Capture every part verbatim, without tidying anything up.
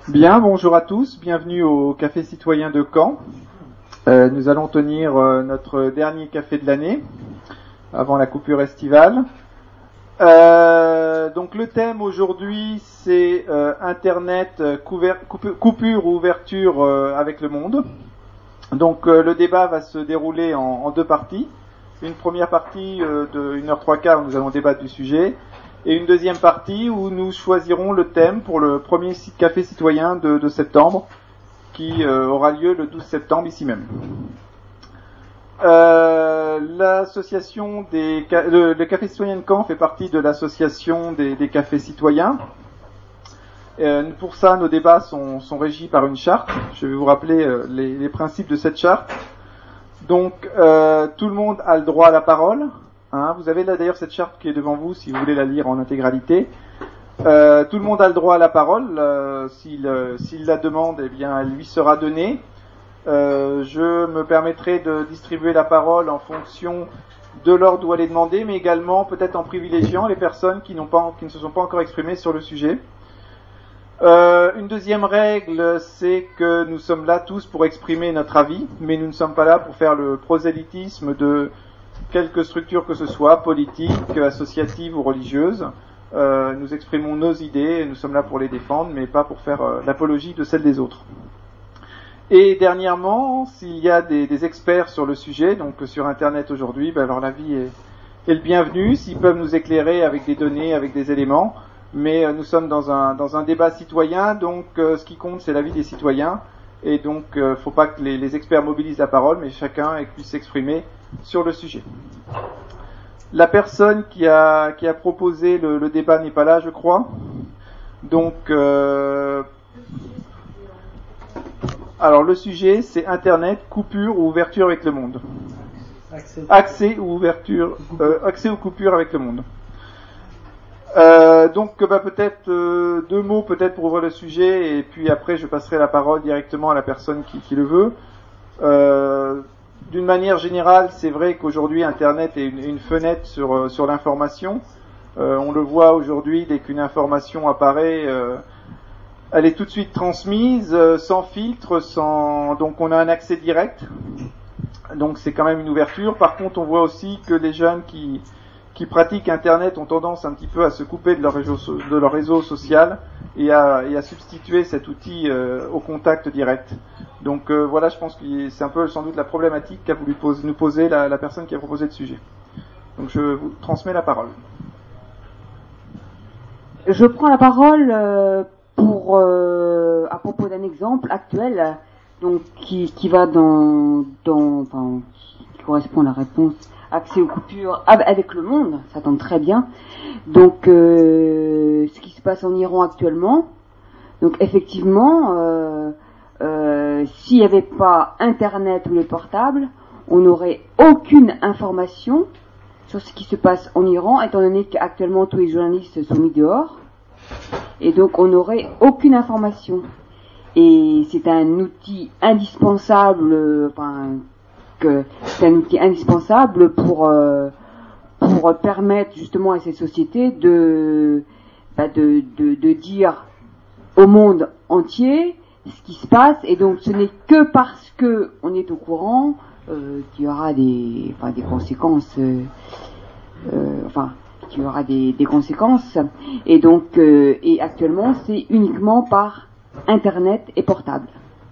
Bien, bonjour à tous, bienvenue au Café Citoyen de Caen. Euh, nous allons tenir euh, notre dernier café de l'année, avant la coupure estivale. Euh, donc le thème aujourd'hui, c'est euh, Internet, couver- coupe- coupure ou ouverture euh, avec le monde. Donc euh, le débat va se dérouler en, en deux parties. Une première partie euh, de une heure trois quarts où nous allons débattre du sujet, et une deuxième partie où nous choisirons le thème pour le premier café citoyen de, de septembre, qui euh, aura lieu le douze septembre ici même. Euh, l'association des le, le Café Citoyen de Caen fait partie de l'association des, des cafés citoyens. Euh, pour ça, nos débats sont, sont régis par une charte. Je vais vous rappeler euh, les, les principes de cette charte. Donc, euh, tout le monde a le droit à la parole. Hein, vous avez là d'ailleurs cette charte qui est devant vous si vous voulez la lire en intégralité. Euh, tout le monde a le droit à la parole. Euh, s'il, euh, s'il la demande, eh bien, elle lui sera donnée. Euh, je me permettrai de distribuer la parole en fonction de l'ordre où elle est demandée, mais également peut-être en privilégiant les personnes qui, n'ont pas, qui ne se sont pas encore exprimées sur le sujet. Euh, une deuxième règle, c'est que nous sommes là tous pour exprimer notre avis, mais nous ne sommes pas là pour faire le prosélytisme de quelque structure que ce soit, politique, associative ou religieuse. Euh, nous exprimons nos idées, et nous sommes là pour les défendre, mais pas pour faire euh, l'apologie de celles des autres. Et dernièrement, s'il y a des, des experts sur le sujet, donc sur Internet aujourd'hui, ben alors l'avis est, est le bienvenu, s'ils peuvent nous éclairer avec des données, avec des éléments, mais euh, nous sommes dans un, dans un débat citoyen, donc euh, ce qui compte c'est l'avis des citoyens, et donc il euh, ne faut pas que les, les experts mobilisent la parole, mais chacun puisse s'exprimer sur le sujet. La personne qui a, qui a proposé le, le débat n'est pas là, je crois, donc... Euh, Alors le sujet c'est Internet, coupure ou ouverture avec le monde. Accès, accès ou ouverture, euh, accès ou coupure avec le monde. Euh, donc bah, peut-être euh, deux mots peut-être pour ouvrir le sujet et puis après je passerai la parole directement à la personne qui, qui le veut. Euh, d'une manière générale, c'est vrai qu'aujourd'hui Internet est une, une fenêtre sur, sur l'information. Euh, on le voit aujourd'hui dès qu'une information apparaît. Euh, Elle est tout de suite transmise, euh, sans filtre, sans... donc on a un accès direct. Donc c'est quand même une ouverture. Par contre, on voit aussi que les jeunes qui, qui pratiquent Internet ont tendance un petit peu à se couper de leur réseau, de leur réseau social et à, et à substituer cet outil euh, au contact direct. Donc euh, voilà, je pense que c'est un peu sans doute la problématique qu'a voulu pose, nous poser la, la personne qui a proposé le sujet. Donc je vous transmets la parole. Je prends la parole... Euh... Pour euh, à propos d'un exemple actuel, donc qui qui va dans dans enfin qui correspond à la réponse accès aux coupures avec le monde, ça tombe très bien. Donc euh, ce qui se passe en Iran actuellement, donc effectivement, euh, euh, s'il n'y avait pas Internet ou les portables, on n'aurait aucune information sur ce qui se passe en Iran, étant donné qu'actuellement tous les journalistes sont mis dehors. Et donc on n'aurait aucune information. Et c'est un outil indispensable, euh, enfin, que c'est un outil indispensable pour euh, pour permettre justement à ces sociétés de bah, de, de de dire au monde entier ce qui se passe. Et donc ce n'est que parce que on est au courant euh, qu'il y aura des enfin des conséquences. Euh, euh, enfin. qu'il y aura des, des conséquences, et donc euh, et actuellement c'est uniquement par Internet et portable.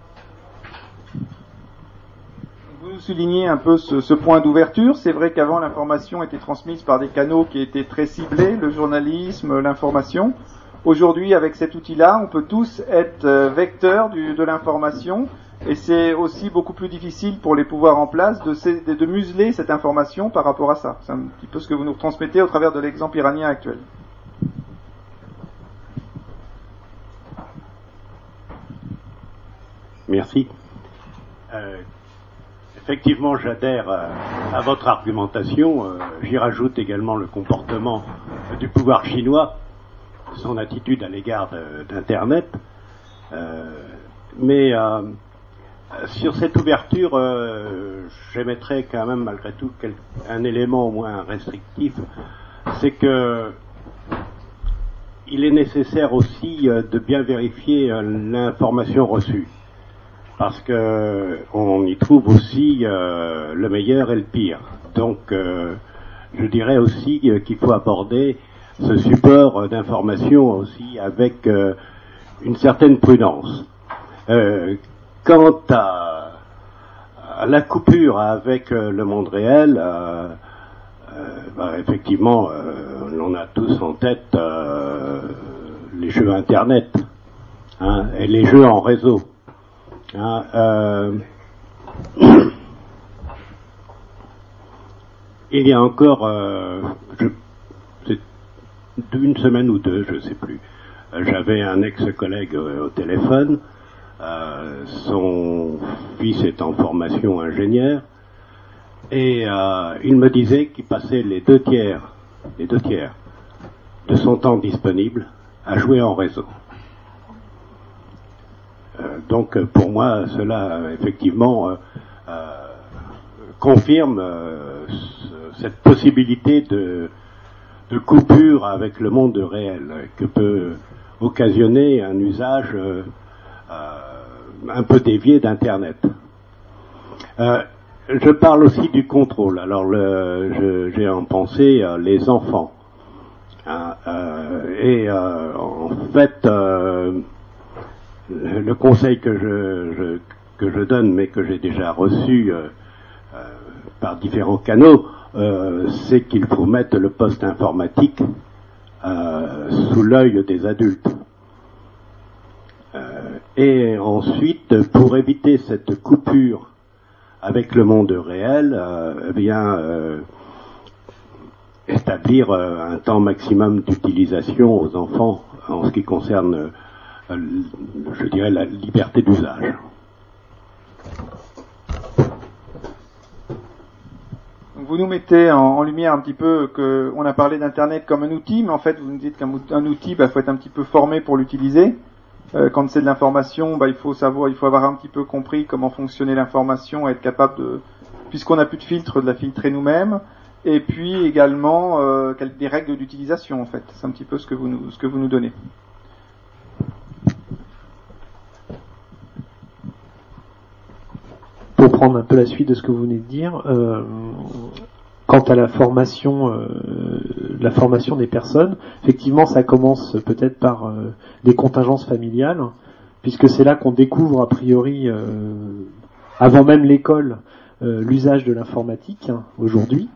Vous soulignez un peu ce, ce point d'ouverture. C'est vrai qu'avant l'information était transmise par des canaux qui étaient très ciblés, le journalisme, l'information. Aujourd'hui, avec cet outil-là, on peut tous être vecteurs du, de l'information, et c'est aussi beaucoup plus difficile pour les pouvoirs en place de, de, de museler cette information par rapport à ça. C'est un petit peu ce que vous nous transmettez au travers de l'exemple iranien actuel. Merci. Euh, effectivement, j'adhère à, à votre argumentation. Euh, j'y rajoute également le comportement euh, du pouvoir chinois, son attitude à l'égard de, d'Internet. Euh, mais euh, sur cette ouverture, euh, j'émettrais quand même malgré tout quel, un élément au moins restrictif, c'est que il est nécessaire aussi euh, de bien vérifier euh, l'information reçue, parce que on y trouve aussi euh, le meilleur et le pire. Donc, euh, je dirais aussi euh, qu'il faut aborder ce support d'information aussi avec euh, une certaine prudence. Euh, quant à, à la coupure avec euh, le monde réel, euh, euh, bah, effectivement, euh, on a tous en tête euh, les jeux Internet, hein, et les jeux en réseau. Hein, euh, il y a encore, euh, je, c'est une semaine ou deux, je sais plus, euh, j'avais un ex-collègue euh, au téléphone, euh, son fils est en formation ingénieur, et euh, il me disait qu'il passait les deux tiers, les deux tiers de son temps disponible à jouer en réseau. Euh, donc pour moi, cela effectivement euh, euh, confirme euh, ce, cette possibilité de, de coupure avec le monde réel que peut occasionner un usage euh, euh, un peu dévié d'Internet. Euh, je parle aussi du contrôle. Alors le, je, j'ai en pensée euh, les enfants. Hein, euh, et euh, en fait, euh, le conseil que je, je que je donne, mais que j'ai déjà reçu euh, euh, par différents canaux, euh, c'est qu'il faut mettre le poste informatique euh, sous l'œil des adultes. Euh, et ensuite, pour éviter cette coupure avec le monde réel, euh, eh bien, euh, établir euh, un temps maximum d'utilisation aux enfants en ce qui concerne, euh, je dirais, la liberté d'usage. Vous nous mettez en, en lumière un petit peu que on a parlé d'Internet comme un outil, mais en fait vous nous dites qu'un un outil, bah, faut être un petit peu formé pour l'utiliser. Euh, quand c'est de l'information, bah, il faut savoir, il faut avoir un petit peu compris comment fonctionnait l'information, être capable de, puisqu'on n'a plus de filtre, de la filtrer nous-mêmes. Et puis également euh, des règles d'utilisation en fait. C'est un petit peu ce que vous nous, ce que vous nous donnez. Pour prendre un peu la suite de ce que vous venez de dire, euh, quant à la formation, euh, la formation des personnes, effectivement, ça commence peut-être par euh, des contingences familiales, puisque c'est là qu'on découvre a priori, euh, avant même l'école, euh, l'usage de l'informatique hein, aujourd'hui.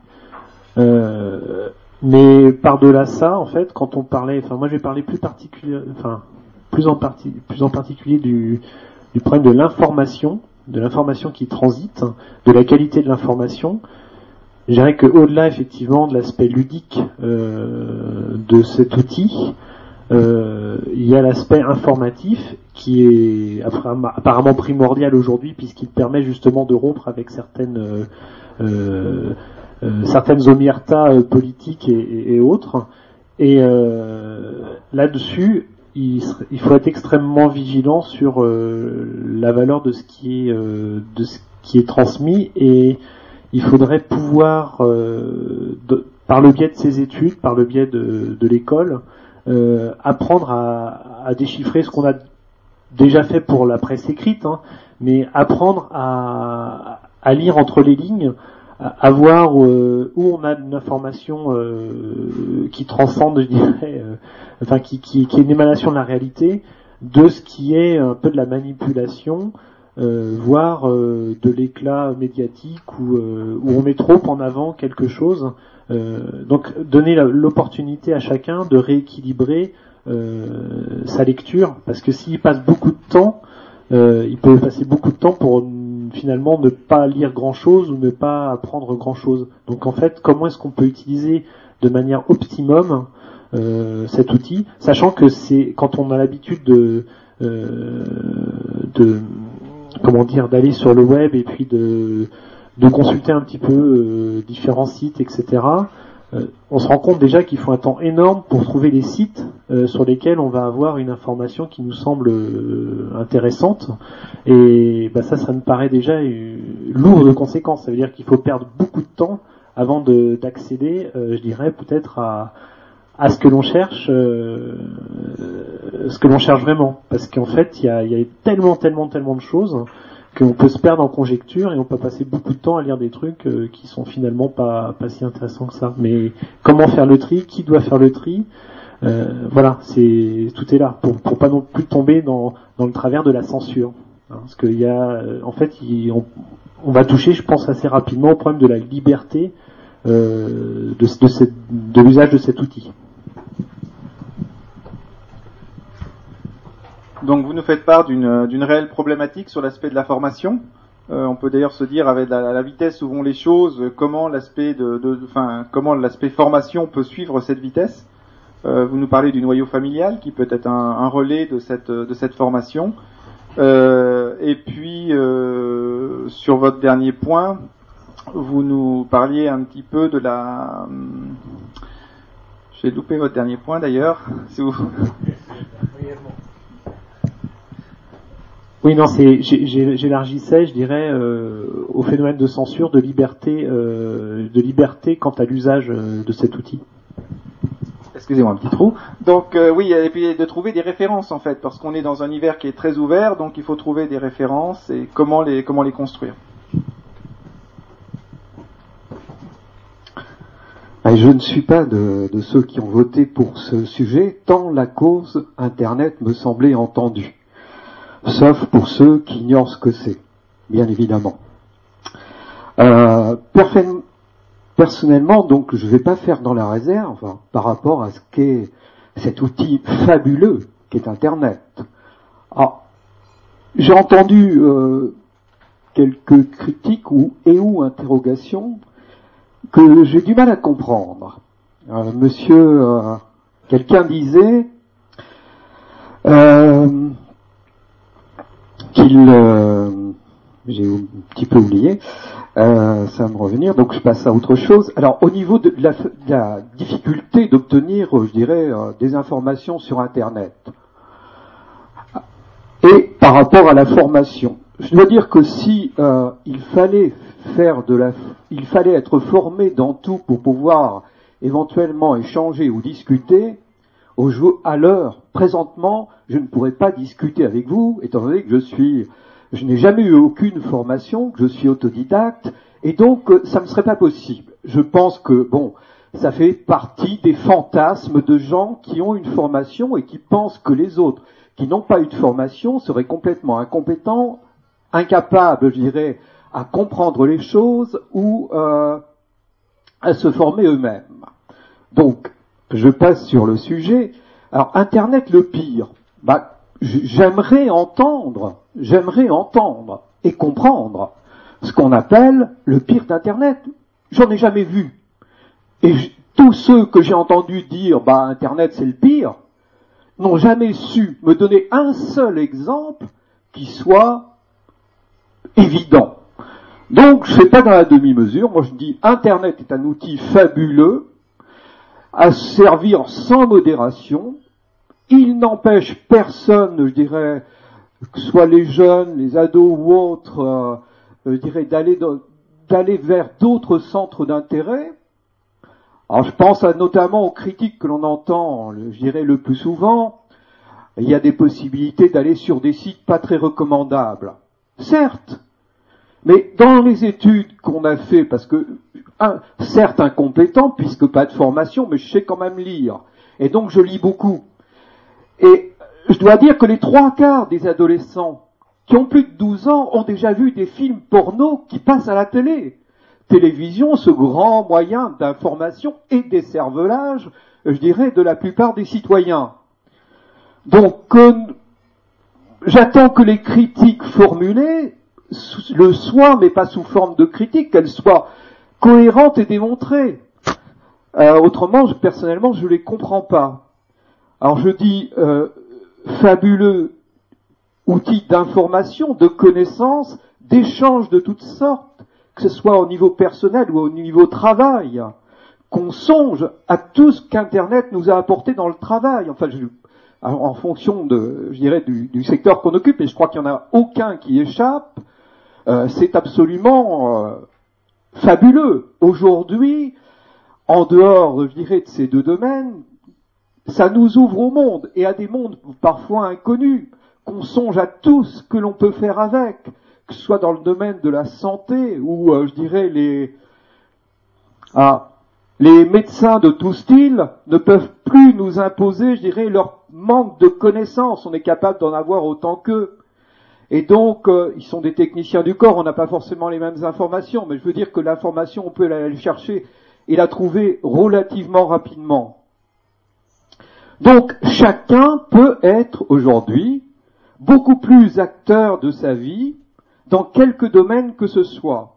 Euh, mais par-delà ça, en fait, quand on parlait, enfin moi j'ai parlé plus particulier, enfin plus en partie, plus en particulier du, du problème de l'information, de l'information qui transite, de la qualité de l'information. Je dirais qu'au-delà effectivement de l'aspect ludique euh, de cet outil, euh, il y a l'aspect informatif qui est apparemment primordial aujourd'hui puisqu'il permet justement de rompre avec certaines euh, euh, Euh, certaines omertas euh, politiques et, et, et autres. Et euh, là-dessus, il, il faut être extrêmement vigilant sur euh, la valeur de ce qui est euh, de ce qui est transmis, et il faudrait pouvoir, euh, de, par le biais de ses études, par le biais de, de l'école, euh, apprendre à, à déchiffrer ce qu'on a déjà fait pour la presse écrite, hein, mais apprendre à, à lire entre les lignes, à voir euh, où on a une information euh, qui transcende, je dirais, euh, enfin qui, qui, qui est une émanation de la réalité, de ce qui est un peu de la manipulation, euh, voire euh, de l'éclat médiatique où, euh, où on met trop en avant quelque chose. Euh, donc donner la, l'opportunité à chacun de rééquilibrer euh, sa lecture, parce que s'il passe beaucoup de temps, euh, il peut passer beaucoup de temps pour finalement ne pas lire grand chose ou ne pas apprendre grand chose. Donc en fait, comment est-ce qu'on peut utiliser de manière optimum euh, cet outil, sachant que c'est quand on a l'habitude de, euh, de comment dire, d'aller sur le web et puis de, de consulter un petit peu euh, différents sites, et cetera. Euh, on se rend compte déjà qu'il faut un temps énorme pour trouver les sites euh, sur lesquels on va avoir une information qui nous semble euh, intéressante, et bah, ça, ça me paraît déjà euh, lourd de conséquences. Ça veut dire qu'il faut perdre beaucoup de temps avant de, d'accéder, euh, je dirais, peut-être à, à ce que l'on cherche, euh, ce que l'on cherche vraiment, parce qu'en fait il y a, il y a tellement tellement tellement de choses qu'on peut se perdre en conjecture et on peut passer beaucoup de temps à lire des trucs euh, qui sont finalement pas pas si intéressants que ça. Mais comment faire le tri, qui doit faire le tri, euh, voilà, c'est tout est là pour pour pas non plus tomber dans dans le travers de la censure, hein, parce qu'il y a euh, en fait il, on, on va toucher, je pense, assez rapidement au problème de la liberté euh, de de, cette, de l'usage de cet outil. Donc vous nous faites part d'une d'une réelle problématique sur l'aspect de la formation. Euh, on peut d'ailleurs se dire avec la, la vitesse où vont les choses, comment l'aspect de, de, enfin comment l'aspect formation peut suivre cette vitesse. Euh, vous nous parlez du noyau familial qui peut être un, un relais de cette de cette formation. Euh, et puis euh, sur votre dernier point, vous nous parliez un petit peu de la. J'ai loupé votre dernier point d'ailleurs. Si vous. Oui, non, c'est, j'élargissais, je dirais, euh, au phénomène de censure, de liberté, euh, de liberté quant à l'usage euh, de cet outil. Excusez-moi, un petit trou. Donc euh, oui, et puis de trouver des références en fait, parce qu'on est dans un univers qui est très ouvert, donc il faut trouver des références et comment les comment les construire. Je ne suis pas de, de ceux qui ont voté pour ce sujet, tant la cause Internet me semblait entendue. Sauf pour ceux qui ignorent ce que c'est, bien évidemment. Euh, personnellement, donc, je ne vais pas faire dans la réserve hein, par rapport à ce qu'est cet outil fabuleux qu'est Internet. Alors, j'ai entendu euh, quelques critiques ou et ou interrogations que j'ai du mal à comprendre. Euh, monsieur, euh, quelqu'un disait. Euh, qu'il euh, j'ai un petit peu oublié, euh, ça va me revenir, donc je passe à autre chose. Alors au niveau de la, de la difficulté d'obtenir, je dirais, euh, des informations sur Internet, et par rapport à la formation, je dois dire que si euh, il fallait faire de la, il fallait être formé dans tout pour pouvoir éventuellement échanger ou discuter. Au jour, à l'heure, présentement, je ne pourrais pas discuter avec vous, étant donné que je suis, je n'ai jamais eu aucune formation, que je suis autodidacte, et donc ça ne serait pas possible. Je pense que, bon, ça fait partie des fantasmes de gens qui ont une formation et qui pensent que les autres, qui n'ont pas eu de formation, seraient complètement incompétents, incapables, je dirais, à comprendre les choses ou euh, à se former eux-mêmes. Donc, je passe sur le sujet. Alors, Internet, le pire, bah, j'aimerais entendre, j'aimerais entendre et comprendre ce qu'on appelle le pire d'Internet. J'en ai jamais vu. Et je, tous ceux que j'ai entendus dire, bah, Internet c'est le pire, n'ont jamais su me donner un seul exemple qui soit évident. Donc, je ne fais pas dans la demi-mesure. Moi, je dis, Internet est un outil fabuleux, à servir sans modération. Il n'empêche personne, je dirais, que ce soit les jeunes, les ados ou autres, euh, je dirais, d'aller d'aller vers d'autres centres d'intérêt. Alors je pense à, notamment aux critiques que l'on entend, je dirais, le plus souvent. Il y a des possibilités d'aller sur des sites pas très recommandables. Certes, mais dans les études qu'on a fait, parce que Un, certes incompétent, puisque pas de formation, mais je sais quand même lire. Et donc je lis beaucoup. Et je dois dire que les trois quarts des adolescents qui ont plus de douze ans ont déjà vu des films porno qui passent à la télé. Télévision, ce grand moyen d'information et d'écervelage, je dirais, de la plupart des citoyens. Donc, euh, j'attends que les critiques formulées le soient, mais pas sous forme de critiques, qu'elles soient cohérente et démontrée. Euh, autrement, je, personnellement, je les comprends pas. Alors je dis euh, fabuleux outil d'information, de connaissance, d'échange de toutes sortes, que ce soit au niveau personnel ou au niveau travail, qu'on songe à tout ce qu'Internet nous a apporté dans le travail. Enfin, je, en fonction de, je dirais, du, du secteur qu'on occupe, et je crois qu'il n'y en a aucun qui échappe. Euh, c'est absolument euh, fabuleux. Aujourd'hui, en dehors, je dirais, de ces deux domaines, ça nous ouvre au monde, et à des mondes parfois inconnus, qu'on songe à tout ce que l'on peut faire avec, que ce soit dans le domaine de la santé, ou euh, je dirais les... Ah, les médecins de tout style ne peuvent plus nous imposer, je dirais, leur manque de connaissances. On est capable d'en avoir autant qu'eux. Et donc, euh, ils sont des techniciens du corps, on n'a pas forcément les mêmes informations, mais je veux dire que l'information, on peut aller chercher et la trouver relativement rapidement. Donc, chacun peut être aujourd'hui beaucoup plus acteur de sa vie dans quelque domaine que ce soit.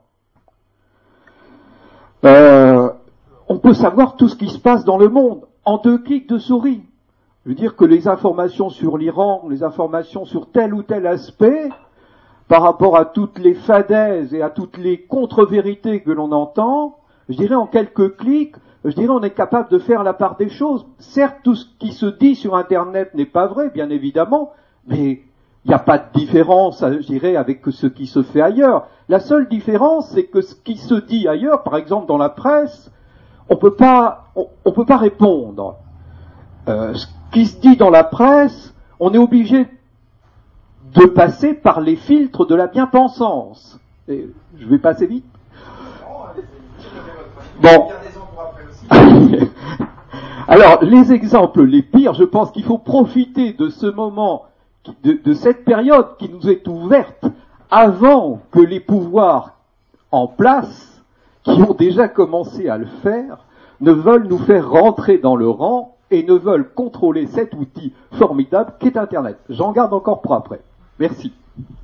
Euh, on peut savoir tout ce qui se passe dans le monde en deux clics de souris. Je veux dire que les informations sur l'Iran, les informations sur tel ou tel aspect, par rapport à toutes les fadaises et à toutes les contre-vérités que l'on entend, je dirais en quelques clics, je dirais on est capable de faire la part des choses. Certes, tout ce qui se dit sur Internet n'est pas vrai, bien évidemment, mais il n'y a pas de différence, je dirais, avec ce qui se fait ailleurs. La seule différence, c'est que ce qui se dit ailleurs, par exemple dans la presse, on peut pas, on, on peut pas répondre. Euh, ce qui se dit dans la presse, on est obligé de passer par les filtres de la bien-pensance. Et je vais passer vite. Bon. Alors, les exemples les pires, je pense qu'il faut profiter de ce moment, de, de cette période qui nous est ouverte, avant que les pouvoirs en place, qui ont déjà commencé à le faire, ne veulent nous faire rentrer dans le rang et ne veulent contrôler cet outil formidable qu'est Internet. J'en garde encore pour après. Merci.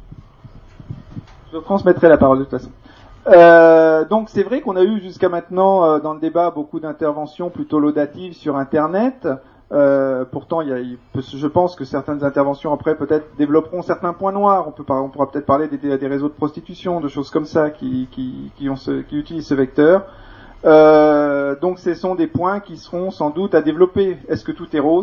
Je transmettrai la parole de toute façon. Euh, donc c'est vrai qu'on a eu jusqu'à maintenant euh, dans le débat beaucoup d'interventions plutôt laudatives sur Internet. Euh, pourtant, il y a, il peut, je pense que certaines interventions après peut-être développeront certains points noirs. On peut, on pourra peut-être parler des, des réseaux de prostitution, de choses comme ça qui, qui, qui, ont ce, qui utilisent ce vecteur. Euh, donc, ce sont des points qui seront sans doute à développer. Est-ce que tout est rose ?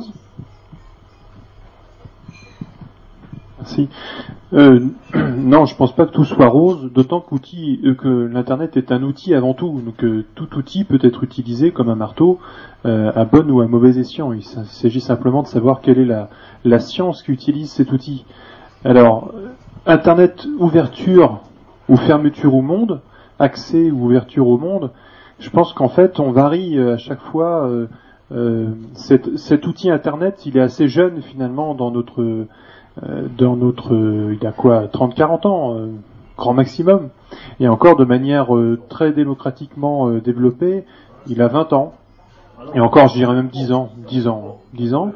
Merci. Euh, non, je pense pas que tout soit rose, d'autant qu'outil, euh, que l'internet est un outil avant tout. Donc euh, tout outil peut être utilisé comme un marteau euh, à bon ou à mauvais escient. Il s'agit simplement de savoir quelle est la, la science qui utilise cet outil. Alors, internet, ouverture ou fermeture au monde, accès ou ouverture au monde, je pense qu'en fait on varie à chaque fois. Euh, euh, cet, cet outil internet, il est assez jeune finalement dans notre dans notre, il y a quoi, trente quarante ans, euh, grand maximum, et encore de manière euh, très démocratiquement euh, développée, il a vingt ans, et encore je dirais même dix ans, dix ans, dix ans,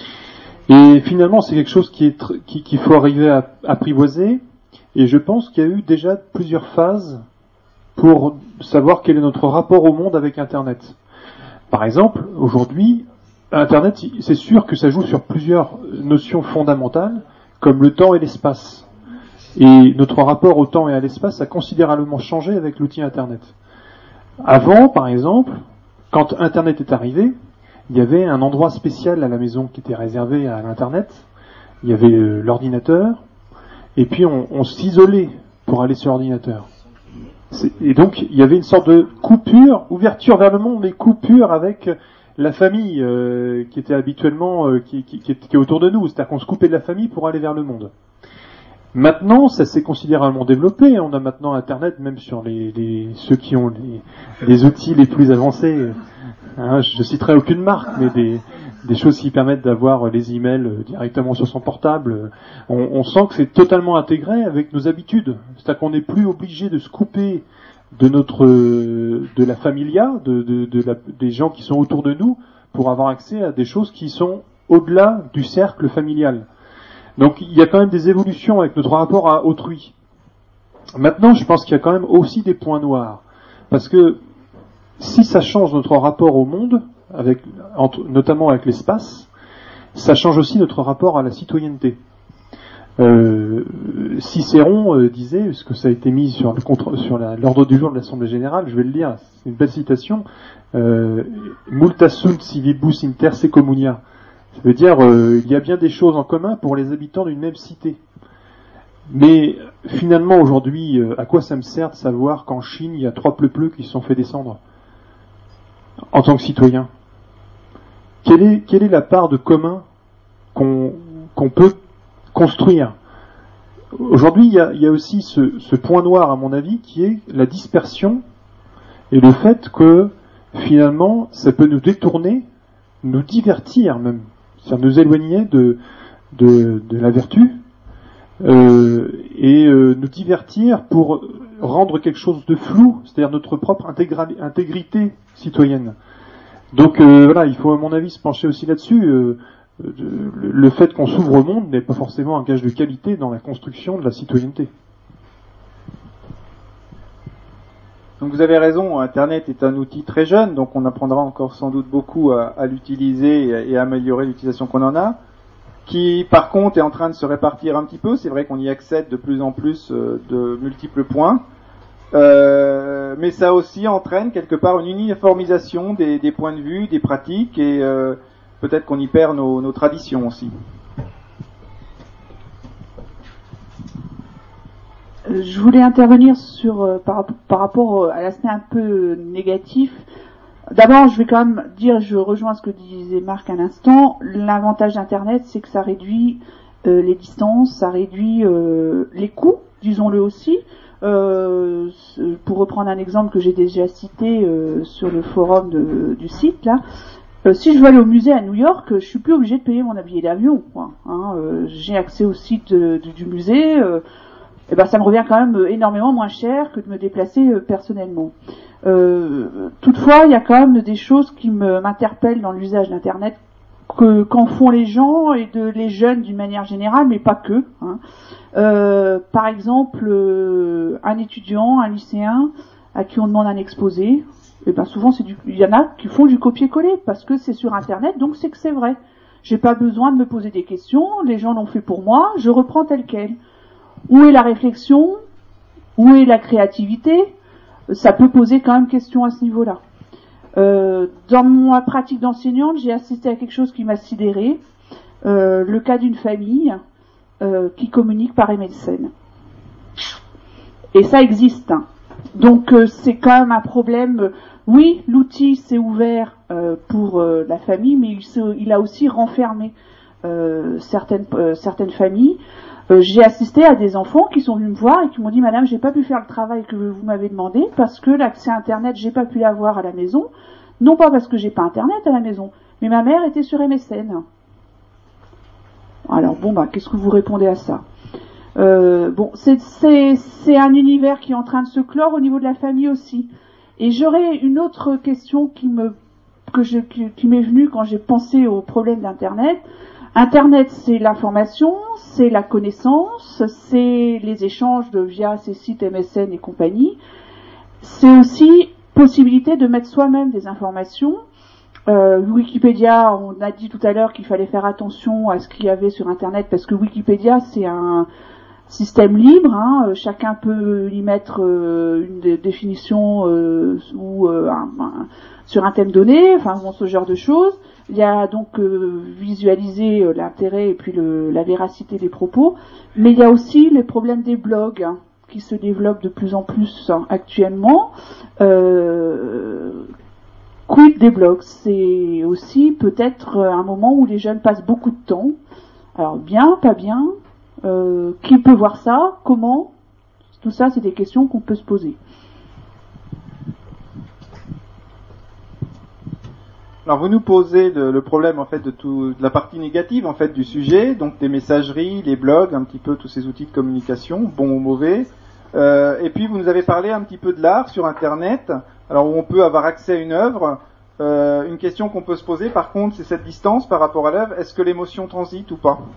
et finalement c'est quelque chose qui est tr- qui, qu'il faut arriver à apprivoiser, et je pense qu'il y a eu déjà plusieurs phases pour savoir quel est notre rapport au monde avec Internet. Par exemple, aujourd'hui, Internet, c'est sûr que ça joue sur plusieurs notions fondamentales, comme le temps et l'espace. Et notre rapport au temps et à l'espace a considérablement changé avec l'outil Internet. Avant, par exemple, quand Internet est arrivé, il y avait un endroit spécial à la maison qui était réservé à l'Internet. Il y avait euh, l'ordinateur, et puis on, on s'isolait pour aller sur l'ordinateur. C'est, et donc, il y avait une sorte de coupure, ouverture vers le monde, mais coupure avec la famille euh, qui était habituellement euh, qui, qui, qui, est, qui est autour de nous, c'est-à-dire qu'on se coupait de la famille pour aller vers le monde. Maintenant, ça s'est considérablement développé. On a maintenant Internet, même sur les, les ceux qui ont les, les outils les plus avancés. Hein, je citerai aucune marque, mais des, des choses qui permettent d'avoir les emails directement sur son portable. On, on sent que c'est totalement intégré avec nos habitudes. C'est-à-dire qu'on n'est plus obligé de se couper de notre, de la familia, de, de, de la, des gens qui sont autour de nous, pour avoir accès à des choses qui sont au-delà du cercle familial. Donc il y a quand même des évolutions avec notre rapport à autrui. Maintenant, je pense qu'il y a quand même aussi des points noirs, parce que si ça change notre rapport au monde, avec, entre, notamment avec l'espace, ça change aussi notre rapport à la citoyenneté. Euh, Cicéron euh, disait, parce que ça a été mis sur, le contre, sur la, l'ordre du jour de l'Assemblée générale, je vais le lire, c'est une belle citation, euh, multa sunt civibus inter se communia. Ça veut dire, euh, il y a bien des choses en commun pour les habitants d'une même cité. Mais finalement, aujourd'hui, euh, à quoi ça me sert de savoir qu'en Chine, il y a trois pleu-pleu qui se sont fait descendre en tant que citoyen? quelle est, quelle est la part de commun qu'on, qu'on peut construire? Aujourd'hui, il y a, il y a aussi ce, ce point noir, à mon avis, qui est la dispersion et le fait que, finalement, ça peut nous détourner, nous divertir même, c'est-à-dire nous éloigner de, de, de la vertu, euh, et euh, nous divertir pour rendre quelque chose de flou, c'est-à-dire notre propre intégra- intégrité citoyenne. Donc euh, voilà, il faut à mon avis se pencher aussi là-dessus. Euh, le, le fait qu'on s'ouvre au monde n'est pas forcément un gage de qualité dans la construction de la citoyenneté. Donc vous avez raison, Internet est un outil très jeune, donc on apprendra encore sans doute beaucoup à, à l'utiliser et, et à améliorer l'utilisation qu'on en a, qui par contre est en train de se répartir un petit peu. C'est vrai qu'on y accède de plus en plus euh, de multiples points, euh, mais ça aussi entraîne quelque part une uniformisation des, des points de vue, des pratiques, et euh, peut-être qu'on y perd nos, nos traditions aussi. Je voulais intervenir sur euh, par, par rapport à l'aspect un peu négatif. D'abord, je vais quand même dire, je rejoins ce que disait Marc à l'instant. L'avantage d'Internet, c'est que ça réduit euh, les distances, ça réduit euh, les coûts, disons-le aussi. Euh, pour reprendre un exemple que j'ai déjà cité euh, sur le forum de, du site, là, euh, si je veux aller au musée à New York, je suis plus obligé de payer mon billet d'avion, quoi. Hein, euh, j'ai accès au site de, de, du musée. Euh, Eh ben, ça me revient quand même énormément moins cher que de me déplacer euh, personnellement. Euh, toutefois, il y a quand même des choses qui me, m'interpellent dans l'usage d'Internet, que, qu'en font les gens et de les jeunes d'une manière générale, mais pas que. Hein. Euh, par exemple, euh, un étudiant, un lycéen, à qui on demande un exposé, eh ben souvent c'est du, il y en a qui font du copier-coller parce que c'est sur Internet, donc c'est que c'est vrai. J'ai pas besoin de me poser des questions, les gens l'ont fait pour moi, je reprends tel quel. Où est la réflexion? Où est la créativité? Ça peut poser quand même question à ce niveau-là. Euh, dans ma pratique d'enseignante, j'ai assisté à quelque chose qui m'a sidérée. Euh, le cas d'une famille euh, qui communique par M S N. Et ça existe. Hein. Donc euh, c'est quand même un problème. Oui, l'outil s'est ouvert euh, pour euh, la famille, mais il, se, il a aussi renfermé euh, certaines, euh, certaines familles. Euh, j'ai assisté à des enfants qui sont venus me voir et qui m'ont dit: Madame, j'ai pas pu faire le travail que vous m'avez demandé parce que l'accès à Internet, j'ai pas pu l'avoir à la maison. Non pas parce que j'ai pas Internet à la maison, mais ma mère était sur M S N. Alors bon, bah, qu'est-ce que vous répondez à ça? euh, Bon, c'est, c'est, c'est un univers qui est en train de se clore au niveau de la famille aussi. Et j'aurais une autre question qui me, que je, qui, qui m'est venue quand j'ai pensé au problème d'Internet. Internet, c'est l'information, c'est la connaissance, c'est les échanges de, via ces sites M S N et compagnie. C'est aussi possibilité de mettre soi-même des informations. Euh, Wikipédia, on a dit tout à l'heure qu'il fallait faire attention à ce qu'il y avait sur Internet parce que Wikipédia, c'est un système libre. Hein, chacun peut y mettre euh, une dé- définition euh, ou euh, un, un, sur un thème donné, enfin bon, ce genre de choses. Il y a donc euh, visualisé euh, l'intérêt et puis le, la véracité des propos, mais il y a aussi les problèmes des blogs hein, qui se développent de plus en plus hein, actuellement. Euh, quid des blogs? C'est aussi peut-être un moment où les jeunes passent beaucoup de temps. Alors bien, pas bien, euh, qui peut voir ça? Comment? Tout ça, c'est des questions qu'on peut se poser. Alors vous nous posez le, le problème en fait de, tout, de la partie négative en fait du sujet, donc des messageries, les blogs, un petit peu tous ces outils de communication, bons ou mauvais. Euh, et puis vous nous avez parlé un petit peu de l'art sur Internet, alors où on peut avoir accès à une œuvre. Euh, une question qu'on peut se poser par contre, c'est cette distance par rapport à l'œuvre. Est-ce que l'émotion transite ou pas?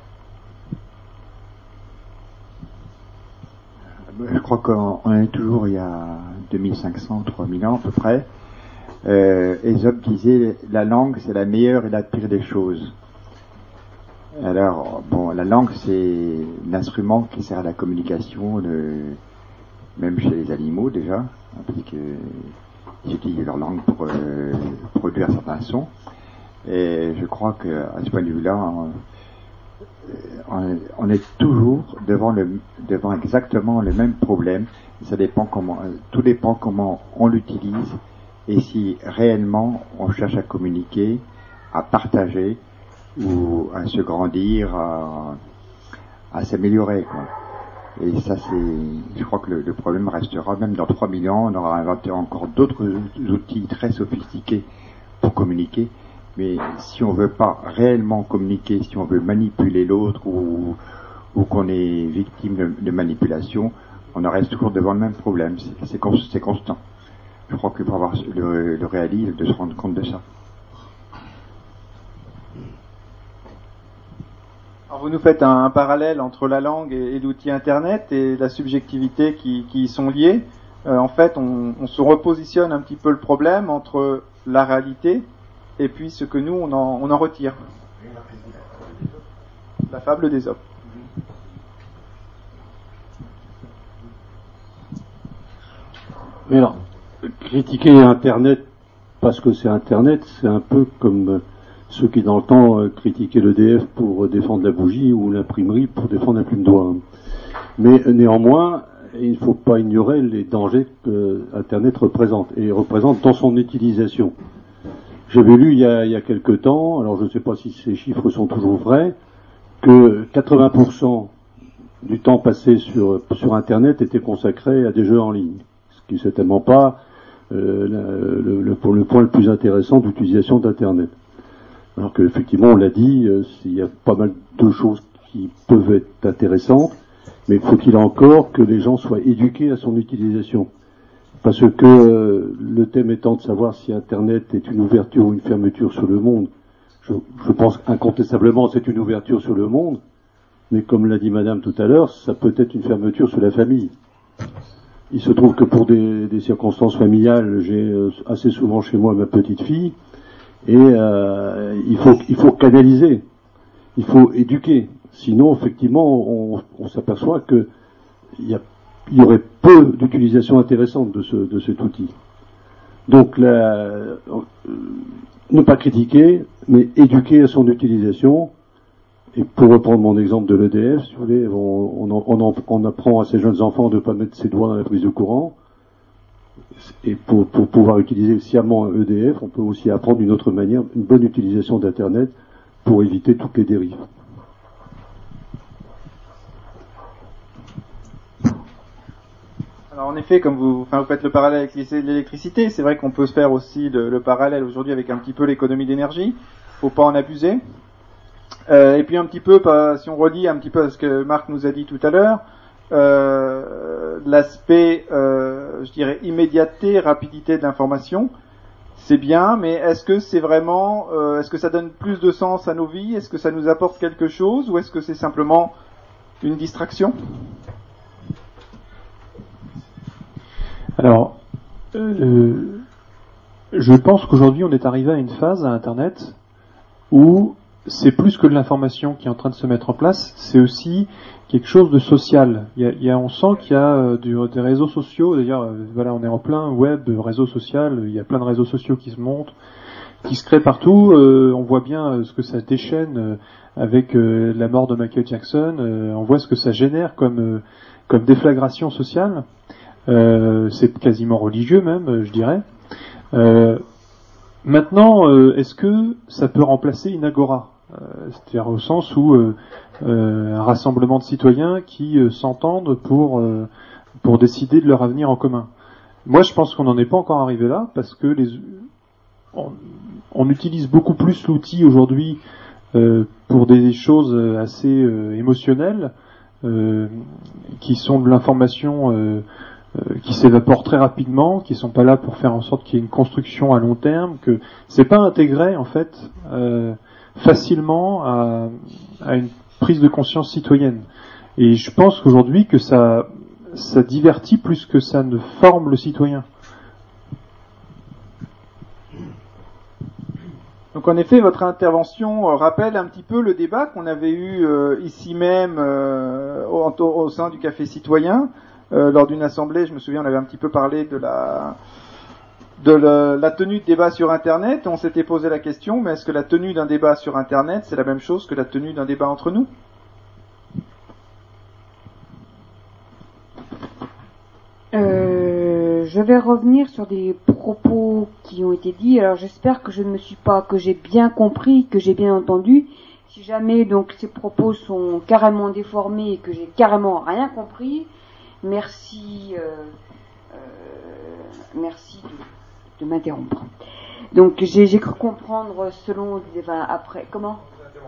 Je crois qu'on en est toujours il y a deux mille cinq cents, trois mille ans à peu près. Euh, Ésope disait la langue c'est la meilleure et la pire des choses. Alors bon, la langue c'est l'instrument qui sert à la communication, de, même chez les animaux déjà, parce que ils utilisent leur langue pour euh, produire certains sons. Et je crois que à ce point de vue-là, on, on, on est toujours devant le devant exactement le même problème. Ça dépend comment, tout dépend comment on l'utilise. Et si réellement on cherche à communiquer à partager ou à se grandir, à, à s'améliorer, quoi. Et ça, c'est, je crois que le, le problème restera, même dans trois mille ans, on aura inventé encore d'autres outils très sophistiqués pour communiquer. Mais si on veut pas réellement communiquer, si on veut manipuler l'autre ou, ou qu'on est victime de, de manipulation, on en reste toujours devant le même problème. C'est, c'est, c'est constant. Je crois qu'il faut avoir le, le réalisme de se rendre compte de ça. Alors vous nous faites un, un parallèle entre la langue et, et l'outil Internet et la subjectivité qui, qui y sont liées. Euh, en fait, on, on se repositionne un petit peu le problème entre la réalité et puis ce que nous, on en, on en retire. La fable d'Ésope. Mais alors, critiquer Internet parce que c'est Internet, c'est un peu comme ceux qui dans le temps euh, critiquaient l'E D F pour euh, défendre la bougie ou l'imprimerie pour défendre la plume d'oie. Mais euh, néanmoins, il ne faut pas ignorer les dangers que Internet représente, et représente dans son utilisation. J'avais lu il y a, il y a quelque temps, alors je ne sais pas si ces chiffres sont toujours vrais, que quatre-vingts pour cent du temps passé sur, sur Internet était consacré à des jeux en ligne, ce qui n'est certainement pas euh, le, le, le, le point le plus intéressant d'utilisation d'Internet. Alors qu'effectivement, on l'a dit, euh, il y a pas mal de choses qui peuvent être intéressantes, mais faut-il encore que les gens soient éduqués à son utilisation? Parce que euh, le thème étant de savoir si Internet est une ouverture ou une fermeture sur le monde, je, je pense incontestablement c'est une ouverture sur le monde, mais comme l'a dit Madame tout à l'heure, ça peut être une fermeture sur la famille. Il se trouve que pour des, des circonstances familiales, j'ai euh, assez souvent chez moi ma petite fille, et euh, il faut il faut canaliser, il faut éduquer. Sinon, effectivement, on, on s'aperçoit que il y a il y aurait peu d'utilisation intéressante de ce de cet outil. Donc, la, euh, ne pas critiquer, mais éduquer à son utilisation. Et pour reprendre mon exemple de l'E D F, si vous voulez, on, on, on, on apprend à ces jeunes enfants de ne pas mettre ses doigts dans la prise de courant. Et pour, pour pouvoir utiliser sciemment un E D F, on peut aussi apprendre d'une autre manière, une bonne utilisation d'Internet pour éviter toutes les dérives. Alors en effet, comme vous, enfin, vous faites le parallèle avec l'électricité, c'est vrai qu'on peut se faire aussi le, le parallèle aujourd'hui avec un petit peu l'économie d'énergie. Faut pas en abuser. Euh, et puis un petit peu, si on redit un petit peu à ce que Marc nous a dit tout à l'heure, euh, l'aspect, euh, je dirais, immédiateté, rapidité de l'information, c'est bien, mais est-ce que c'est vraiment, euh, est-ce que ça donne plus de sens à nos vies? Est-ce que ça nous apporte quelque chose? Ou est-ce que c'est simplement une distraction? Alors, euh, je pense qu'aujourd'hui on est arrivé à une phase à Internet où c'est plus que de l'information qui est en train de se mettre en place, c'est aussi quelque chose de social. Il y a, il y a, on sent qu'il y a euh, du, des réseaux sociaux, d'ailleurs, euh, voilà, on est en plein web, réseau social, il y a plein de réseaux sociaux qui se montent, qui se créent partout, euh, on voit bien euh, ce que ça déchaîne euh, avec euh, la mort de Michael Jackson, euh, on voit ce que ça génère comme, euh, comme déflagration sociale, euh, c'est quasiment religieux même, euh, je dirais. Euh, Maintenant, euh, est-ce que ça peut remplacer une agora, euh, c'est-à-dire au sens où euh, euh, un rassemblement de citoyens qui euh, s'entendent pour euh, pour décider de leur avenir en commun? Moi, je pense qu'on n'en est pas encore arrivé là parce que les on, on utilise beaucoup plus l'outil aujourd'hui euh, pour des choses assez euh, émotionnelles, euh, qui sont de l'information euh, Euh, qui s'évaporent très rapidement, qui sont pas là pour faire en sorte qu'il y ait une construction à long terme, que c'est pas intégré en fait euh, facilement à, à une prise de conscience citoyenne. Et je pense qu'aujourd'hui que ça ça divertit plus que ça ne forme le citoyen. Donc en effet, votre intervention euh, rappelle un petit peu le débat qu'on avait eu euh, ici même euh, au, au sein du Café Citoyen. Euh, lors d'une assemblée, je me souviens, on avait un petit peu parlé de la de la, la tenue de débat sur Internet. On s'était posé la question, mais est-ce que la tenue d'un débat sur Internet, c'est la même chose que la tenue d'un débat entre nous? euh, je vais revenir sur des propos qui ont été dits. Alors j'espère que je ne me suis pas, que j'ai bien compris, que j'ai bien entendu. Si jamais donc ces propos sont carrément déformés et que j'ai carrément rien compris, merci, euh, euh, merci de, de m'interrompre. Donc j'ai, j'ai cru comprendre selon, enfin, après, comment?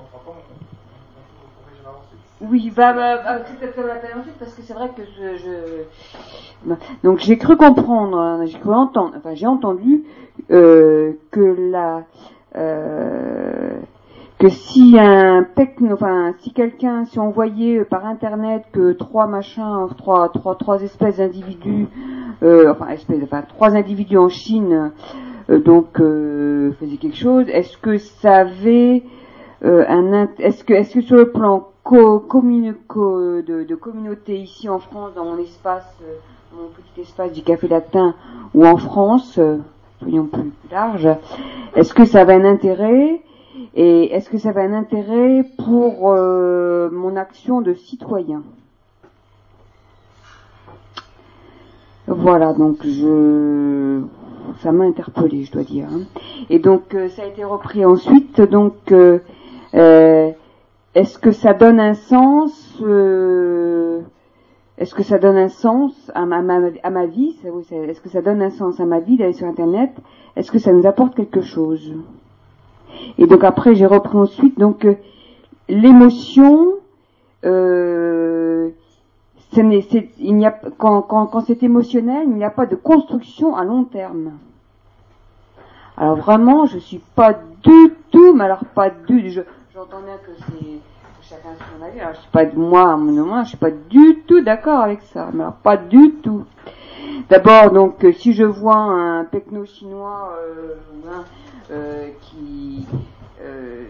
Oui, bah, bah, bah c'est peut-être la peine ensuite parce que c'est vrai que je, je... Bah, donc j'ai cru comprendre, hein, j'ai cru entendre, enfin j'ai entendu euh, que la euh, que si un techno, enfin si quelqu'un, si on voyait par internet que trois machins, trois trois trois espèces d'individus, euh, enfin espèces, enfin trois individus en Chine, euh, donc euh, faisaient quelque chose, est-ce que ça avait euh, un, est-ce que est-ce que sur le plan Co, commune, co, de, de communauté ici en France, dans mon espace, euh, mon petit espace du Café Latin, ou en France, euh, soyons plus, plus large, est-ce que ça avait un intérêt, et est-ce que ça avait un intérêt pour euh, mon action de citoyen? Voilà, donc je, ça m'a interpellé, je dois dire. Hein. Et donc euh, ça a été repris ensuite, donc. Euh, euh, Est-ce que ça donne un sens euh, Est-ce que ça donne un sens à ma, ma, à ma vie Est-ce que ça donne un sens à ma vie d'aller sur Internet? Est-ce que ça nous apporte quelque chose? Et donc après, j'ai repris ensuite donc euh, l'émotion. Euh, ce n'est, c'est, il n'y a quand, quand, quand c'est émotionnel, il n'y a pas de construction à long terme. Alors vraiment, je suis pas du tout, mais alors pas du, je, j'entends bien que c'est chacun son avis. Alors je suis pas moi, à mon moment, je suis pas du tout d'accord avec ça. Mais alors pas du tout. D'abord, donc, si je vois un techno chinois euh, hein, euh, qui, euh,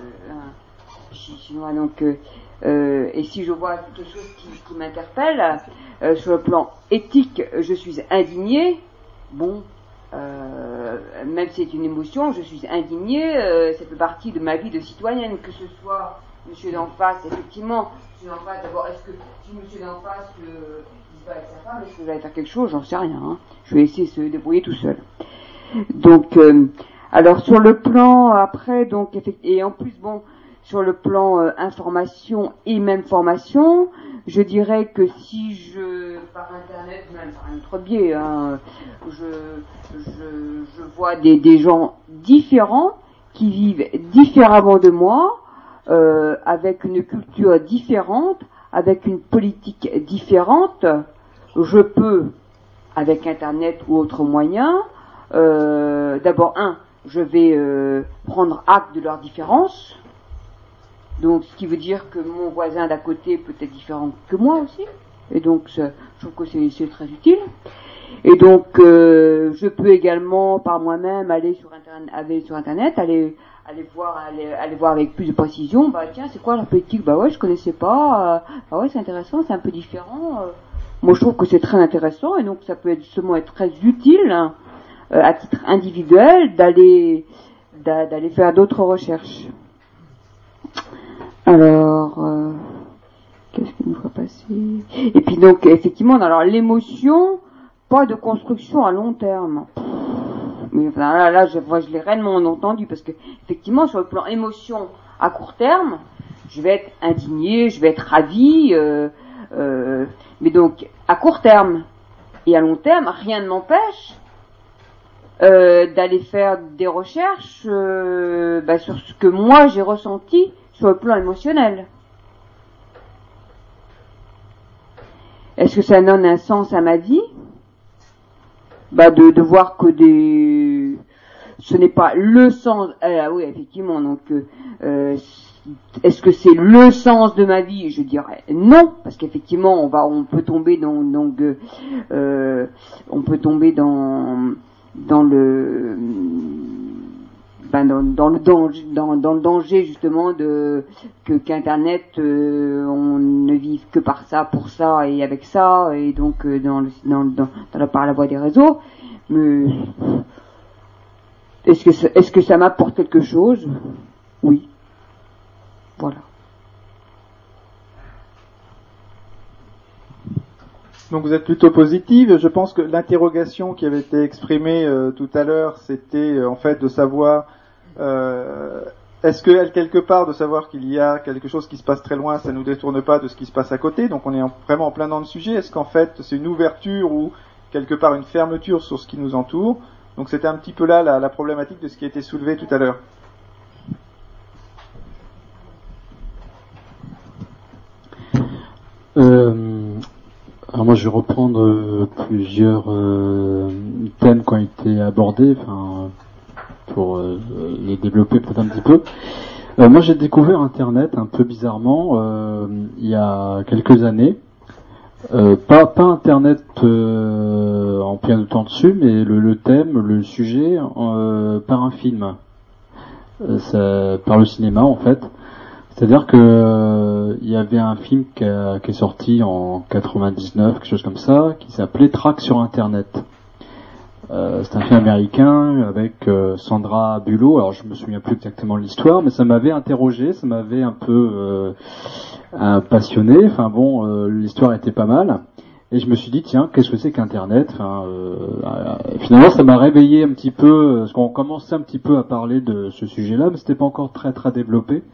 un chinois donc, euh, et si je vois quelque chose qui, qui m'interpelle euh, sur le plan éthique, je suis indignée. Bon. Euh, même si c'est une émotion, je suis indignée, euh, ça fait partie de ma vie de citoyenne, que ce soit monsieur d'en face, effectivement, monsieur d'en face, d'abord, est-ce que si monsieur d'en face, euh, il se bat avec sa femme, est-ce que vous allez faire quelque chose? J'en sais rien, hein. Je vais essayer de se débrouiller tout seul. Donc, euh, alors sur le plan, après, donc, et en plus, bon, sur le plan euh, information et même formation, je dirais que si je, par internet, même par un autre biais, hein, je, je, je vois des, des gens différents qui vivent différemment de moi, euh, avec une culture différente, avec une politique différente, je peux, avec internet ou autre moyen, euh, d'abord, un, je vais euh, prendre acte de leurs différences. Donc, ce qui veut dire que mon voisin d'à côté peut être différent que moi aussi. Et donc, ça, je trouve que c'est, c'est très utile. Et donc, euh, je peux également, par moi-même, aller sur internet, aller sur internet, aller, aller voir, aller, aller voir avec plus de précision. Bah tiens, c'est quoi la politique? Bah ouais, je connaissais pas. Euh, bah ouais, c'est intéressant, c'est un peu différent. Euh, moi, je trouve que c'est très intéressant, et donc ça peut être justement être très utile, hein, euh, à titre individuel, d'aller, d'a, d'aller faire d'autres recherches. Alors, euh, qu'est-ce qu'il nous faut passer? Et puis donc, effectivement, alors l'émotion, pas de construction à long terme. Mais enfin, là, là, je, moi, je l'ai réellement entendu, parce que effectivement, sur le plan émotion à court terme, je vais être indignée, je vais être ravie, euh, euh, mais donc à court terme et à long terme, rien ne m'empêche euh, d'aller faire des recherches euh, bah, sur ce que moi j'ai ressenti sur le plan émotionnel. Est-ce que ça donne un sens à ma vie? Bah de, de voir que des, ce n'est pas le sens. Ah oui, effectivement. Donc, euh, est-ce que c'est le sens de ma vie? Je dirais non, parce qu'effectivement, on va, on peut tomber dans, donc, euh, on peut tomber dans, dans le. Ben dans, dans le danger, dans, dans le danger justement de que qu'Internet euh, on ne vive que par ça, pour ça et avec ça, et donc euh, dans le dans, dans, dans la, par la voie des réseaux. Mais est-ce que ça, est-ce que ça m'apporte quelque chose? Oui. Voilà. Donc vous êtes plutôt positive. Je pense que l'interrogation qui avait été exprimée euh, tout à l'heure, c'était euh, en fait de savoir euh, est-ce que quelque part de savoir qu'il y a quelque chose qui se passe très loin, ça nous détourne pas de ce qui se passe à côté. Donc on est en, vraiment en plein dans le sujet. Est-ce qu'en fait c'est une ouverture ou quelque part une fermeture sur ce qui nous entoure? Donc c'était un petit peu là la, la problématique de ce qui a été soulevé tout à l'heure. Euh, alors moi je vais reprendre euh, plusieurs euh, thèmes qui ont été abordés, enfin pour euh, les développer peut-être un petit peu. Euh, moi j'ai découvert Internet un peu bizarrement euh, il y a quelques années. Euh, pas pas Internet euh, en plein temps dessus, mais le, le thème, le sujet euh, par un film, euh, ça, par le cinéma en fait. C'est-à-dire que euh, il y avait un film qui, a, qui est sorti en quatre-vingt-dix-neuf, quelque chose comme ça, qui s'appelait Traque sur Internet. Euh, c'est un film américain avec euh, Sandra Bullock. Alors je me souviens plus exactement de l'histoire, mais ça m'avait interrogé, ça m'avait un peu euh, un passionné. Enfin bon, euh, l'histoire était pas mal, et je me suis dit tiens, qu'est-ce que c'est qu'Internet? Enfin, euh, euh, finalement, ça m'a réveillé un petit peu, parce qu'on commençait un petit peu à parler de ce sujet-là, mais c'était pas encore très très développé.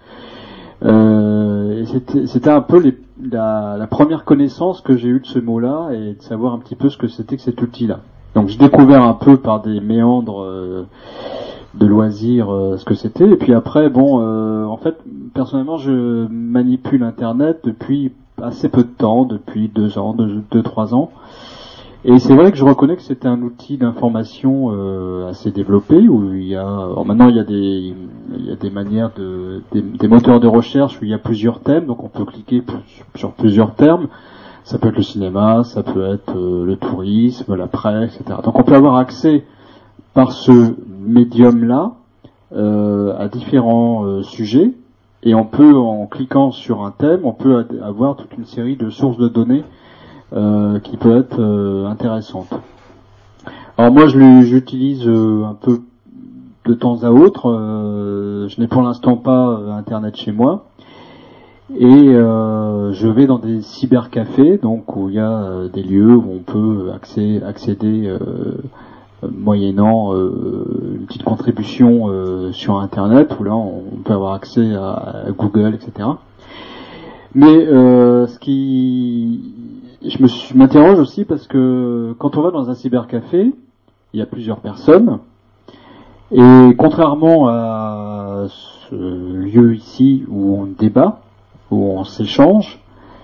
Euh, et c'était, c'était un peu les, la, la première connaissance que j'ai eue de ce mot-là, et de savoir un petit peu ce que c'était que cet outil-là. Donc j'ai découvert un peu par des méandres euh, de loisirs euh, ce que c'était, et puis après, bon, euh, en fait, personnellement, je manipule Internet depuis assez peu de temps, depuis deux ans, deux, deux trois ans. Et c'est vrai que je reconnais que c'était un outil d'information euh, assez développé, où il y a, alors maintenant il y a des, il y a des manières de, des, des moteurs de recherche où il y a plusieurs thèmes, donc on peut cliquer sur plusieurs termes. Ça peut être le cinéma, ça peut être euh, le tourisme, la presse, et cetera. Donc on peut avoir accès par ce médium-là euh, à différents euh, sujets, et on peut, en cliquant sur un thème, on peut ad- avoir toute une série de sources de données Euh, qui peut être euh, intéressante. Alors moi je l'utilise euh, un peu de temps à autre. Euh, je n'ai pour l'instant pas euh, Internet chez moi, et euh, je vais dans des cybercafés, donc où il y a euh, des lieux où on peut accéder, accéder euh, moyennant euh, une petite contribution euh, sur Internet, où là on peut avoir accès à, à Google, et cetera. Mais euh, ce qui je me suis, m'interroge aussi parce que quand on va dans un cybercafé, il y a plusieurs personnes, et contrairement à ce lieu ici où on débat, où on s'échange,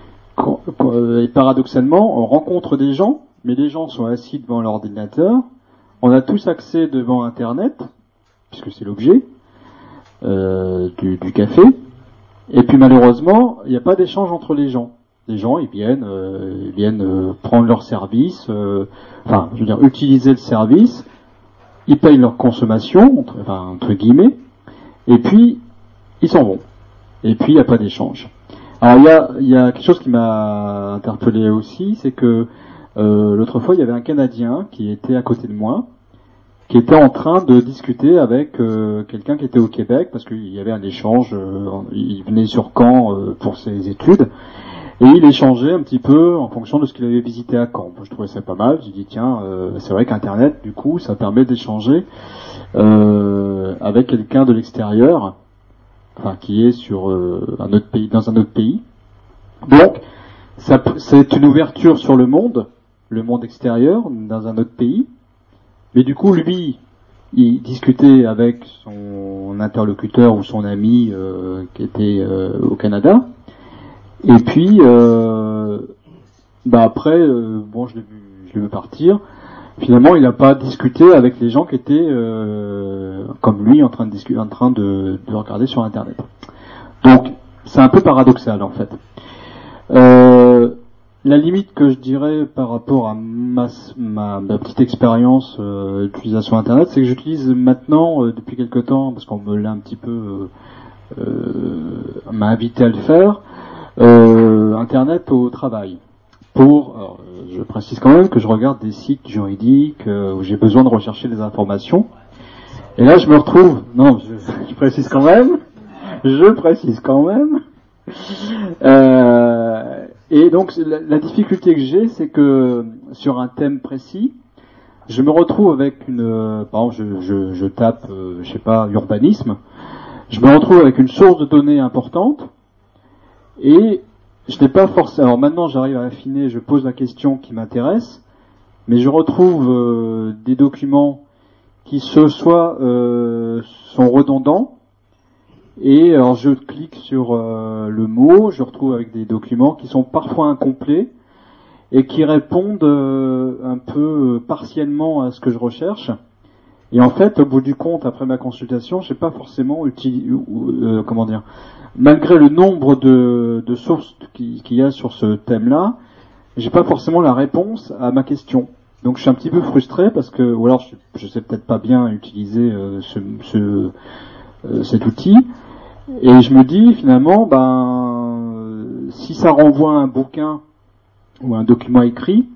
et paradoxalement, on rencontre des gens, mais les gens sont assis devant l'ordinateur, on a tous accès devant Internet, puisque c'est l'objet euh, du, du café, et puis malheureusement, il n'y a pas d'échange entre les gens. Les gens, ils viennent, euh, ils viennent euh, prendre leur service, euh, enfin, je veux dire, utiliser le service, ils payent leur consommation, entre, enfin, entre guillemets, et puis, ils s'en vont. Et puis, il n'y a pas d'échange. Alors, il y a, il y a quelque chose qui m'a interpellé aussi, c'est que euh, l'autre fois, il y avait un Canadien qui était à côté de moi, qui était en train de discuter avec euh, quelqu'un qui était au Québec, parce qu'il y avait un échange, euh, il venait sur Caen euh, pour ses études, et il échangeait un petit peu en fonction de ce qu'il avait visité à Caen. Je trouvais ça pas mal. J'ai dit tiens, euh, c'est vrai qu'Internet, du coup, ça permet d'échanger euh, avec quelqu'un de l'extérieur, enfin qui est sur euh, un autre pays, dans un autre pays. Donc, ça, c'est une ouverture sur le monde, le monde extérieur, dans un autre pays. Mais du coup, lui, il discutait avec son interlocuteur ou son ami euh, qui était euh, au Canada. Et puis, euh, bah après, euh, bon, je l'ai vu, je l'ai vu partir. Finalement, il n'a pas discuté avec les gens qui étaient euh, comme lui, en train de discuter, en train de, de regarder sur Internet. Donc, c'est un peu paradoxal en fait. Euh, la limite que je dirais par rapport à ma, ma, ma petite expérience euh, d'utilisation Internet, c'est que j'utilise maintenant euh, depuis quelque temps, parce qu'on me l'a un petit peu, euh, euh, m'a invité à le faire. Euh, Internet au travail. Pour, alors, je précise quand même que je regarde des sites juridiques euh, où j'ai besoin de rechercher des informations. Et là, je me retrouve. Non, je, je précise quand même. Je précise quand même. Euh, Et donc la, la difficulté que j'ai, c'est que sur un thème précis, je me retrouve avec une, euh, par exemple, je, je, je tape, euh, je sais pas, urbanisme, je me retrouve avec une source de données importante, et je n'ai pas forcément. Alors maintenant, j'arrive à affiner, je pose la question qui m'intéresse, mais je retrouve euh, des documents qui ce soit euh, sont redondants. Et alors je clique sur euh, le mot, je retrouve avec des documents qui sont parfois incomplets et qui répondent euh, un peu euh, partiellement à ce que je recherche. Et en fait, au bout du compte, après ma consultation, j'ai pas forcément utilisé, euh, comment dire, malgré le nombre de, de sources qu'il qui y a sur ce thème-là, j'ai pas forcément la réponse à ma question. Donc je suis un petit peu frustré parce que, ou alors je, je sais peut-être pas bien utiliser euh, ce, ce euh, cet outil. Et je me dis finalement, ben, euh, si ça renvoie à un bouquin ou à un document écrit,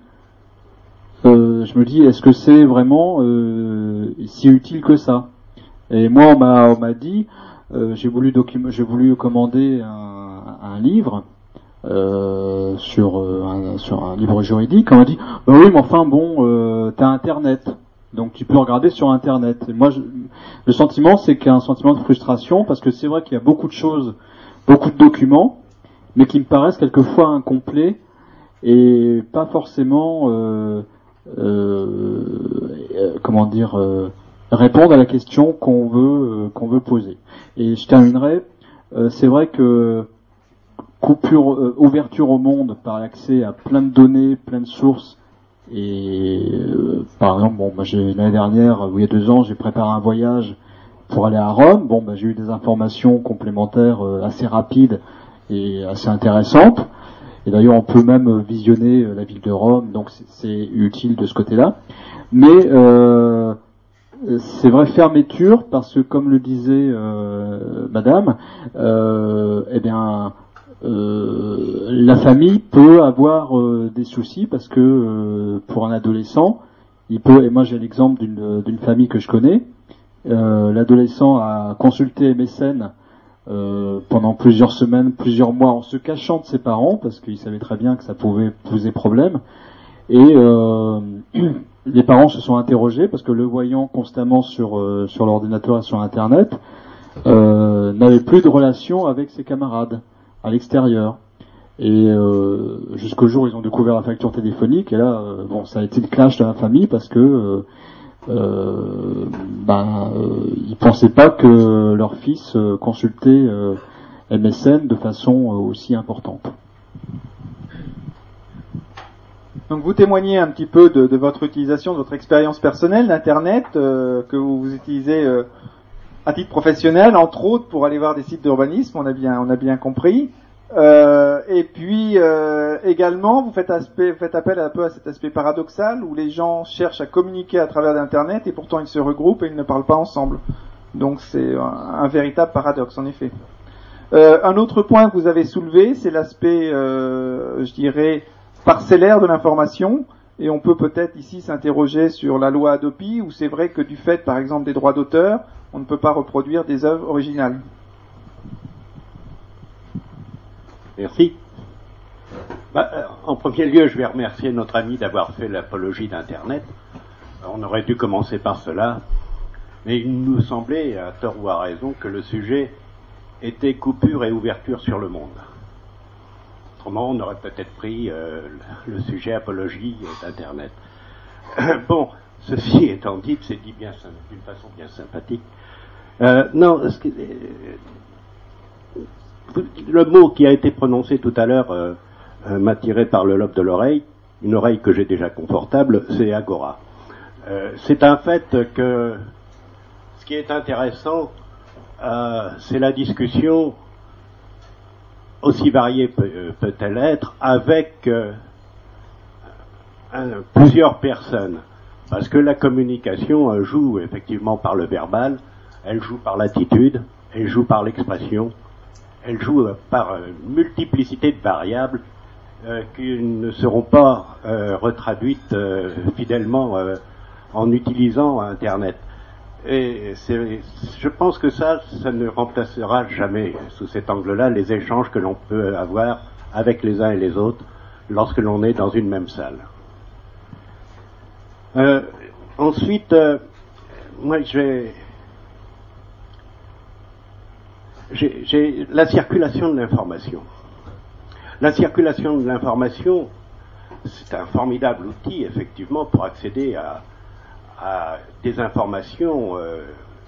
euh, je me dis, est-ce que c'est vraiment euh, si utile que ça? Et moi, on m'a, on m'a dit, euh, j'ai voulu document, j'ai voulu commander un, un livre euh, sur euh, un, sur un livre juridique. On m'a dit, ben oui, mais enfin bon, euh, t'as Internet. Donc tu peux regarder sur Internet. Et moi, je, le sentiment, c'est qu'il y a un sentiment de frustration, parce que c'est vrai qu'il y a beaucoup de choses, beaucoup de documents, mais qui me paraissent quelquefois incomplets et pas forcément, euh, euh, euh, comment dire, euh, répondre à la question qu'on veut, euh, qu'on veut poser. Et je terminerai. Euh, c'est vrai que coupure, euh, ouverture au monde par l'accès à plein de données, plein de sources. Et euh, par exemple, bon, bah, j'ai l'année dernière, ou il y a deux ans, j'ai préparé un voyage pour aller à Rome. Bon, bah, j'ai eu des informations complémentaires euh, assez rapides et assez intéressantes. Et d'ailleurs, on peut même visionner euh, la ville de Rome, donc c'est, c'est utile de ce côté-là. Mais euh, c'est vrai fermeture, parce que comme le disait euh, Madame, euh, eh bien. Euh, la famille peut avoir euh, des soucis parce que euh, pour un adolescent, il peut, et moi j'ai l'exemple d'une, d'une famille que je connais, euh, l'adolescent a consulté M S N euh, pendant plusieurs semaines, plusieurs mois en se cachant de ses parents parce qu'il savait très bien que ça pouvait poser problème, et euh, les parents se sont interrogés parce que le voyant constamment sur, euh, sur l'ordinateur et sur Internet, euh, n'avait plus de relation avec ses camarades à l'extérieur. Et euh, jusqu'au jour où ils ont découvert la facture téléphonique, et là, euh, bon, ça a été le clash de la famille parce que euh, euh, ben, euh, ils pensaient pas que leur fils euh, consultait euh, M S N de façon euh, aussi importante. Donc vous témoignez un petit peu de, de votre utilisation, de votre expérience personnelle d'Internet, euh, que vous, vous utilisez euh, à titre professionnel, entre autres pour aller voir des sites d'urbanisme, on a bien, on a bien compris. Euh, et puis euh, également, vous faites, aspect, vous faites appel un peu à cet aspect paradoxal où les gens cherchent à communiquer à travers l'Internet et pourtant ils se regroupent et ils ne parlent pas ensemble. Donc c'est un, un véritable paradoxe en effet. Euh, un autre point que vous avez soulevé, c'est l'aspect, euh, je dirais, parcellaire de l'information. Et on peut peut-être ici s'interroger sur la loi Hadopi, où c'est vrai que du fait, par exemple, des droits d'auteur, on ne peut pas reproduire des œuvres originales. Merci. Bah, en premier lieu, je vais remercier notre ami d'avoir fait l'apologie d'Internet. On aurait dû commencer par cela, mais il nous semblait, à tort ou à raison, que le sujet était coupure et ouverture sur le monde. Autrement, on aurait peut-être pris euh, le sujet apologie d'Internet. Bon, ceci étant dit, c'est dit bien d'une façon bien sympathique. Euh, non, ce que, euh, le mot qui a été prononcé tout à l'heure euh, euh, m'a tiré par le lobe de l'oreille, une oreille que j'ai déjà confortable, c'est Agora. Euh, c'est un fait que ce qui est intéressant, euh, c'est la discussion, aussi variée peut, peut-elle être, avec euh, un, plusieurs personnes. Parce que la communication euh, joue effectivement par le verbal, elle joue par l'attitude, elle joue par l'expression, elle joue euh, par euh, une multiplicité de variables euh, qui ne seront pas euh, retraduites euh, fidèlement euh, en utilisant Internet. Et c'est, je pense que ça, ça ne remplacera jamais, sous cet angle-là, les échanges que l'on peut avoir avec les uns et les autres lorsque l'on est dans une même salle. Euh, ensuite, euh, moi j'ai, j'ai, j'ai la circulation de l'information. La circulation de l'information, c'est un formidable outil, effectivement, pour accéder à, à des informations euh,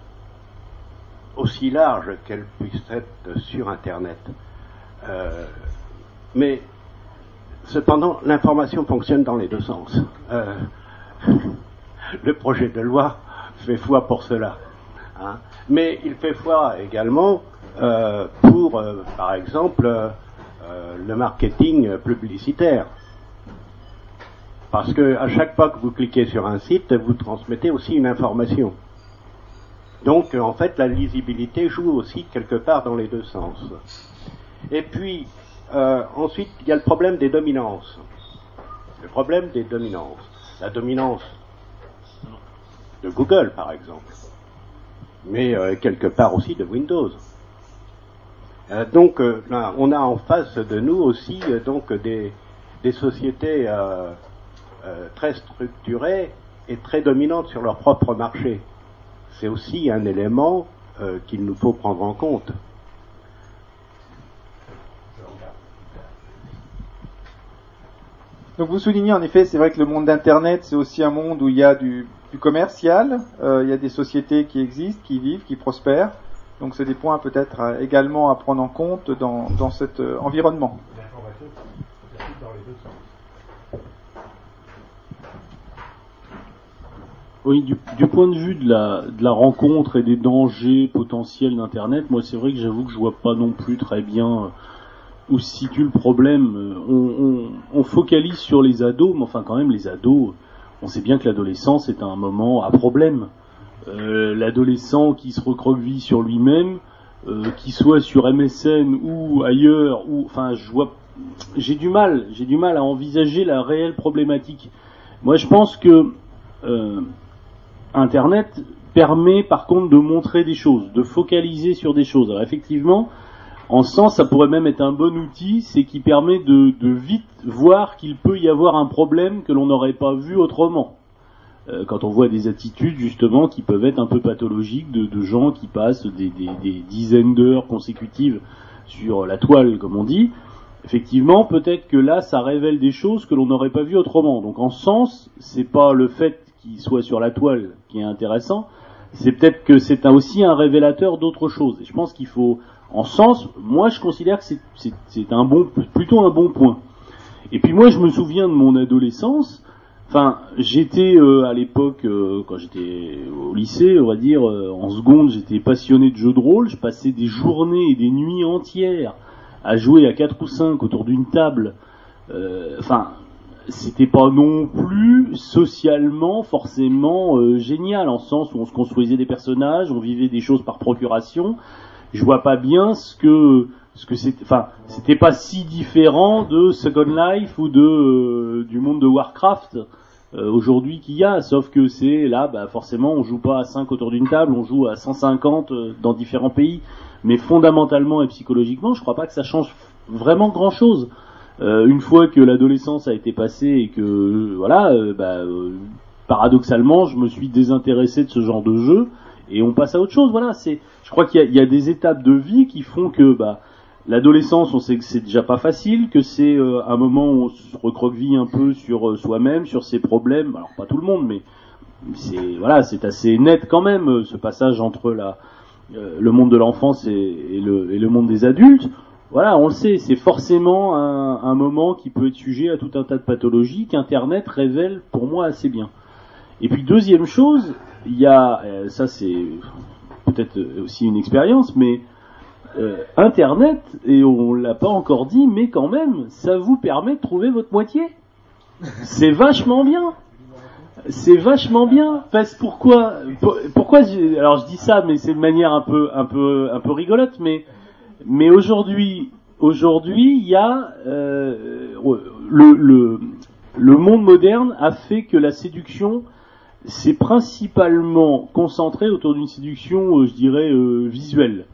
aussi larges qu'elles puissent être sur Internet. Euh, mais, cependant, l'information fonctionne dans les deux sens. Euh, le projet de loi fait foi pour cela. Hein. Mais il fait foi également euh, pour, euh, par exemple, euh, le marketing publicitaire. Parce que à chaque fois que vous cliquez sur un site, vous transmettez aussi une information. Donc, en fait, la lisibilité joue aussi quelque part dans les deux sens. Et puis, euh, ensuite, il y a le problème des dominances. Le problème des dominances. La dominance de Google, par exemple. Mais euh, quelque part aussi de Windows. Euh, donc, euh, là, on a en face de nous aussi euh, donc des, des sociétés euh, euh, très structurées et très dominantes sur leur propre marché. C'est aussi un élément euh, qu'il nous faut prendre en compte. Donc vous soulignez en effet, c'est vrai que le monde d'Internet, c'est aussi un monde où il y a du, du commercial, euh, il y a des sociétés qui existent, qui vivent, qui prospèrent. Donc c'est des points peut-être à, également à prendre en compte dans, dans cet euh, environnement. Oui, du, du point de vue de la, de la rencontre et des dangers potentiels d'Internet, moi c'est vrai que j'avoue que je vois pas non plus très bien où se situe le problème. On, on, on focalise sur les ados, mais enfin quand même les ados, on sait bien que l'adolescence est un moment à problème. Euh, l'adolescent qui se recroqueville sur lui-même, euh, qui soit sur M S N ou ailleurs, ou enfin je vois, j'ai du mal, j'ai du mal à envisager la réelle problématique. Moi je pense que euh, Internet permet par contre de montrer des choses, de focaliser sur des choses. Alors effectivement, en ce sens, ça pourrait même être un bon outil, c'est qui permet de, de vite voir qu'il peut y avoir un problème que l'on n'aurait pas vu autrement. Euh, quand on voit des attitudes justement qui peuvent être un peu pathologiques de, de gens qui passent des, des, des dizaines d'heures consécutives sur la toile, comme on dit, effectivement, peut-être que là, ça révèle des choses que l'on n'aurait pas vues autrement. Donc en ce sens, c'est pas le fait qu'il soit sur la toile qui est intéressant, c'est peut-être que c'est un, aussi un révélateur d'autre chose. Et je pense qu'il faut, en ce sens, moi je considère que c'est, c'est, c'est un bon, plutôt un bon point. Et puis moi je me souviens de mon adolescence. Enfin, j'étais euh, à l'époque, euh, quand j'étais au lycée, on va dire, euh, en seconde, j'étais passionné de jeux de rôle. Je passais des journées et des nuits entières à jouer à quatre ou cinq autour d'une table. Euh, enfin, c'était pas non plus socialement forcément euh, génial, en sens où on se construisait des personnages, on vivait des choses par procuration. Je vois pas bien ce que ce que c'était. Enfin, c'était pas si différent de Second Life ou de euh, du monde de Warcraft euh, aujourd'hui qu'il y a, sauf que c'est là, bah forcément, on joue pas à cinq autour d'une table, on joue à cent cinquante euh, dans différents pays. Mais fondamentalement et psychologiquement, je crois pas que ça change vraiment grand-chose. Euh, une fois que l'adolescence a été passée et que euh, voilà, euh, bah, euh, paradoxalement, je me suis désintéressé de ce genre de jeu et on passe à autre chose. Voilà, c'est, je crois qu'il y a, il y a des étapes de vie qui font que bah, l'adolescence, on sait que c'est déjà pas facile, que c'est euh, un moment où on se recroqueville un peu sur euh, soi-même, sur ses problèmes. Alors pas tout le monde, mais c'est voilà, c'est assez net quand même euh, ce passage entre la euh, le monde de l'enfance et, et, le, et le monde des adultes. Voilà, on le sait, c'est forcément un, un moment qui peut être sujet à tout un tas de pathologies qu'Internet révèle pour moi assez bien. Et puis deuxième chose, il y a, euh, ça c'est peut-être aussi une expérience, mais euh, Internet, et on l'a pas encore dit, mais quand même, ça vous permet de trouver votre moitié. C'est vachement bien. C'est vachement bien. Parce pourquoi, pourquoi, je, alors je dis ça, mais c'est de manière un peu, un peu, un peu rigolote, mais Mais aujourd'hui, aujourd'hui, il y a euh, le, le, le monde moderne a fait que la séduction s'est principalement concentrée autour d'une séduction, euh, je dirais, euh, visuelle.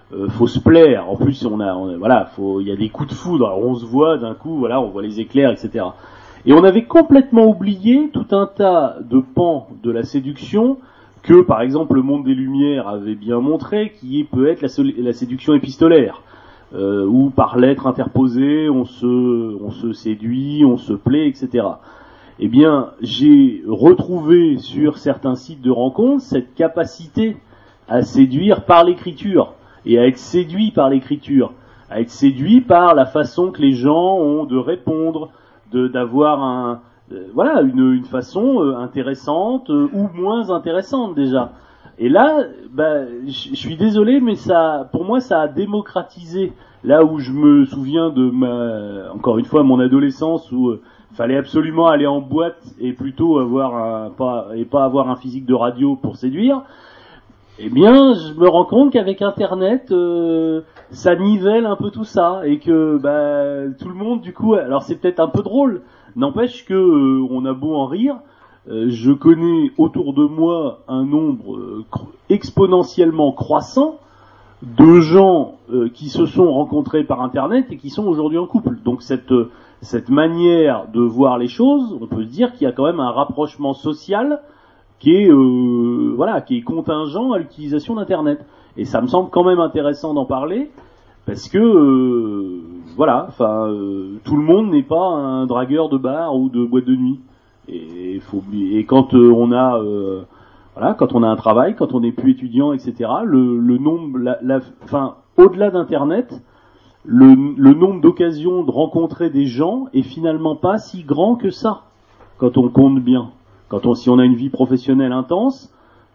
euh, faut se plaire. En plus, on a, on a voilà, faut, il y a des coups de foudre. Alors, on se voit d'un coup, voilà, on voit les éclairs, et cetera. Et on avait complètement oublié tout un tas de pans de la séduction que, par exemple, le monde des Lumières avait bien montré, qui peut être la, la séduction épistolaire, euh, où par lettres interposées, on se, on se séduit, on se plaît, et cetera. Eh bien, j'ai retrouvé sur certains sites de rencontres cette capacité à séduire par l'écriture, et à être séduit par l'écriture, à être séduit par la façon que les gens ont de répondre, de d'avoir un euh, voilà une une façon euh, intéressante euh, ou moins intéressante déjà. Et là, bah, je suis désolé, mais ça, pour moi, ça a démocratisé. Là où je me souviens de ma, encore une fois, mon adolescence où euh, fallait absolument aller en boîte et plutôt avoir un pas et pas avoir un physique de radio pour séduire. Eh bien, je me rends compte qu'avec Internet, euh, ça nivelle un peu tout ça, et que bah, tout le monde, du coup, alors c'est peut-être un peu drôle, n'empêche que euh, on a beau en rire, euh, je connais autour de moi un nombre euh, cr- exponentiellement croissant de gens euh, qui se sont rencontrés par Internet et qui sont aujourd'hui en couple. Donc cette euh, cette manière de voir les choses, on peut se dire qu'il y a quand même un rapprochement social qui est euh, voilà, qui est contingent à l'utilisation d'Internet. Et ça me semble quand même intéressant d'en parler parce que euh, voilà, enfin euh, tout le monde n'est pas un dragueur de bar ou de boîte de nuit. Et faut et quand euh, on a euh, voilà, quand on a un travail, quand on n'est plus étudiant, et cetera. Le, le nombre, la, la, enfin au-delà d'Internet, le, le nombre d'occasions de rencontrer des gens est finalement pas si grand que ça quand on compte bien. Quand on, si on a une vie professionnelle intense,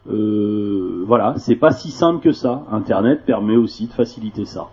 euh, voilà, c'est pas si simple que ça. Internet permet aussi de faciliter ça.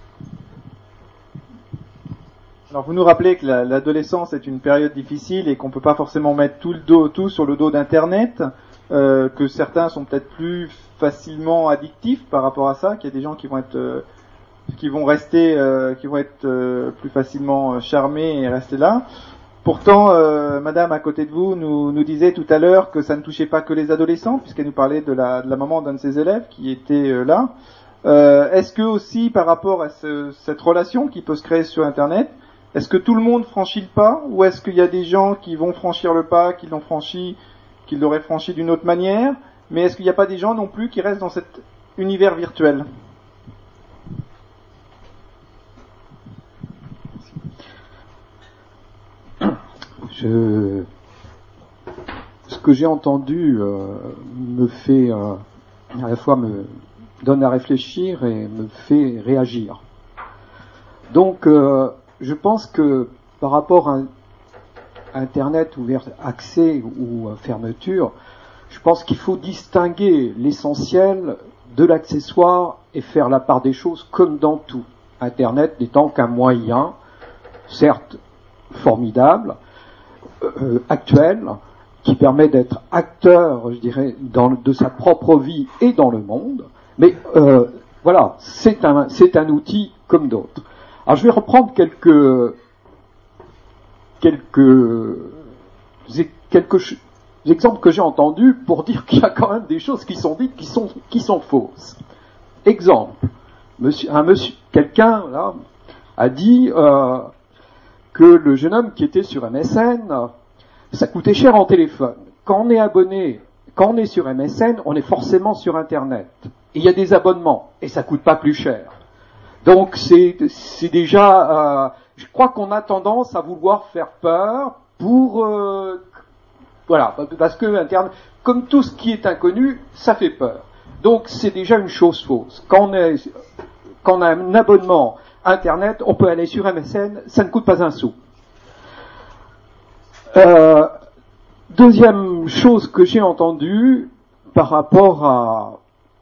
Alors vous nous rappelez que la, l'adolescence est une période difficile et qu'on peut pas forcément mettre tout le dos, tout sur le dos d'Internet, euh, que certains sont peut-être plus facilement addictifs par rapport à ça, qu'il y a des gens qui vont être, euh, qui vont rester, euh, qui vont être euh, plus facilement charmés et rester là. Pourtant, euh, Madame à côté de vous nous, nous disait tout à l'heure que ça ne touchait pas que les adolescents, puisqu'elle nous parlait de la, de la maman d'un de ses élèves qui était euh, là. Euh, est-ce que aussi, par rapport à ce, cette relation qui peut se créer sur Internet, est-ce que tout le monde franchit le pas, ou est-ce qu'il y a des gens qui vont franchir le pas, qui l'ont franchi, qui l'auraient franchi d'une autre manière, mais est-ce qu'il n'y a pas des gens non plus qui restent dans cet univers virtuel ? Je... Ce que j'ai entendu euh, me fait euh, à la fois me donne à réfléchir et me fait réagir. Donc, euh, je pense que par rapport à Internet ouvert accès ou fermeture, je pense qu'il faut distinguer l'essentiel de l'accessoire et faire la part des choses comme dans tout. Internet n'étant qu'un moyen, certes formidable, Euh, actuel, qui permet d'être acteur, je dirais, dans, de sa propre vie et dans le monde. Mais euh, voilà, c'est un, c'est un outil comme d'autres. Alors je vais reprendre quelques quelques quelques exemples que j'ai entendus pour dire qu'il y a quand même des choses qui sont dites qui sont qui sont fausses. Exemple, monsieur, un monsieur, quelqu'un là a dit euh, que le jeune homme qui était sur M S N, ça coûtait cher en téléphone. Quand on est abonné, quand on est sur M S N, on est forcément sur Internet. Et il y a des abonnements, et ça coûte pas plus cher. Donc c'est, c'est déjà, euh, je crois qu'on a tendance à vouloir faire peur pour, euh, voilà, parce que Internet, comme tout ce qui est inconnu, ça fait peur. Donc c'est déjà une chose fausse. Quand on est, quand on a un abonnement Internet, on peut aller sur M S N, ça ne coûte pas un sou. Euh, deuxième chose que j'ai entendue par rapport à,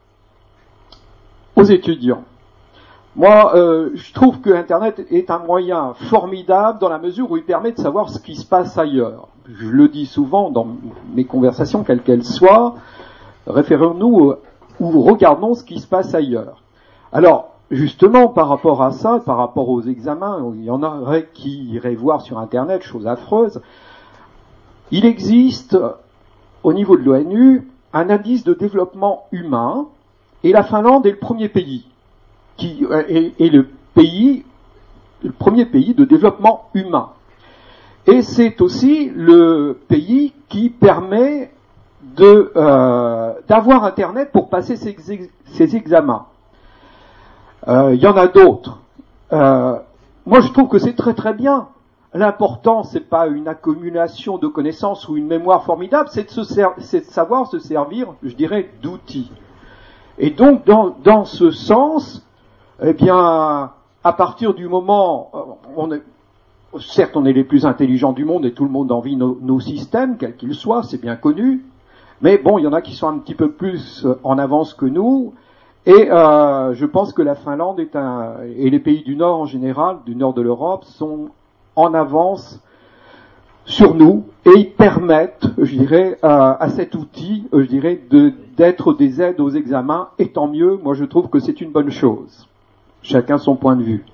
aux étudiants. Moi, euh, je trouve que Internet est un moyen formidable dans la mesure où il permet de savoir ce qui se passe ailleurs. Je le dis souvent dans mes conversations, quelles qu'elles soient, référons-nous ou regardons ce qui se passe ailleurs. Alors, justement, par rapport à ça, par rapport aux examens, il y en aurait qui iraient voir sur Internet, chose affreuse, il existe, au niveau de l'ONU, un indice de développement humain, et la Finlande est le premier pays. qui est, est le pays, le premier pays de développement humain. Et c'est aussi le pays qui permet de euh, d'avoir Internet pour passer ses, ses examens. Il euh, y en a d'autres. Euh, moi, je trouve que c'est très très bien. L'important, c'est pas une accumulation de connaissances ou une mémoire formidable, c'est de, se ser- c'est de savoir se servir, je dirais, d'outils. Et donc, dans, dans ce sens, eh bien, à partir du moment, on est, certes, on est les plus intelligents du monde et tout le monde envie nos, nos systèmes, quels qu'ils soient, c'est bien connu. Mais bon, il y en a qui sont un petit peu plus en avance que nous. Et euh, je pense que la Finlande est un, et les pays du Nord en général, du Nord de l'Europe, sont en avance sur nous et ils permettent, je dirais, euh, à cet outil, je dirais, de, d'être des aides aux examens. Et tant mieux, moi je trouve que c'est une bonne chose. Chacun son point de vue.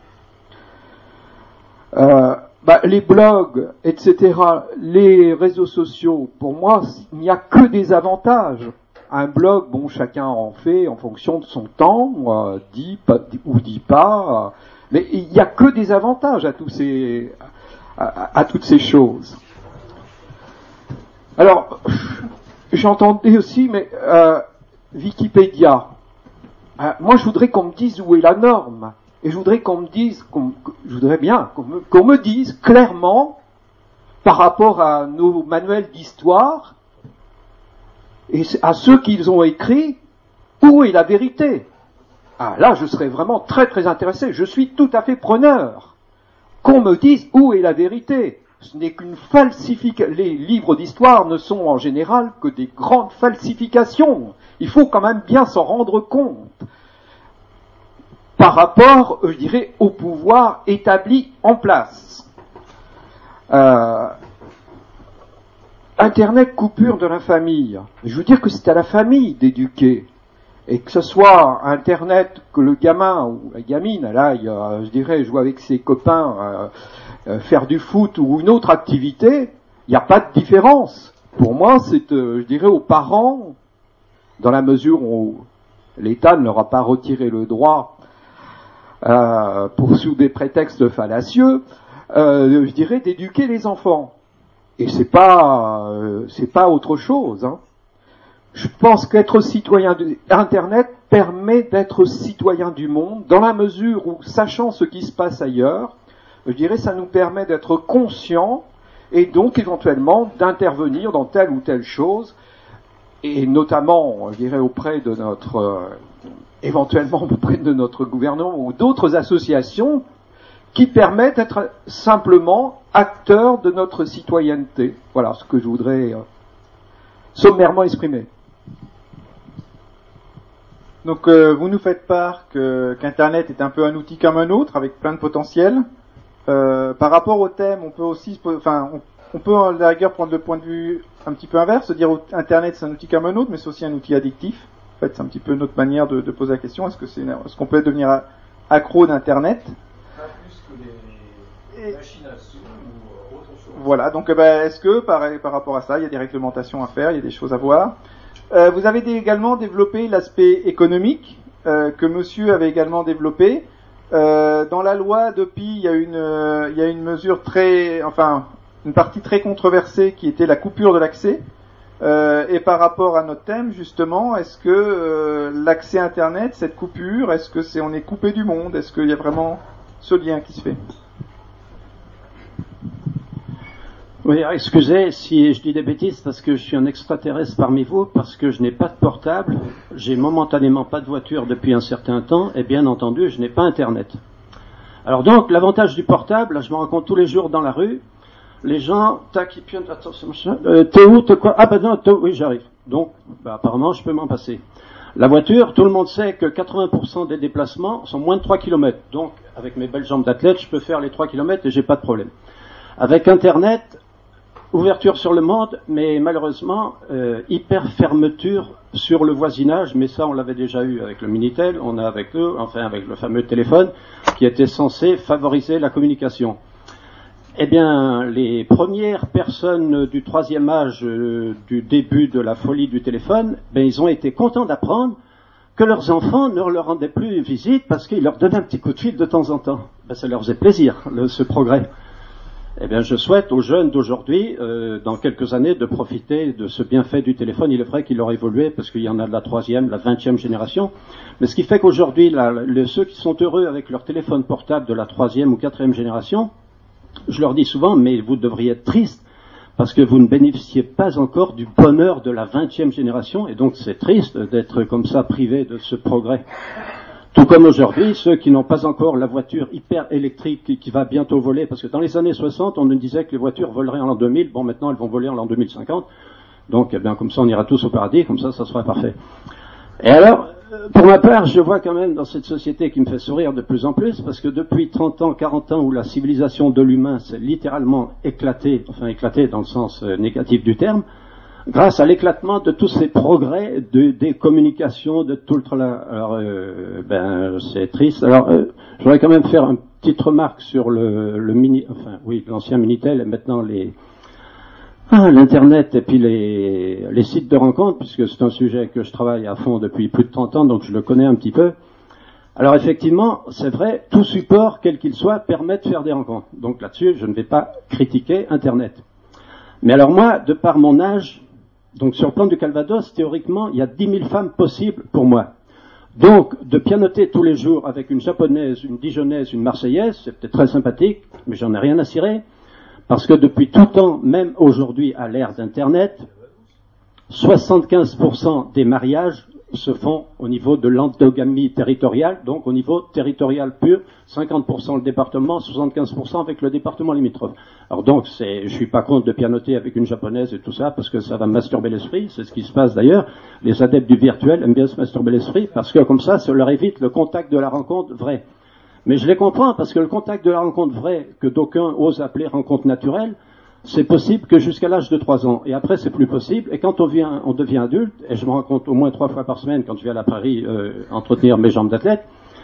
Euh, bah, les blogs, et cetera, les réseaux sociaux, pour moi, il n'y a que des avantages. Un blog, bon, chacun en fait en fonction de son temps, euh, dit pas, ou dit pas, euh, mais il n'y a que des avantages à tous ces, à, à toutes ces choses. Alors, j'entendais aussi, mais euh, Wikipédia. Euh, moi, je voudrais qu'on me dise où est la norme. Et je voudrais qu'on me dise, qu'on, je voudrais bien qu'on me, qu'on me dise clairement, par rapport à nos manuels d'histoire, et à ceux qu'ils ont écrits, où est la vérité? Ah, là, je serais vraiment très très intéressé. Je suis tout à fait preneur. Qu'on me dise où est la vérité. Ce n'est qu'une falsification. Les livres d'histoire ne sont en général que des grandes falsifications. Il faut quand même bien s'en rendre compte. Par rapport, je dirais, au pouvoir établi en place. Euh, Internet, coupure de la famille. Je veux dire que c'est à la famille d'éduquer. Et que ce soit Internet, que le gamin ou la gamine, là, il y a, je dirais, jouer avec ses copains, euh, euh, faire du foot ou une autre activité, il n'y a pas de différence. Pour moi, c'est, euh, je dirais, aux parents, dans la mesure où l'État ne leur a pas retiré le droit Euh, pour sous des prétextes fallacieux, euh, je dirais d'éduquer les enfants. Et c'est pas, euh, c'est pas autre chose. Hein. Je pense qu'être citoyen de Internet permet d'être citoyen du monde, dans la mesure où, sachant ce qui se passe ailleurs, je dirais, ça nous permet d'être conscients et donc éventuellement d'intervenir dans telle ou telle chose, et notamment, je dirais, auprès de notre euh, éventuellement auprès de notre gouvernement ou d'autres associations qui permettent d'être simplement acteurs de notre citoyenneté. Voilà ce que je voudrais euh, sommairement exprimer. Donc euh, vous nous faites part que, qu'Internet est un peu un outil comme un autre, avec plein de potentiel. Euh, par rapport au thème, on peut aussi, enfin, on, on peut à la rigueur prendre le point de vue un petit peu inverse, se dire Internet c'est un outil comme un autre, mais c'est aussi un outil addictif. En fait, c'est un petit peu notre manière de, de poser la question. Est-ce que c'est, est-ce qu'on peut devenir accro d'Internet? Pas plus que les machines à sous ou autre chose. Voilà. Donc, ben, est-ce que par, par rapport à ça, il y a des réglementations à faire, il y a des choses à voir. Euh, vous avez également développé l'aspect économique euh, que Monsieur avait également développé. Euh, dans la loi d'O P I, il y a une, euh, il y a une mesure très, enfin, une partie très controversée qui était la coupure de l'accès. Euh, et par rapport à notre thème, justement, est-ce que euh, l'accès Internet, cette coupure, est-ce que c'est on est coupé du monde? Est-ce qu'il y a vraiment ce lien qui se fait? Oui, excusez si je dis des bêtises parce que je suis un extraterrestre parmi vous, parce que je n'ai pas de portable, j'ai momentanément pas de voiture depuis un certain temps, et bien entendu, je n'ai pas Internet. Alors donc, l'avantage du portable, là, je me rends compte tous les jours dans la rue, les gens, tac, ils pionent, attends, c'est machin, euh, t'es où, t'es quoi? Ah ben non, t'es où? Oui, j'arrive. Donc, bah, apparemment, je peux m'en passer. La voiture, tout le monde sait que quatre-vingts pour cent des déplacements sont moins de trois kilomètres. Donc, avec mes belles jambes d'athlète, je peux faire les trois kilomètres et j'ai pas de problème. Avec Internet, ouverture sur le monde, mais malheureusement, euh, hyper fermeture sur le voisinage, mais ça, on l'avait déjà eu avec le Minitel, on a avec eux, enfin avec le fameux téléphone, qui était censé favoriser la communication. Eh bien, les premières personnes du troisième âge, euh, du début de la folie du téléphone, ben, ils ont été contents d'apprendre que leurs enfants ne leur rendaient plus visite parce qu'ils leur donnaient un petit coup de fil de temps en temps. Ben, ça leur faisait plaisir, le, ce progrès. Eh bien, je souhaite aux jeunes d'aujourd'hui, euh, dans quelques années, de profiter de ce bienfait du téléphone. Il est vrai qu'il aura évolué parce qu'il y en a de la troisième, la vingtième génération. Mais ce qui fait qu'aujourd'hui, là, le, ceux qui sont heureux avec leur téléphone portable de la troisième ou quatrième génération, je leur dis souvent, mais vous devriez être tristes parce que vous ne bénéficiez pas encore du bonheur de la vingtième génération. Et donc, c'est triste d'être comme ça privé de ce progrès. Tout comme aujourd'hui, ceux qui n'ont pas encore la voiture hyper électrique qui, qui va bientôt voler, parce que dans les années soixante, on nous disait que les voitures voleraient en l'an deux mille, bon maintenant elles vont voler en l'an deux mille cinquante, donc eh bien comme ça on ira tous au paradis, comme ça ça sera parfait. Et alors, pour ma part, je vois quand même dans cette société qui me fait sourire de plus en plus, parce que depuis trente ans, quarante ans, où la civilisation de l'humain s'est littéralement éclatée, enfin éclatée dans le sens euh, négatif du terme, grâce à l'éclatement de tous ces progrès de, des communications, de tout le tralala. Alors, euh, ben, c'est triste. Alors, euh, je voudrais quand même faire une petite remarque sur le, le mini, enfin, oui, l'ancien Minitel et maintenant les, ah, l'internet et puis les, les sites de rencontres, puisque c'est un sujet que je travaille à fond depuis plus de trente ans, donc je le connais un petit peu. Alors, effectivement, c'est vrai, tout support, quel qu'il soit, permet de faire des rencontres. Donc là-dessus, je ne vais pas critiquer Internet. Mais alors moi, de par mon âge, donc sur le plan du Calvados, théoriquement, il y a dix mille femmes possibles pour moi. Donc, de pianoter tous les jours avec une japonaise, une dijonnaise, une marseillaise, c'est peut-être très sympathique, mais j'en ai rien à cirer, parce que depuis tout temps, même aujourd'hui à l'ère d'Internet, soixante-quinze pour cent des mariages se font au niveau de l'endogamie territoriale, donc au niveau territorial pur, cinquante pour cent le département, soixante-quinze pour cent avec le département limitrophe. Alors donc, c'est, je suis pas contre de pianoter avec une japonaise et tout ça, parce que ça va masturber l'esprit, c'est ce qui se passe d'ailleurs. Les adeptes du virtuel aiment bien se masturber l'esprit, parce que comme ça, ça leur évite le contact de la rencontre vraie. Mais je les comprends, parce que le contact de la rencontre vraie, que d'aucuns osent appeler rencontre naturelle, c'est possible que jusqu'à l'âge de trois ans. Et après, c'est plus possible. Et quand on, vient, on devient adulte, et je me rends compte au moins trois fois par semaine quand je vais à la prairie euh, entretenir mes jambes d'athlète,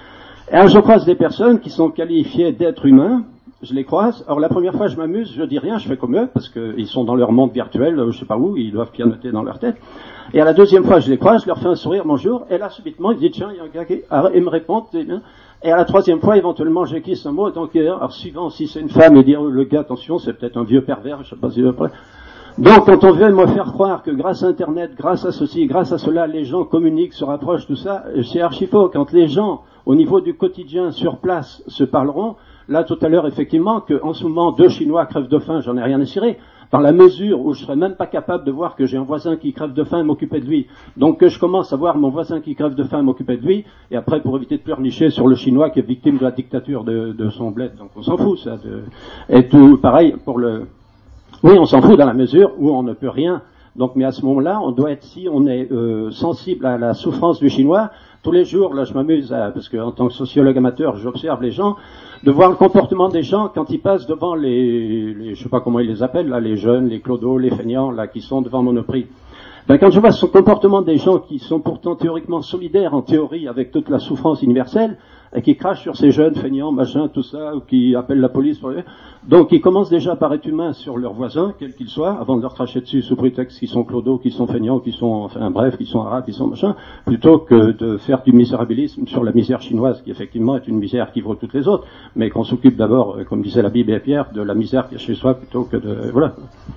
et alors je croise des personnes qui sont qualifiées d'êtres humains, je les croise. Alors la première fois, je m'amuse, je dis rien, je fais comme eux, parce qu'ils sont dans leur monde virtuel, je sais pas où, ils doivent pianoter dans leur tête. Et à la deuxième fois, je les croise, je leur fais un sourire, bonjour, et là, subitement, ils disent, tiens, il y a un gars qui... Alors, ils me répondent, et à la troisième fois, éventuellement, j'équisse un mot, donc, alors, suivant, si c'est une femme, et dire, oh, le gars, attention, c'est peut-être un vieux pervers, je sais pas si c'est après. Donc, quand on veut me faire croire que grâce à Internet, grâce à ceci, grâce à cela, les gens communiquent, se rapprochent, tout ça, c'est archi faux. Quand les gens, au niveau du quotidien, sur place, se parleront, là, tout à l'heure, effectivement, qu'en ce moment, deux Chinois crèvent de faim, j'en ai rien à cirer. Dans la mesure où je serais même pas capable de voir que j'ai un voisin qui crève de faim et m'occuper de lui. Donc que je commence à voir mon voisin qui crève de faim et m'occuper de lui, et après pour éviter de pleurnicher sur le Chinois qui est victime de la dictature de, de son bled. Donc on s'en fout, ça. De... Et tout pareil pour le... Oui, on s'en fout dans la mesure où on ne peut rien. Donc, mais à ce moment-là, on doit être, si on est euh, sensible à la souffrance du Chinois, tous les jours, là je m'amuse, à, parce que en tant que sociologue amateur, j'observe les gens, de voir le comportement des gens quand ils passent devant les, les je sais pas comment ils les appellent, là, les jeunes, les clodos, les feignants, là, qui sont devant Monoprix. Ben, quand je vois ce comportement des gens qui sont pourtant théoriquement solidaires, en théorie, avec toute la souffrance universelle, et qui crachent sur ces jeunes feignants, machin, tout ça, ou qui appellent la police pour les... Donc, ils commencent déjà par être humains sur leurs voisins, quels qu'ils soient, avant de leur cracher dessus sous prétexte qu'ils sont clodos, qu'ils sont feignants, qu'ils sont, enfin, bref, qu'ils sont arabes, qu'ils sont machin, plutôt que de faire du misérabilisme sur la misère chinoise, qui effectivement est une misère qui vaut toutes les autres, mais qu'on s'occupe d'abord, comme disait la Bible et Pierre, de la misère qui est chez soi, plutôt que de, voilà.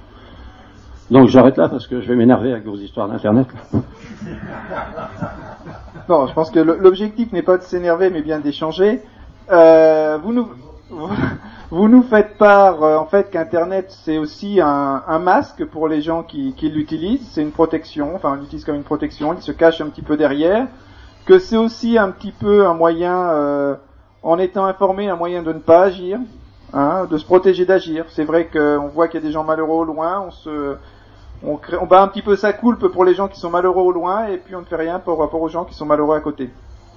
Donc, j'arrête là parce que je vais m'énerver avec vos histoires d'Internet. Non, je pense que l'objectif n'est pas de s'énerver, mais bien d'échanger. Euh, vous nous, vous nous faites part, euh, en fait, qu'Internet, c'est aussi un, un masque pour les gens qui, qui l'utilisent. C'est une protection, enfin, on l'utilise comme une protection, il se cache un petit peu derrière. Que c'est aussi un petit peu un moyen, euh, en étant informé, un moyen de ne pas agir, hein, de se protéger d'agir. C'est vrai qu'on voit qu'il y a des gens malheureux au loin, on se... On, crée, on bat un petit peu sa coulpe pour les gens qui sont malheureux au loin, et puis on ne fait rien par rapport aux gens qui sont malheureux à côté.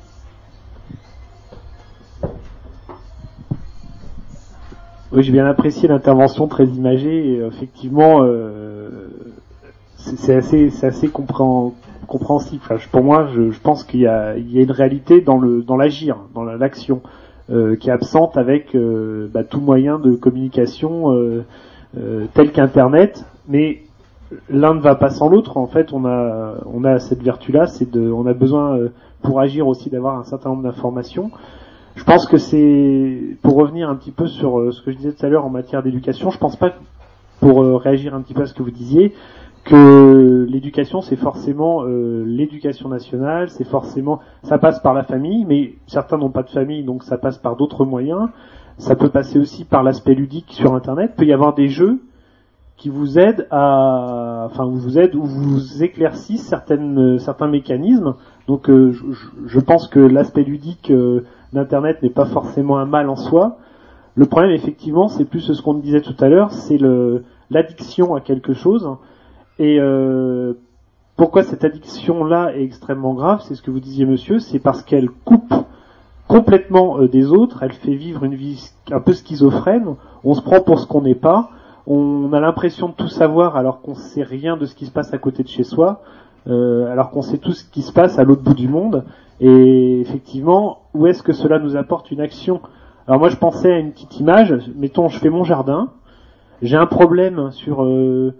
Oui, j'ai bien apprécié l'intervention très imagée, et effectivement, euh, c'est, c'est assez, c'est assez compré- compréhensible. Enfin, pour moi, je, je pense qu'il y a, il y a une réalité dans le, dans l'agir, dans l'action, euh, qui est absente avec euh, bah, tout moyen de communication euh, euh, tel qu'Internet, mais l'un ne va pas sans l'autre. En fait, on a, on a cette vertu-là, c'est de, on a besoin euh, pour agir aussi d'avoir un certain nombre d'informations. Je pense que c'est, pour revenir un petit peu sur euh, ce que je disais tout à l'heure en matière d'éducation, je pense pas, pour euh, réagir un petit peu à ce que vous disiez, que l'éducation c'est forcément euh, l'éducation nationale, c'est forcément, ça passe par la famille, mais certains n'ont pas de famille, donc ça passe par d'autres moyens. Ça peut passer aussi par l'aspect ludique sur Internet. Il peut y avoir des jeux qui vous aident à, enfin, vous aident ou vous éclaircissent certaines, certains mécanismes. Donc, euh, je, je pense que l'aspect ludique euh, d'Internet n'est pas forcément un mal en soi. Le problème, effectivement, c'est plus ce qu'on disait tout à l'heure, c'est le, l'addiction à quelque chose. Et euh, pourquoi cette addiction-là est extrêmement grave, c'est ce que vous disiez, monsieur, c'est parce qu'elle coupe complètement euh, des autres, elle fait vivre une vie un peu schizophrène, on se prend pour ce qu'on n'est pas, on a l'impression de tout savoir alors qu'on sait rien de ce qui se passe à côté de chez soi, euh, alors qu'on sait tout ce qui se passe à l'autre bout du monde, et effectivement, où est-ce que cela nous apporte une action? Alors moi je pensais à une petite image, mettons je fais mon jardin, j'ai un problème sur euh,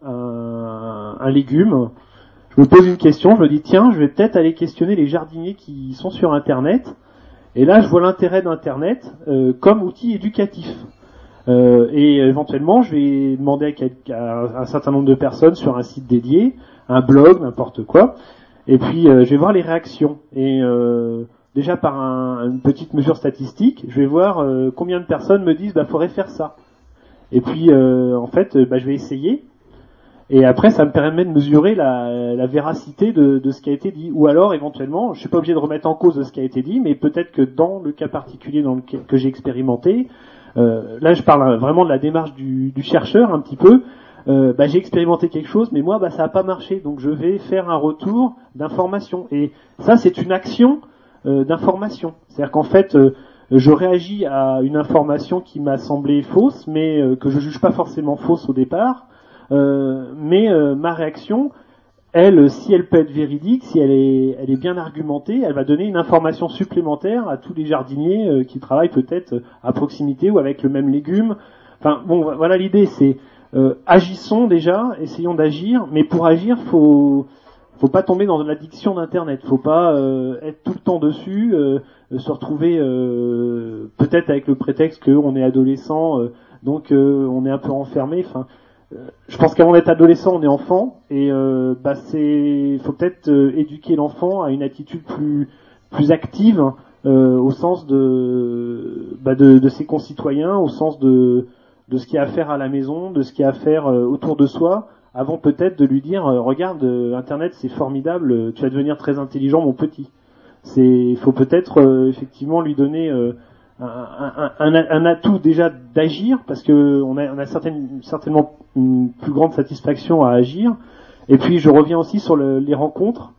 un, un légume, je me pose une question, je me dis tiens, je vais peut-être aller questionner les jardiniers qui sont sur Internet. Et là, je vois l'intérêt d'Internet euh, comme outil éducatif. Euh, et éventuellement, je vais demander à, quelqu'un, à un certain nombre de personnes sur un site dédié, un blog, n'importe quoi. Et puis, euh, je vais voir les réactions. Et euh, déjà, par un, une petite mesure statistique, je vais voir euh, combien de personnes me disent « bah, faudrait faire ça ». Et puis, euh, en fait, bah, je vais essayer. Et après, ça me permet de mesurer la, la véracité de, de ce qui a été dit. Ou alors, éventuellement, je suis pas obligé de remettre en cause de ce qui a été dit, mais peut-être que dans le cas particulier dans lequel que j'ai expérimenté, euh, là, je parle vraiment de la démarche du, du chercheur un petit peu. Euh, bah, j'ai expérimenté quelque chose, mais moi, bah, ça a pas marché. Donc, je vais faire un retour d'information. Et ça, c'est une action euh, d'information. C'est-à-dire qu'en fait, euh, je réagis à une information qui m'a semblé fausse, mais euh, que je juge pas forcément fausse au départ. Euh, mais euh, ma réaction, elle, si elle peut être véridique, si elle est, elle est bien argumentée, elle va donner une information supplémentaire à tous les jardiniers euh, qui travaillent peut-être à proximité ou avec le même légume. Enfin, bon, voilà l'idée, c'est euh, agissons déjà, essayons d'agir, mais pour agir, faut, faut pas tomber dans l'addiction d'Internet, faut pas euh, être tout le temps dessus, euh, se retrouver euh, peut-être avec le prétexte qu'on est adolescent, euh, donc euh, on est un peu enfermé. Enfin. Je pense qu'avant d'être adolescent, on est enfant, et euh, bah c'est, faut peut-être euh, éduquer l'enfant à une attitude plus plus active euh, au sens de bah de, de ses concitoyens, au sens de de ce qu'il y a à faire à la maison, de ce qu'il y a à faire euh, autour de soi, avant peut-être de lui dire euh, regarde, euh, Internet c'est formidable, tu vas devenir très intelligent mon petit. C'est, faut peut-être euh, effectivement lui donner euh, Un, un, un atout déjà d'agir, parce que on a, on a certaine, certainement une plus grande satisfaction à agir. Et puis je reviens aussi sur le, les rencontres.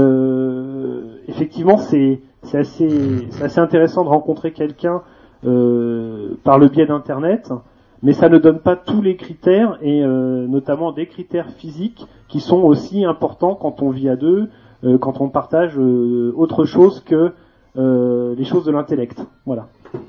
Euh, effectivement, c'est, c'est assez, c'est assez intéressant de rencontrer quelqu'un euh, par le biais d'Internet, mais ça ne donne pas tous les critères, et euh, notamment des critères physiques qui sont aussi importants quand on vit à deux, euh, quand on partage euh, autre chose que euh, les choses de l'intellect. Voilà.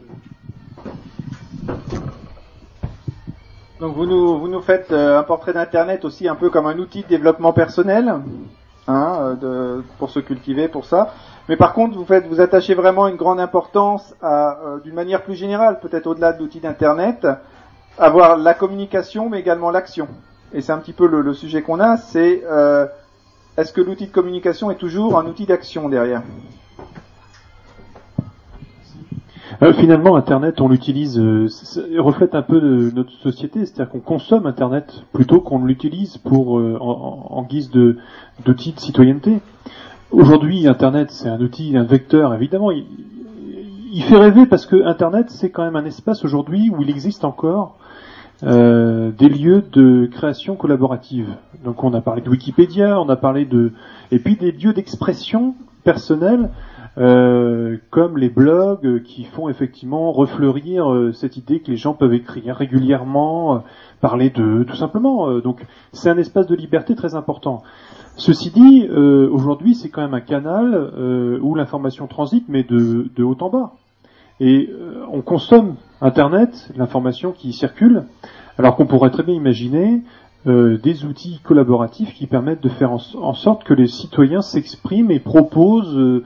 Donc vous nous, vous nous faites euh, un portrait d'Internet aussi un peu comme un outil de développement personnel, hein, euh, de, pour se cultiver, pour ça. Mais par contre, vous faites, vous attachez vraiment une grande importance à, euh, d'une manière plus générale, peut-être au-delà de l'outil d'Internet, avoir la communication, mais également l'action. Et c'est un petit peu le, le sujet qu'on a, c'est euh, est-ce que l'outil de communication est toujours un outil d'action derrière ? Euh, finalement, Internet, on l'utilise, euh, ça reflète un peu de notre société, c'est-à-dire qu'on consomme Internet plutôt qu'on l'utilise pour euh, en, en guise de d'outil de citoyenneté. Aujourd'hui, Internet, c'est un outil, un vecteur, évidemment. Il, il fait rêver parce que Internet, c'est quand même un espace aujourd'hui où il existe encore euh, des lieux de création collaborative. Donc, on a parlé de Wikipédia, on a parlé de, et puis des lieux d'expression personnelle. Euh, comme les blogs qui font effectivement refleurir euh, cette idée que les gens peuvent écrire régulièrement, euh, parler d'eux, tout simplement. Euh, donc c'est un espace de liberté très important. Ceci dit, euh, aujourd'hui c'est quand même un canal euh, où l'information transite, mais de, de haut en bas. Et euh, on consomme Internet, l'information qui circule, alors qu'on pourrait très bien imaginer euh, des outils collaboratifs qui permettent de faire en, en sorte que les citoyens s'expriment et proposent euh,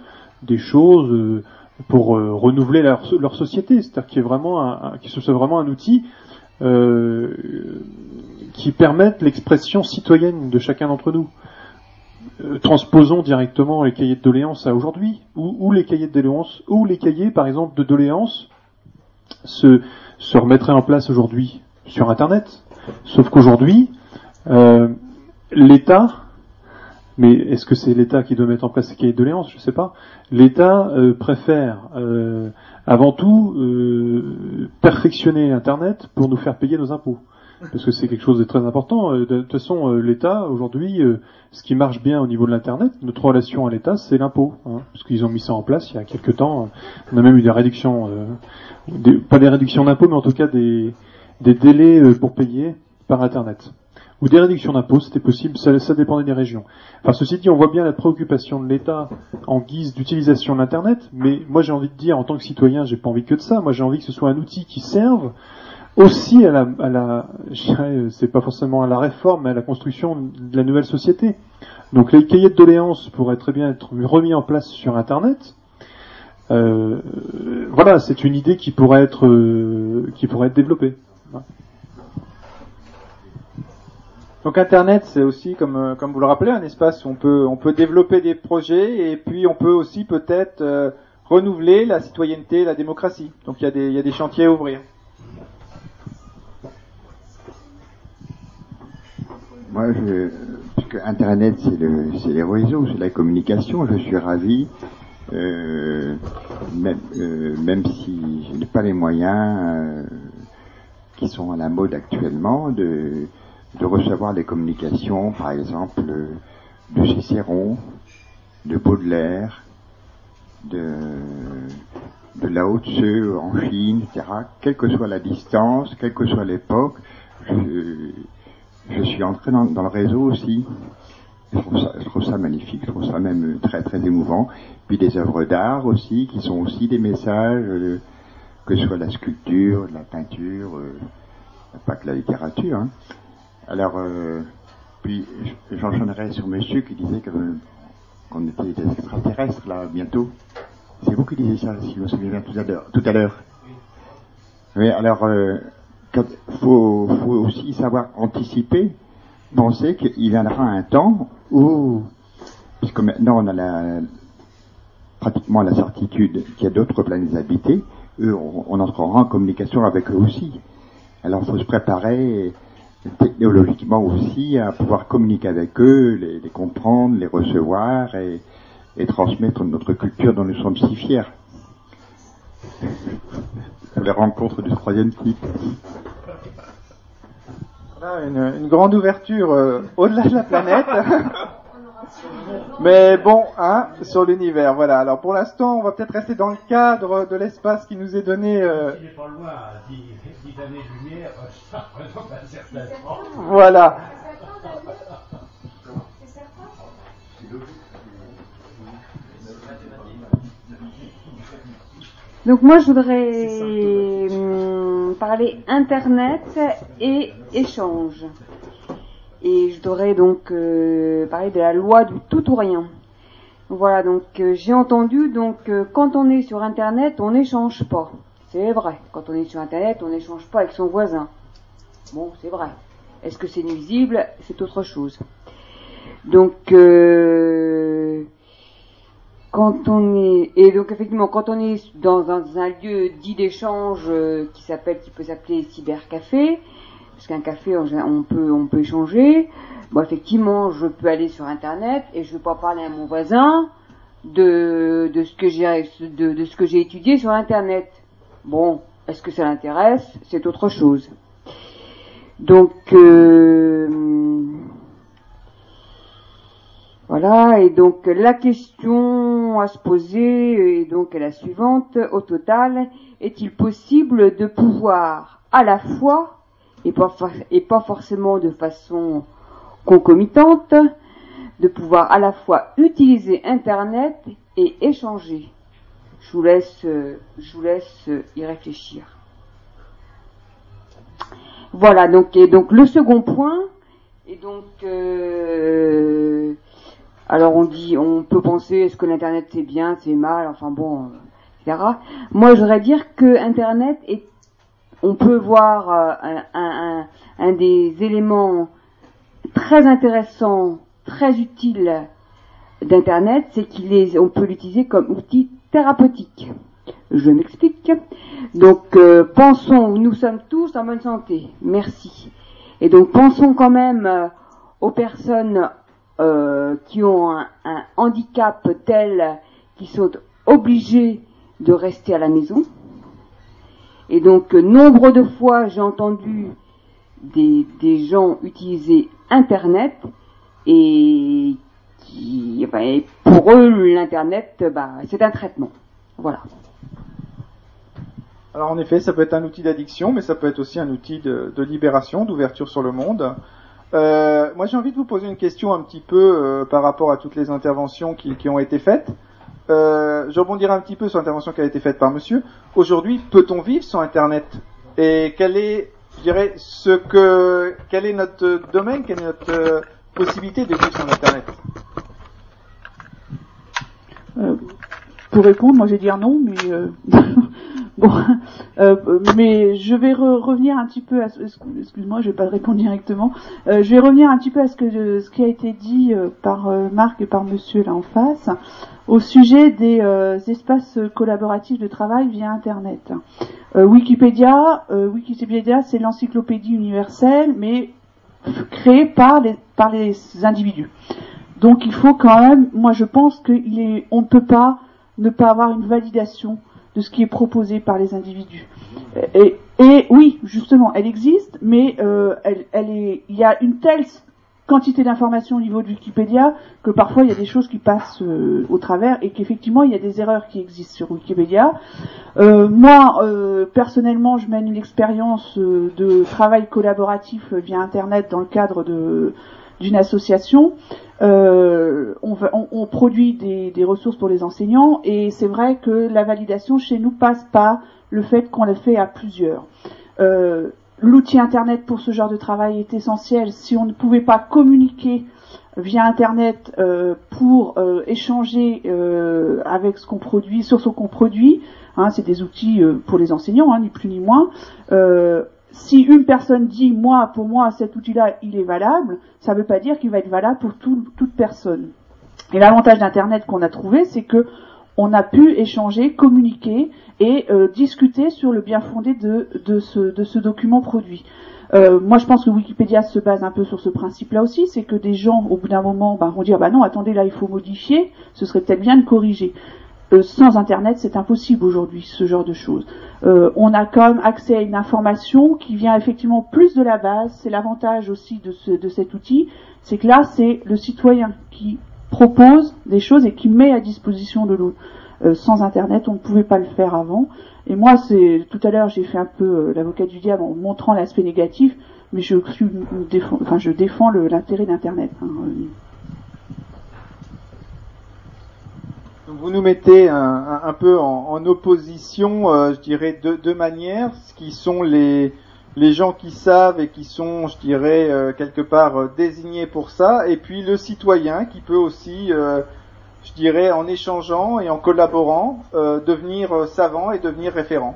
des choses euh, pour euh, renouveler leur, leur société, c'est-à-dire qu'il y ait vraiment un, un, que ce soit vraiment un outil euh, qui permette l'expression citoyenne de chacun d'entre nous. Euh, transposons directement les cahiers de doléances à aujourd'hui, ou, ou les cahiers de doléances, ou les cahiers, par exemple, de doléances se, se remettraient en place aujourd'hui sur Internet. Sauf qu'aujourd'hui, euh, l'État, mais est-ce que c'est l'État qui doit mettre en place ces cahiers de doléances? Je ne sais pas. L'État euh, préfère euh, avant tout euh, perfectionner Internet pour nous faire payer nos impôts. Parce que c'est quelque chose de très important. De toute façon, euh, l'État, aujourd'hui, euh, ce qui marche bien au niveau de l'Internet, notre relation à l'État, c'est l'impôt. Hein, parce qu'ils ont mis ça en place il y a quelques temps. On a même eu des réductions, euh, des, pas des réductions d'impôts, mais en tout cas des, des délais euh, pour payer par Internet. Ou des réductions d'impôts, c'était possible, ça, ça dépendait des régions. Enfin, ceci dit, on voit bien la préoccupation de l'État en guise d'utilisation de l'Internet, mais moi j'ai envie de dire, en tant que citoyen, j'ai pas envie que de ça. Moi j'ai envie que ce soit un outil qui serve aussi à la, à la, je dirais, c'est pas forcément à la réforme, mais à la construction de la nouvelle société. Donc les cahiers de doléances pourraient très bien être remis en place sur Internet. Euh, voilà, c'est une idée qui pourrait être, euh, qui pourrait être développée. Voilà. Donc Internet, c'est aussi, comme, comme vous le rappelez, un espace où on peut, on peut développer des projets et puis on peut aussi peut-être euh, renouveler la citoyenneté, la démocratie. Donc il y a des, il y a des chantiers à ouvrir. Moi, je, parce que Internet, c'est le, c'est les réseaux, c'est la communication. Je suis ravi, euh, même, euh, même si je n'ai pas les moyens euh, qui sont à la mode actuellement, de, de recevoir des communications, par exemple, de Cicéron, de Baudelaire, de, de Lao Tzu en Chine, et cetera. Quelle que soit la distance, quelle que soit l'époque, je, je suis entré dans, dans le réseau aussi. Je trouve, ça, je trouve ça magnifique, je trouve ça même très très émouvant. Puis des œuvres d'art aussi, qui sont aussi des messages, euh, que ce soit la sculpture, la peinture, euh, pas que la littérature. Hein. Alors, euh, puis j'enchaînerai sur monsieur qui disait que, euh, qu'on était des extraterrestres là bientôt. C'est vous qui disiez ça, si je me souviens bien tout à l'heure. Tout à l'heure. Oui, alors... Euh, Il faut, faut aussi savoir anticiper, penser qu'il viendra un temps où, puisque maintenant on a la, pratiquement la certitude qu'il y a d'autres planètes habitées, eux, on, on entrera en communication avec eux aussi. Alors il faut se préparer technologiquement aussi à pouvoir communiquer avec eux, les, les comprendre, les recevoir et, et transmettre notre culture dont nous sommes si fiers. Les rencontres du troisième type. Voilà, une, une grande ouverture euh, au-delà de la planète. Mais bon, hein, sur l'univers, voilà. Alors pour l'instant, on va peut-être rester dans le cadre de l'espace qui nous est donné. Euh... Il n'est pas loin, dix années-lumière, ça représente un certain temps. Voilà. Donc moi je voudrais hum, parler Internet et échange. Et je voudrais donc euh, parler de la loi du tout ou rien. Voilà, donc euh, j'ai entendu, donc euh, quand on est sur Internet, on n'échange pas. C'est vrai, quand on est sur Internet, on n'échange pas avec son voisin. Bon, c'est vrai. Est-ce que c'est nuisible? C'est autre chose. Donc... Euh, Quand on est et donc effectivement quand on est dans un, dans un lieu dit d'échange euh, qui s'appelle qui peut s'appeler cybercafé, parce qu'un café on peut on peut échanger. Bon effectivement je peux aller sur Internet et je vais pas parler à mon voisin de de ce que j'ai de, de ce que j'ai étudié sur Internet. Bon, est-ce que ça l'intéresse? C'est autre chose. Donc euh, Voilà, et donc la question à se poser est donc la suivante. Au total, est-il possible de pouvoir à la fois, et pas, et pas forcément de façon concomitante, de pouvoir à la fois utiliser Internet et échanger? Je vous laisse, je vous laisse y réfléchir. Voilà, donc, et donc le second point est donc... Euh, Alors on dit, on peut penser, est-ce que l'internet c'est bien, c'est mal, enfin bon, et cetera. Moi, je voudrais dire que internet est, on peut voir euh, un, un, un des éléments très intéressants, très utiles d'internet, c'est qu'il est, on peut l'utiliser comme outil thérapeutique. Je m'explique. Donc, euh, pensons, nous sommes tous en bonne santé, merci. Et donc, pensons quand même euh, aux personnes euh, qui ont un, un handicap tel qu'ils sont obligés de rester à la maison. Et donc, euh, nombre de fois, j'ai entendu des, des gens utiliser Internet et qui, enfin, et pour eux, l'Internet, bah, c'est un traitement. Voilà. Alors en effet, ça peut être un outil d'addiction, mais ça peut être aussi un outil de, de libération, d'ouverture sur le monde. Euh, moi, j'ai envie de vous poser une question un petit peu euh, par rapport à toutes les interventions qui, qui ont été faites. Euh, je rebondirai un petit peu sur l'intervention qui a été faite par monsieur. Aujourd'hui, peut-on vivre sans Internet? Et quel est, je dirais, ce que, quel est notre domaine, quelle est notre euh, possibilité de vivre sans Internet? euh, Pour répondre, moi je vais dire non, mais euh, bon, euh, mais je vais re- revenir un petit peu à ce, excuse-moi, je vais pas répondre directement. Euh, je vais revenir un petit peu à ce que ce qui a été dit euh, par euh, Marc et par Monsieur là en face au sujet des euh, espaces collaboratifs de travail via Internet. Euh, Wikipédia, euh, Wikipédia, c'est l'encyclopédie universelle, mais créée par les par les individus. Donc il faut quand même, moi je pense qu'il est, on ne peut pas ne pas avoir une validation de ce qui est proposé par les individus. Et, et oui, justement, elle existe, mais euh, elle, elle est, il y a une telle quantité d'informations au niveau de Wikipédia que parfois il y a des choses qui passent euh, au travers et qu'effectivement il y a des erreurs qui existent sur Wikipédia. Euh, moi, euh, personnellement, je mène une expérience euh, de travail collaboratif via Internet dans le cadre de d'une association. Euh, on, on, on produit des, des ressources pour les enseignants et c'est vrai que la validation chez nous passe par le fait qu'on le fait à plusieurs. Euh, l'outil Internet pour ce genre de travail est essentiel. Si on ne pouvait pas communiquer via Internet euh, pour euh, échanger euh, avec ce qu'on produit, sur ce qu'on produit, hein, c'est des outils euh, pour les enseignants, hein, ni plus ni moins. Euh, Si une personne dit, moi, pour moi, cet outil-là, il est valable, ça ne veut pas dire qu'il va être valable pour tout, toute personne. Et l'avantage d'Internet qu'on a trouvé, c'est que on a pu échanger, communiquer et euh, discuter sur le bien fondé de, de, ce, de ce document produit. Euh, moi, je pense que Wikipédia se base un peu sur ce principe-là aussi, c'est que des gens, au bout d'un moment, bah, vont dire, bah non, attendez, là, il faut modifier, ce serait peut-être bien de corriger. Euh, sans Internet, c'est impossible aujourd'hui, ce genre de choses. Euh, on a quand même accès à une information qui vient effectivement plus de la base. C'est l'avantage aussi de, ce, de cet outil, c'est que là, c'est le citoyen qui propose des choses et qui met à disposition de l'autre. Euh, sans Internet, on ne pouvait pas le faire avant. Et moi, c'est tout à l'heure, j'ai fait un peu euh, l'avocat du diable en montrant l'aspect négatif, mais je suis, défends, enfin, je défends le, l'intérêt d'Internet. Hein. Vous nous mettez un, un, un peu en, en opposition, euh, je dirais, deux, deux manières, ce qui sont les, les gens qui savent et qui sont, je dirais, euh, quelque part euh, désignés pour ça, et puis le citoyen qui peut aussi, euh, je dirais, en échangeant et en collaborant, euh, devenir euh, savant et devenir référent.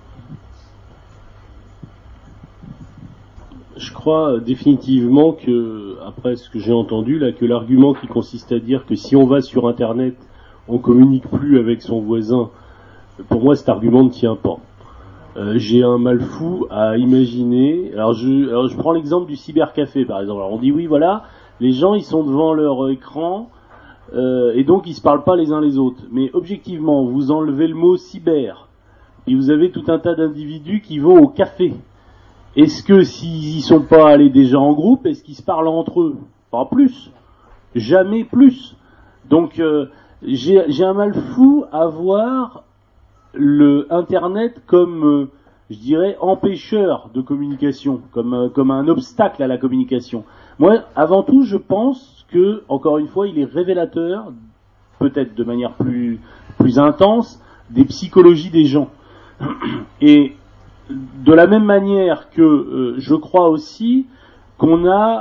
Je crois définitivement que, après ce que j'ai entendu là, que l'argument qui consiste à dire que si on va sur Internet, on communique plus avec son voisin, pour moi cet argument ne tient pas. Euh, j'ai un mal fou à imaginer. Alors je, alors je prends l'exemple du cybercafé par exemple. Alors on dit oui voilà, les gens ils sont devant leur écran euh, et donc ils se parlent pas les uns les autres. Mais objectivement, vous enlevez le mot cyber et vous avez tout un tas d'individus qui vont au café. Est-ce que s'ils y sont pas allés déjà en groupe, est-ce qu'ils se parlent entre eux? Pas plus, jamais plus. Donc euh, J'ai, j'ai un mal fou à voir le Internet comme, euh, je dirais, empêcheur de communication, comme, euh, comme un obstacle à la communication. Moi, avant tout, je pense que, encore une fois, il est révélateur, peut-être de manière plus, plus intense, des psychologies des gens. Et de la même manière que euh, je crois aussi qu'on a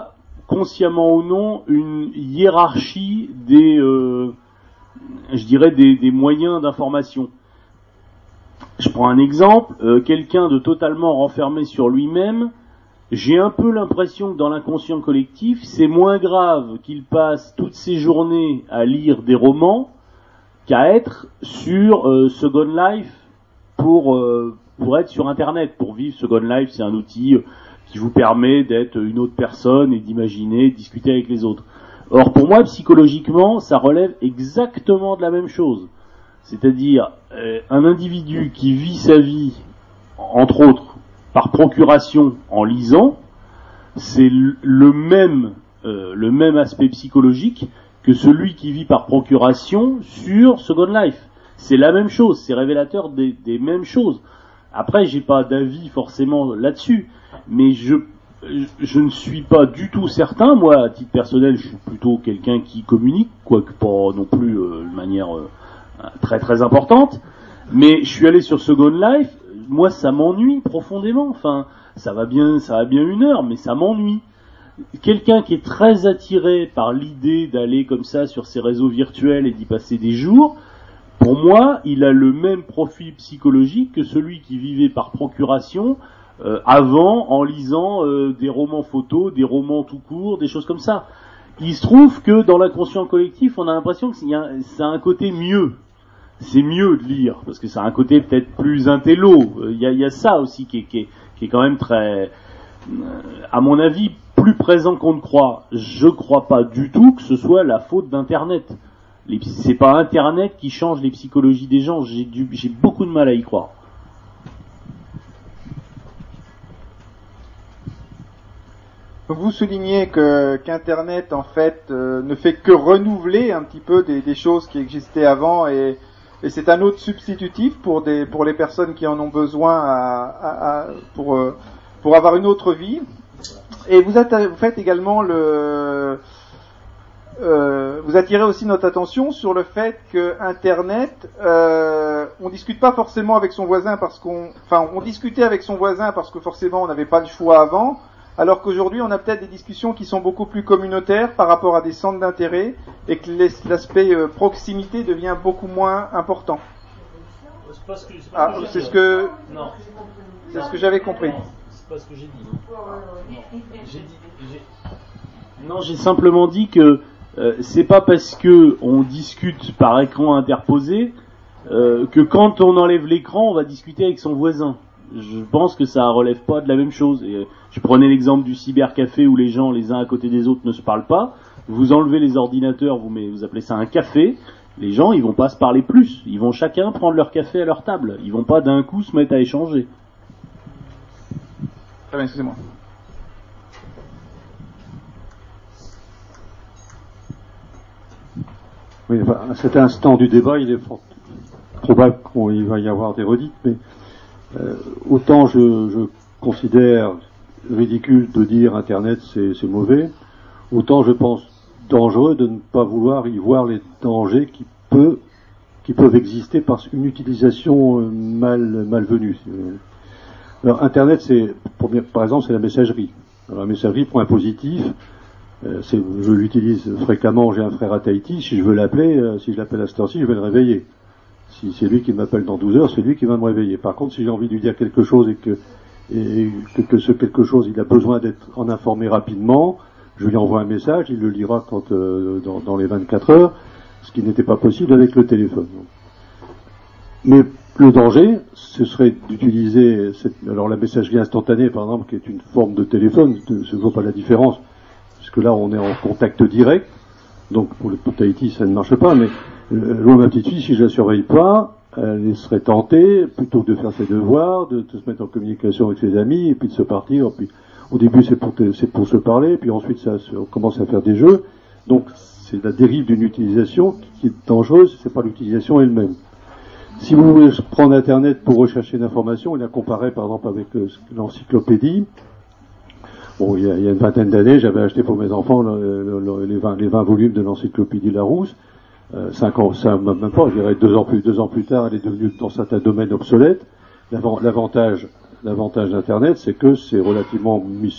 consciemment ou non, une hiérarchie des, euh, je dirais, des, des moyens d'information. Je prends un exemple, euh, quelqu'un de totalement renfermé sur lui-même, j'ai un peu l'impression que dans l'inconscient collectif, c'est moins grave qu'il passe toutes ses journées à lire des romans qu'à être sur euh, Second Life pour, euh, pour être sur Internet. Pour vivre, Second Life, c'est un outil qui vous permet d'être une autre personne et d'imaginer, de discuter avec les autres. Or, pour moi, psychologiquement, ça relève exactement de la même chose. C'est-à-dire, euh, un individu qui vit sa vie, entre autres, par procuration en lisant, c'est le même, euh, le même aspect psychologique que celui qui vit par procuration sur Second Life. C'est la même chose, c'est révélateur des, des mêmes choses. Après, j'ai pas d'avis forcément là-dessus, mais je, je ne suis pas du tout certain. Moi, à titre personnel, je suis plutôt quelqu'un qui communique, quoique pas non plus euh, de manière euh, très très importante. Mais je suis allé sur Second Life. Moi, ça m'ennuie profondément. Enfin, ça va bien, ça va bien une heure, mais ça m'ennuie. Quelqu'un qui est très attiré par l'idée d'aller comme ça sur ces réseaux virtuels et d'y passer des jours, pour moi, il a le même profil psychologique que celui qui vivait par procuration euh, avant, en lisant euh, des romans photos, des romans tout court, des choses comme ça. Il se trouve que dans l'inconscient collectif, on a l'impression que y a, ça a un côté mieux. C'est mieux de lire, parce que ça a un côté peut-être plus intello. Il y a, il y a ça aussi qui est, qui est, qui est quand même très, à mon avis, plus présent qu'on ne croit. Je crois pas du tout que ce soit la faute d'Internet. Les, c'est pas Internet qui change les psychologies des gens. J'ai, du, j'ai beaucoup de mal à y croire. Donc vous soulignez que qu'Internet en fait euh, ne fait que renouveler un petit peu des, des choses qui existaient avant et, et c'est un autre substitutif pour des pour les personnes qui en ont besoin à, à, à, pour euh, pour avoir une autre vie. Et vous, êtes, vous faites également le euh, vous attirez aussi notre attention sur le fait que Internet, euh, on discute pas forcément avec son voisin parce qu'on, enfin, on discutait avec son voisin parce que forcément on n'avait pas le choix avant, alors qu'aujourd'hui on a peut-être des discussions qui sont beaucoup plus communautaires par rapport à des centres d'intérêt et que l'aspect euh, proximité devient beaucoup moins important. C'est pas ce que, c'est pas ah, c'est ce que, non, c'est ce que j'avais compris. Non, c'est pas ce que j'ai dit. Non. Non. J'ai dit, j'ai... non, j'ai simplement dit que Euh, c'est pas parce que on discute par écran interposé euh, que quand on enlève l'écran, on va discuter avec son voisin. Je pense que ça relève pas de la même chose. Et, euh, je prenais l'exemple du cybercafé où les gens les uns à côté des autres ne se parlent pas. Vous enlevez les ordinateurs, vous, met, vous appelez ça un café. Les gens, ils vont pas se parler plus. Ils vont chacun prendre leur café à leur table. Ils vont pas d'un coup se mettre à échanger. Très bien, excusez-moi. Oui, enfin, à cet instant du débat, il est fort probable qu'il va y avoir des redites, mais euh, autant je, je considère ridicule de dire Internet c'est, c'est mauvais, autant je pense dangereux de ne pas vouloir y voir les dangers qui, peut, qui peuvent exister par une utilisation mal, malvenue. Alors Internet, c'est, pour, par exemple, c'est la messagerie. Alors, la messagerie, point positif, Euh, c'est, je l'utilise fréquemment, j'ai un frère à Tahiti, si je veux l'appeler, euh, si je l'appelle à cette heure-ci, je vais le réveiller. Si c'est lui qui m'appelle dans douze heures, c'est lui qui va me réveiller. Par contre, si j'ai envie de lui dire quelque chose et que, et que, que ce quelque chose, il a besoin d'être en informé rapidement, je lui envoie un message, il le lira quand, euh, dans, dans les vingt-quatre heures, ce qui n'était pas possible avec le téléphone. Mais le danger, ce serait d'utiliser cette, alors la messagerie instantanée, par exemple, qui est une forme de téléphone, je ne vois pas la différence, que là on est en contact direct, donc pour le pour Tahiti ça ne marche pas, mais euh, ma petite fille, si je la surveille pas, elle serait tentée, plutôt que de faire ses devoirs, de, de se mettre en communication avec ses amis, et puis de se partir, puis au début c'est pour, te, c'est pour se parler, puis ensuite ça, on commence à faire des jeux, donc c'est la dérive d'une utilisation qui est dangereuse, c'est pas l'utilisation elle-même. Si vous voulez prendre Internet pour rechercher une information, et la comparer par exemple avec euh, l'encyclopédie, bon, il y, a, il y a une vingtaine d'années, j'avais acheté pour mes enfants le, le, le, les, vingt, les vingt volumes de l'encyclopédie Larousse. Euh, cinq ans, ça, même pas, je dirais deux ans plus, deux ans plus tard, elle est devenue dans certains domaines obsolète. L'avantage, l'avantage d'Internet, c'est que c'est relativement, c'est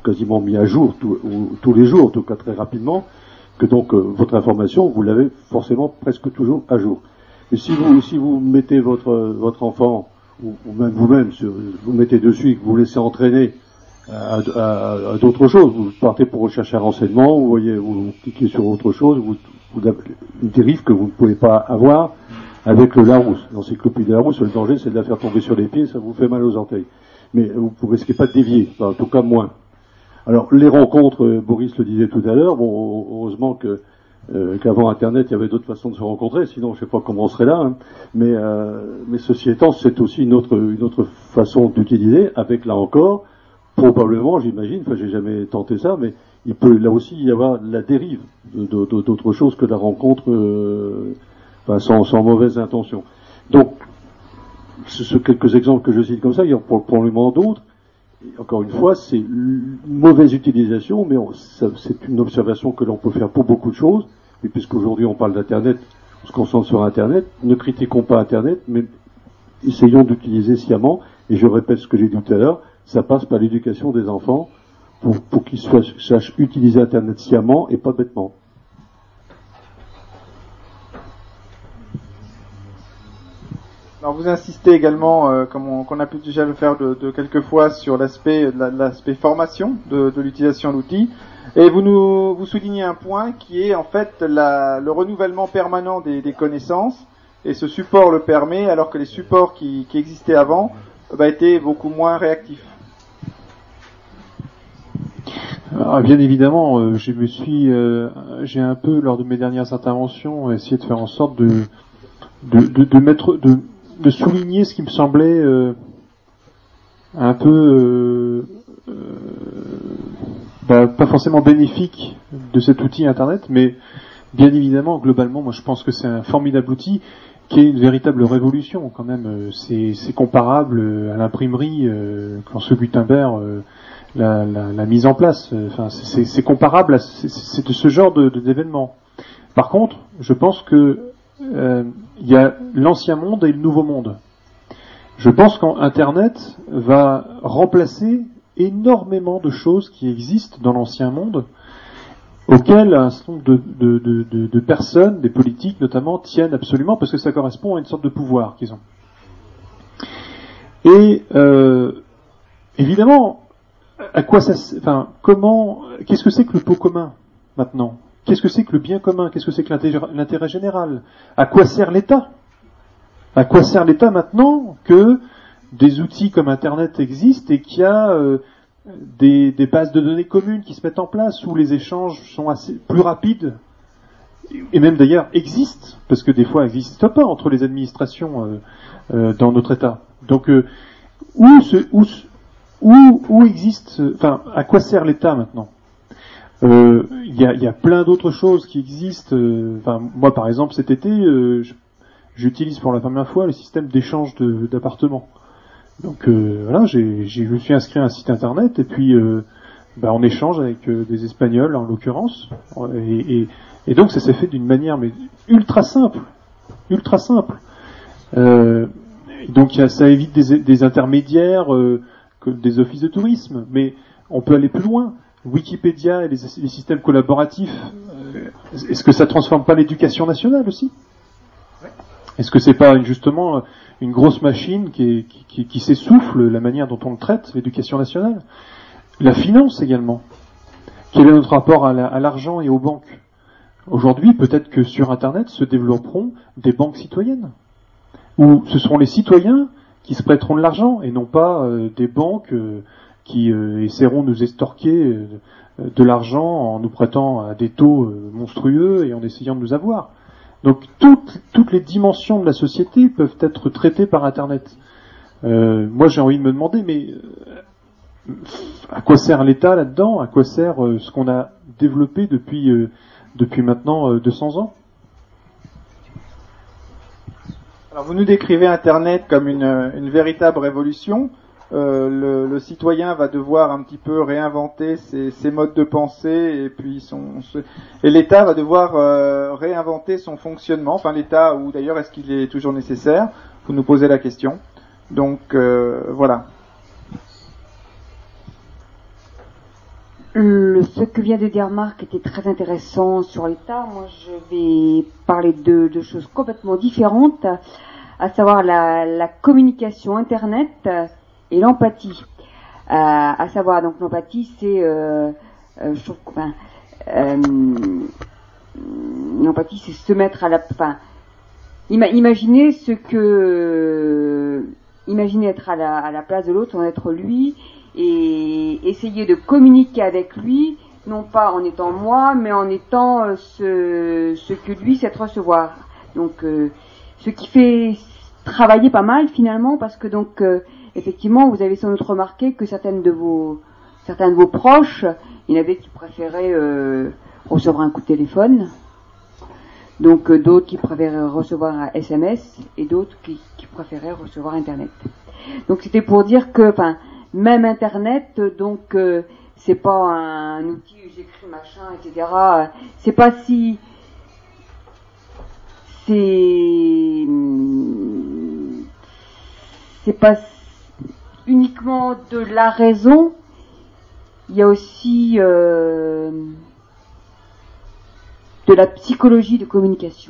quasiment mis à jour tout, ou, tous les jours, en tout cas très rapidement, que donc euh, votre information, vous l'avez forcément presque toujours à jour. Et si vous, si vous mettez votre, votre enfant, ou, ou même vous-même, sur, vous mettez dessus et que vous laissez entraîner à, à, à d'autres choses, vous partez pour rechercher un renseignement, vous voyez, vous cliquez sur autre chose, vous, vous avez une dérive que vous ne pouvez pas avoir avec le Larousse. L'encyclopédie Larousse, le danger, c'est de la faire tomber sur les pieds, ça vous fait mal aux orteils. Mais vous ne risquez pas de dévier, enfin, en tout cas moins. Alors, les rencontres, Boris le disait tout à l'heure, bon, heureusement que euh, qu'avant Internet, il y avait d'autres façons de se rencontrer, sinon je ne sais pas comment on serait là, hein. mais, euh, mais ceci étant, c'est aussi une autre, une autre façon d'utiliser, avec là encore, probablement, j'imagine, enfin j'ai jamais tenté ça, mais il peut là aussi y avoir la dérive d'autre chose que la rencontre euh, enfin, sans, sans mauvaise intention. Donc, ce sont quelques exemples que je cite comme ça, il y en a probablement d'autres. Encore une fois, c'est une mauvaise utilisation, mais on, ça, c'est une observation que l'on peut faire pour beaucoup de choses. Et puisqu'aujourd'hui on parle d'Internet, on se concentre sur Internet, ne critiquons pas Internet, mais essayons d'utiliser sciemment. Et je répète ce que j'ai dit tout à l'heure, ça passe par l'éducation des enfants pour, pour qu'ils soient, sachent utiliser Internet sciemment et pas bêtement. Alors vous insistez également, euh, comme on, qu'on a pu déjà le faire de, de quelques fois, sur l'aspect, l'aspect formation de, de l'utilisation de l'outil, et vous nous vous soulignez un point qui est en fait la, le renouvellement permanent des, des connaissances, et ce support le permet, alors que les supports qui, qui existaient avant bah, étaient beaucoup moins réactifs. Alors, bien évidemment, euh, je me suis, euh, j'ai un peu lors de mes dernières interventions essayé de faire en sorte de de, de, de mettre de de souligner ce qui me semblait euh, un peu euh, euh, bah, pas forcément bénéfique de cet outil Internet, mais bien évidemment, globalement, moi je pense que c'est un formidable outil qui est une véritable révolution quand même. C'est, c'est comparable à l'imprimerie euh, quand ce Gutenberg euh, l'a, l'a, l'a mise en place. Enfin, c'est, c'est, c'est comparable à c'est, c'est de ce genre de, de, d'événement. Par contre, je pense que Euh, il y a l'ancien monde et le nouveau monde. Je pense qu'Internet va remplacer énormément de choses qui existent dans l'ancien monde, auxquelles un certain nombre de, de, de, de, de personnes, des politiques notamment, tiennent absolument parce que ça correspond à une sorte de pouvoir qu'ils ont. Et euh, évidemment, à quoi ça, enfin, comment, qu'est-ce que c'est que le pot commun maintenant ? Qu'est-ce que c'est que le bien commun ? Qu'est-ce que c'est que l'intérêt général ? À quoi sert l'État ? À quoi sert l'État maintenant que des outils comme Internet existent et qu'il y a euh, des, des bases de données communes qui se mettent en place où les échanges sont assez plus rapides et même d'ailleurs existent, parce que des fois elles n'existent pas entre les administrations euh, euh, dans notre État. Donc euh, où, ce, où, où, où existe, enfin à quoi sert l'État maintenant ? Il euh, y, a, y a plein d'autres choses qui existent. Euh, enfin, moi, par exemple, cet été, euh, j'utilise pour la première fois le système d'échange de, d'appartements. Donc euh, voilà, j'ai, j'ai, je me suis inscrit à un site internet et puis euh, bah, on échange avec euh, des Espagnols en l'occurrence. Et, et, et donc ça s'est fait d'une manière mais ultra simple, ultra simple. Euh, donc y a, ça évite des, des intermédiaires, euh, que des offices de tourisme, mais on peut aller plus loin. Wikipédia et les, les systèmes collaboratifs, euh, est-ce que ça transforme pas l'éducation nationale aussi ? Est-ce que c'est pas justement une grosse machine qui, est, qui, qui s'essouffle la manière dont on le traite, l'éducation nationale ? La finance également. Quel est notre rapport à, la, à l'argent et aux banques ? Aujourd'hui, peut-être que sur Internet se développeront des banques citoyennes, où ce seront les citoyens qui se prêteront de l'argent et non pas euh, des banques euh, qui euh, essaieront de nous estorquer euh, de l'argent en nous prêtant à des taux euh, monstrueux et en essayant de nous avoir. Donc toutes, toutes les dimensions de la société peuvent être traitées par Internet. Euh, moi j'ai envie de me demander, mais euh, à quoi sert l'État là-dedans ? À quoi sert euh, ce qu'on a développé depuis, euh, depuis maintenant euh, deux cents ans ? Alors vous nous décrivez Internet comme une, une véritable révolution. Euh, le, le citoyen va devoir un petit peu réinventer ses, ses modes de pensée et puis son, son et l'État va devoir euh, réinventer son fonctionnement. Enfin l'État, ou d'ailleurs est-ce qu'il est toujours nécessaire ? Vous nous posez la question. Donc euh, voilà. le, ce que vient de dire Marc était très intéressant sur l'État. Moi, je vais parler de, de choses complètement différentes, à savoir la, la communication Internet et l'empathie. Euh, à savoir, donc l'empathie, c'est, euh, euh, je trouve, enfin, euh, l'empathie, c'est se mettre à la, enfin, ima, imaginer ce que, imaginer être à la, à la place de l'autre, sans être lui, et essayer de communiquer avec lui, non pas en étant moi, mais en étant euh, ce, ce que lui sait recevoir. Donc, euh, ce qui fait travailler pas mal finalement, parce que donc, euh, effectivement, vous avez sans doute remarqué que certaines de vos, certains de vos proches, il y en avait qui préféraient euh, recevoir un coup de téléphone, donc euh, d'autres qui préféraient recevoir un S M S, et d'autres qui, qui préféraient recevoir Internet. Donc c'était pour dire que, enfin, même Internet, donc euh, c'est pas un outil où j'écris machin, et cetera. C'est pas si, c'est, c'est pas uniquement de la raison. Il y a aussi euh, de la psychologie de communication.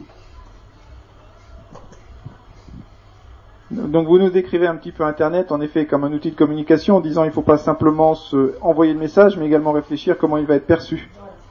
Donc vous nous décrivez un petit peu Internet, en effet, comme un outil de communication, en disant il ne faut pas simplement se envoyer le message, mais également réfléchir comment il va être perçu.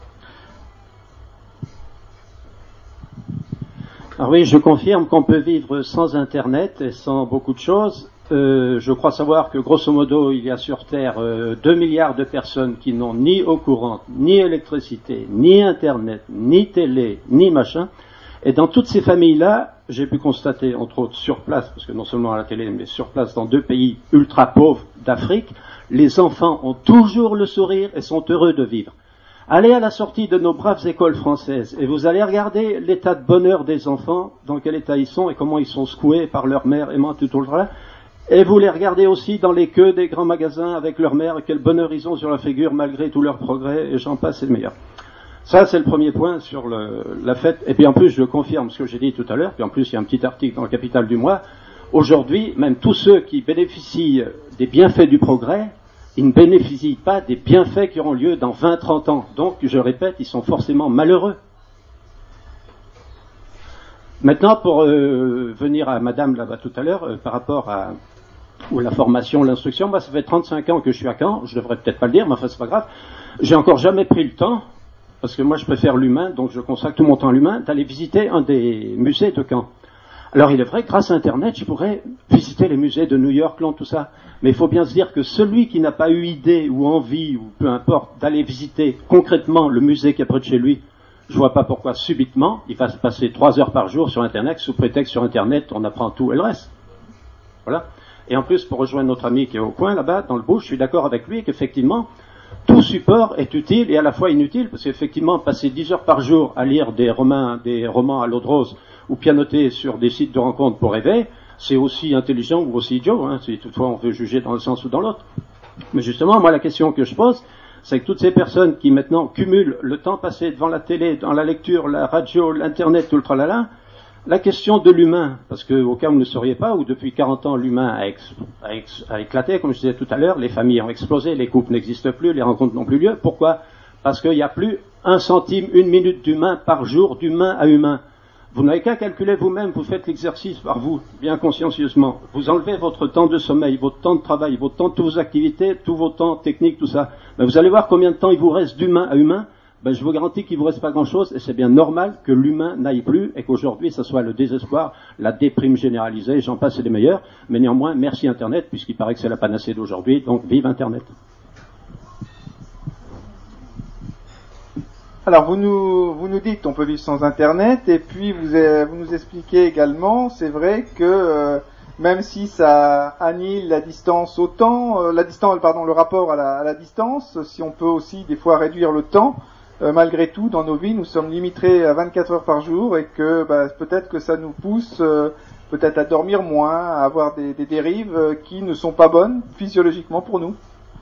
Alors oui, je confirme qu'on peut vivre sans Internet et sans beaucoup de choses. Euh, je crois savoir que grosso modo, il y a sur Terre euh, deux milliards de personnes qui n'ont ni eau courante, ni électricité, ni Internet, ni télé, ni machin. Et dans toutes ces familles-là, j'ai pu constater, entre autres sur place, parce que non seulement à la télé, mais sur place dans deux pays ultra pauvres d'Afrique, les enfants ont toujours le sourire et sont heureux de vivre. Allez à la sortie de nos braves écoles françaises et vous allez regarder l'état de bonheur des enfants, dans quel état ils sont et comment ils sont secoués par leur mère aimante tout le temps. Et vous les regardez aussi dans les queues des grands magasins avec leur mère, quel bonheur ils ont sur la figure malgré tous leurs progrès, et j'en passe, c'est le meilleur. Ça, c'est le premier point sur le, la fête. Et puis en plus, je confirme ce que j'ai dit tout à l'heure. Puis en plus, il y a un petit article dans le Capital du Mois. Aujourd'hui, même tous ceux qui bénéficient des bienfaits du progrès, ils ne bénéficient pas des bienfaits qui auront lieu dans vingt, trente ans. Donc, je répète, ils sont forcément malheureux. Maintenant, pour euh, venir à Madame là-bas tout à l'heure, euh, par rapport à ou la formation, l'instruction, moi, ça fait trente-cinq ans que je suis à Caen. Je devrais peut-être pas le dire, mais enfin, c'est pas grave. J'ai encore jamais pris le temps, parce que moi je préfère l'humain, donc je consacre tout mon temps à l'humain, d'aller visiter un des musées de Caen. Alors il est vrai que grâce à Internet, je pourrais visiter les musées de New York, Londres, tout ça. Mais il faut bien se dire que celui qui n'a pas eu idée ou envie, ou peu importe, d'aller visiter concrètement le musée qui est près de chez lui, je vois pas pourquoi subitement, il va se passer trois heures par jour sur Internet, sous prétexte sur Internet, on apprend tout et le reste. Voilà. Et en plus, pour rejoindre notre ami qui est au coin là-bas, dans le bouche, je suis d'accord avec lui qu'effectivement, tout support est utile et à la fois inutile, parce qu'effectivement, passer dix heures par jour à lire des romans, des romans à l'eau de rose ou pianoter sur des sites de rencontres pour rêver, c'est aussi intelligent ou aussi idiot, hein, si toutefois on veut juger dans le sens ou dans l'autre. Mais justement, moi, la question que je pose, c'est que toutes ces personnes qui maintenant cumulent le temps passé devant la télé, dans la lecture, la radio, l'internet, tout le tralala, la question de l'humain, parce que au cas où vous ne sauriez pas, où depuis quarante ans l'humain a, ex, a, ex, a éclaté, comme je disais tout à l'heure, les familles ont explosé, les couples n'existent plus, les rencontres n'ont plus lieu. Pourquoi? Parce qu'il n'y a plus un centime, une minute d'humain par jour, d'humain à humain. Vous n'avez qu'à calculer vous-même, vous faites l'exercice par vous, bien consciencieusement. Vous enlevez votre temps de sommeil, votre temps de travail, votre temps de toutes vos activités, tous vos temps techniques, tout ça. Ben, vous allez voir combien de temps il vous reste d'humain à humain. Ben, je vous garantis qu'il ne vous reste pas grand-chose, et c'est bien normal que l'humain n'aille plus, et qu'aujourd'hui, ça soit le désespoir, la déprime généralisée, j'en passe, c'est les meilleurs. Mais néanmoins, merci Internet, puisqu'il paraît que c'est la panacée d'aujourd'hui, donc vive Internet. Alors, vous nous, vous nous dites qu'on peut vivre sans Internet, et puis vous, vous nous expliquez également, c'est vrai que euh, même si ça annihile la distance autant, euh, la distance, pardon, le rapport à la, à la distance, si on peut aussi des fois réduire le temps, Euh, malgré tout, dans nos vies, nous sommes limités à vingt-quatre heures par jour et que bah, peut-être que ça nous pousse euh, peut-être à dormir moins, à avoir des, des dérives euh, qui ne sont pas bonnes physiologiquement pour nous.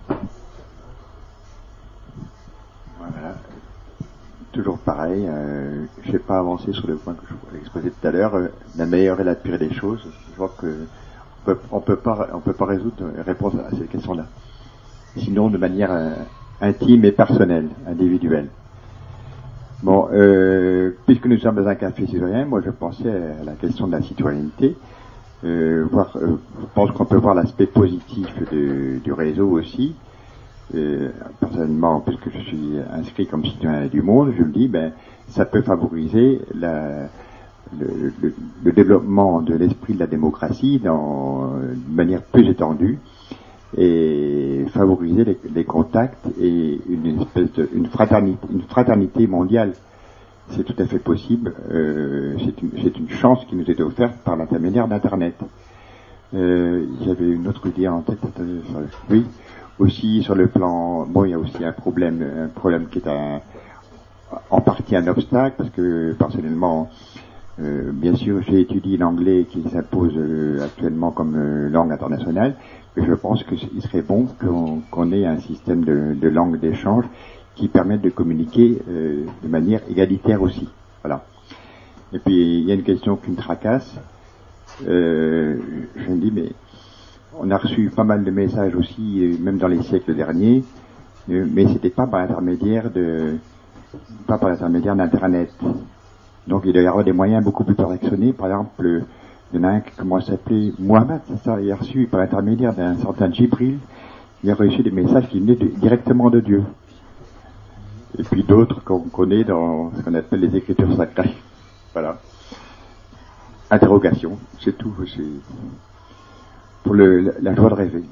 Voilà. Toujours pareil, euh, je ne vais pas avancer sur le point que je voulais exposer tout à l'heure. Euh, la meilleure et la pire des choses, je vois que on peut, on peut pas, on peut pas résoudre répondre à ces questions-là. Sinon, de manière euh, intime et personnel, individuel. Bon, euh, puisque nous sommes dans un café citoyen, moi je pensais à la question de la citoyenneté. Euh, voir, euh, je pense qu'on peut voir l'aspect positif de, du réseau aussi. Euh, personnellement, puisque je suis inscrit comme citoyen du monde, je me dis, ben, ça peut favoriser la, le, le, le développement de l'esprit de la démocratie dans, de manière plus étendue et favoriser les, les contacts et une espèce de, une fraternité, une fraternité mondiale. C'est tout à fait possible. Euh, c'est une, c'est une chance qui nous est offerte par l'intermédiaire d'Internet. Euh, J'avais une autre idée en tête. Oui. Aussi sur le plan, bon, il y a aussi un problème, un problème qui est un, en partie un obstacle parce que personnellement, euh, bien sûr, j'ai étudié l'anglais qui s'impose euh, actuellement comme euh, langue internationale, mais je pense qu'il serait bon qu'on qu'on ait un système de, de langue d'échange qui permette de communiquer euh, de manière égalitaire aussi. Voilà. Et puis il y a une question qui me tracasse. Euh, je me dis mais on a reçu pas mal de messages aussi, même dans les siècles derniers, mais c'était pas par l'intermédiaire de, pas par l'intermédiaire d'Internet. Donc il doit y avoir des moyens beaucoup plus perfectionnés. Par exemple, il y en a un qui commence à s'appeler Mohamed, c'est ça, il a reçu par l'intermédiaire d'un certain Djibril, il a reçu des messages qui venaient de, directement de Dieu. Et puis d'autres qu'on connaît dans ce qu'on appelle les écritures sacrées. Voilà. Interrogation, c'est tout. C'est pour le, la joie de rêver.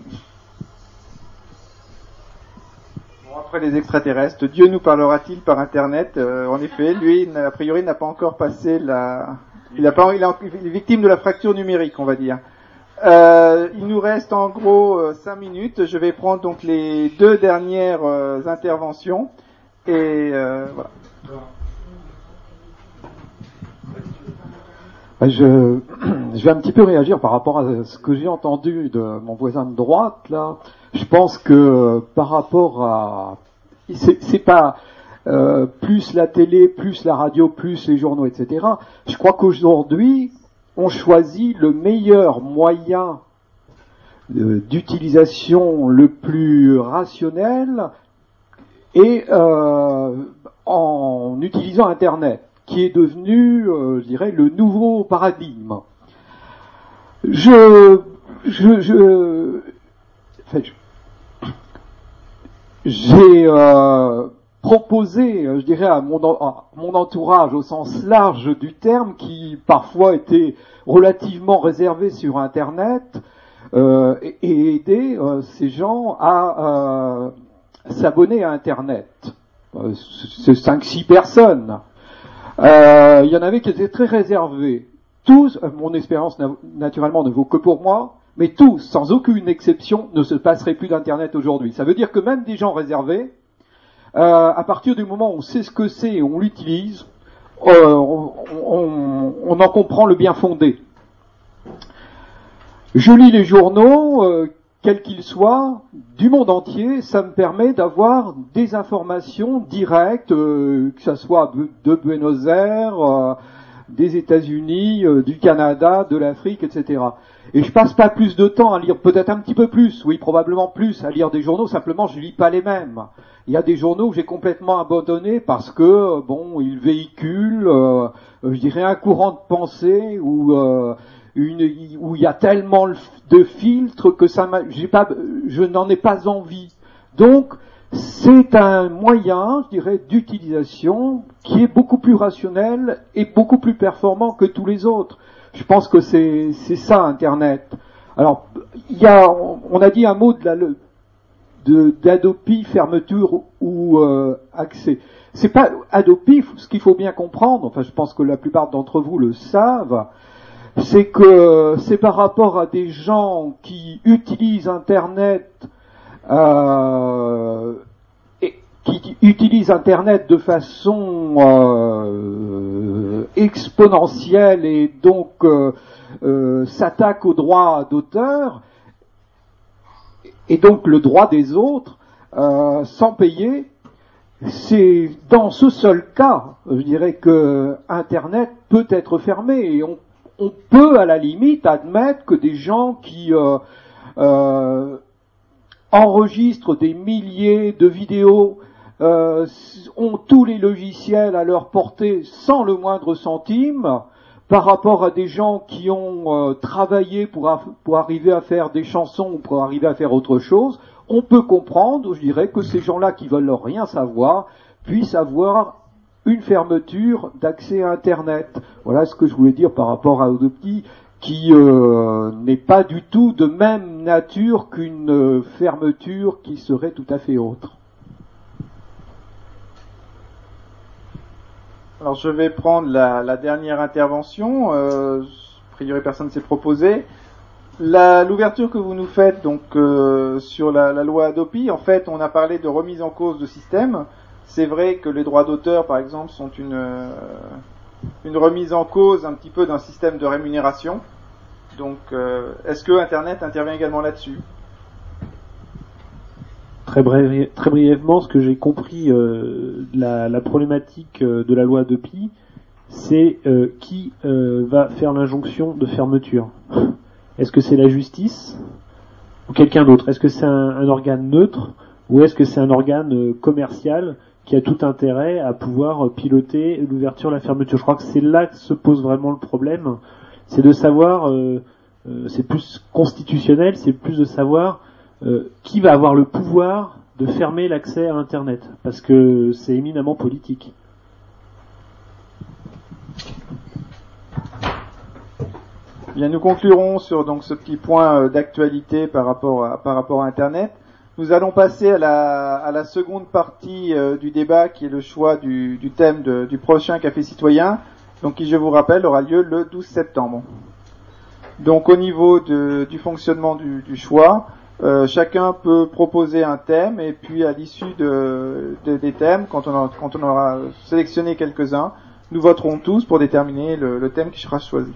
Bon, après les extraterrestres, Dieu nous parlera-t-il par Internet? euh, En effet, lui, a priori, n'a pas encore passé la... Il, a pas, il, a, il est victime de la fracture numérique, on va dire. Euh, il nous reste en gros euh, cinq minutes. Je vais prendre donc les deux dernières euh, interventions. Et euh, voilà. Je, je vais un petit peu réagir par rapport à ce que j'ai entendu de mon voisin de droite là. Je pense que par rapport à, c'est, c'est pas euh, plus la télé, plus la radio, plus les journaux, et cetera. Je crois qu'aujourd'hui on choisit le meilleur moyen de, d'utilisation le plus rationnel et euh, en utilisant Internet, qui est devenu, euh, je dirais, le nouveau paradigme. Je, je, je, en fait, j'ai euh, proposé, je dirais, à mon, à mon entourage au sens large du terme, qui parfois était relativement réservé sur Internet, euh, et, et aider euh, ces gens à euh, s'abonner à Internet. Euh, c'est cinq six personnes. Euh, il y en avait qui étaient très réservés. Tous, mon expérience naturellement ne vaut que pour moi, mais tous, sans aucune exception, ne se passeraient plus d'Internet aujourd'hui. Ça veut dire que même des gens réservés, euh, à partir du moment où on sait ce que c'est et on l'utilise, euh, on, on, on en comprend le bien fondé. Je lis les journaux, euh, quels qu'ils soient, du monde entier, ça me permet d'avoir des informations directes, euh, que ça soit de Buenos Aires, euh, des États-Unis, euh, du Canada, de l'Afrique, et cetera. Et je passe pas plus de temps à lire, peut-être un petit peu plus, oui, probablement plus, à lire des journaux, simplement je lis pas les mêmes. Il y a des journaux que j'ai complètement abandonnés parce que, bon, ils véhiculent, euh, je dirais, un courant de pensée ou... Euh, Une, où il y a tellement de filtres que ça m'a, j'ai pas, je n'en ai pas envie. Donc, c'est un moyen, je dirais, d'utilisation qui est beaucoup plus rationnel et beaucoup plus performant que tous les autres. Je pense que c'est, c'est ça, Internet. Alors, il y a, on a dit un mot de la, de, d'Adopi, fermeture ou euh, accès. C'est pas Adopi, ce qu'il faut bien comprendre, enfin, je pense que la plupart d'entre vous le savent, c'est que c'est par rapport à des gens qui utilisent Internet, euh, et qui utilisent Internet de façon euh, exponentielle et donc euh, euh, s'attaquent aux droits d'auteur et donc le droit des autres euh, sans payer. C'est dans ce seul cas, je dirais, que Internet peut être fermé et on On peut à la limite admettre que des gens qui euh, euh, enregistrent des milliers de vidéos, euh, ont tous les logiciels à leur portée sans le moindre centime, par rapport à des gens qui ont euh, travaillé pour, a- pour arriver à faire des chansons ou pour arriver à faire autre chose, on peut comprendre, je dirais, que ces gens-là qui veulent rien savoir puissent avoir une fermeture d'accès à Internet. Voilà ce que je voulais dire par rapport à Adopi, qui euh, n'est pas du tout de même nature qu'une euh, fermeture qui serait tout à fait autre. Alors je vais prendre la, la dernière intervention. Euh, a priori personne ne s'est proposé. La- L'ouverture que vous nous faites donc euh, sur la, la loi Adopi, en fait, on a parlé de remise en cause de système. C'est vrai que les droits d'auteur, par exemple, sont une euh, une remise en cause un petit peu d'un système de rémunération. Donc, euh, est-ce que Internet intervient également là-dessus ? Très, brève- très brièvement, ce que j'ai compris euh, la, la problématique euh, de la loi Adopi, c'est euh, qui euh, va faire l'injonction de fermeture. Est-ce que c'est la justice ou quelqu'un d'autre ? Est-ce que c'est un, un organe neutre ou est-ce que c'est un organe euh, commercial qui a tout intérêt à pouvoir euh, piloter l'ouverture, la fermeture ? Je crois que c'est là que se pose vraiment le problème. C'est de savoir, euh, euh, c'est plus constitutionnel, c'est plus de savoir euh, qui va avoir le pouvoir de fermer l'accès à Internet, parce que c'est éminemment politique. Bien, nous conclurons sur donc ce petit point euh, d'actualité par rapport à, par rapport à Internet. Nous allons passer à la, à la seconde partie euh, du débat, qui est le choix du, du thème de- du prochain Café Citoyen, donc qui, je vous rappelle, aura lieu le douze septembre. Donc au niveau de- du fonctionnement du, du choix, euh, chacun peut proposer un thème, et puis à l'issue de, de- des thèmes, quand on, aura, quand on aura sélectionné quelques-uns, nous voterons tous pour déterminer le, le thème qui sera choisi.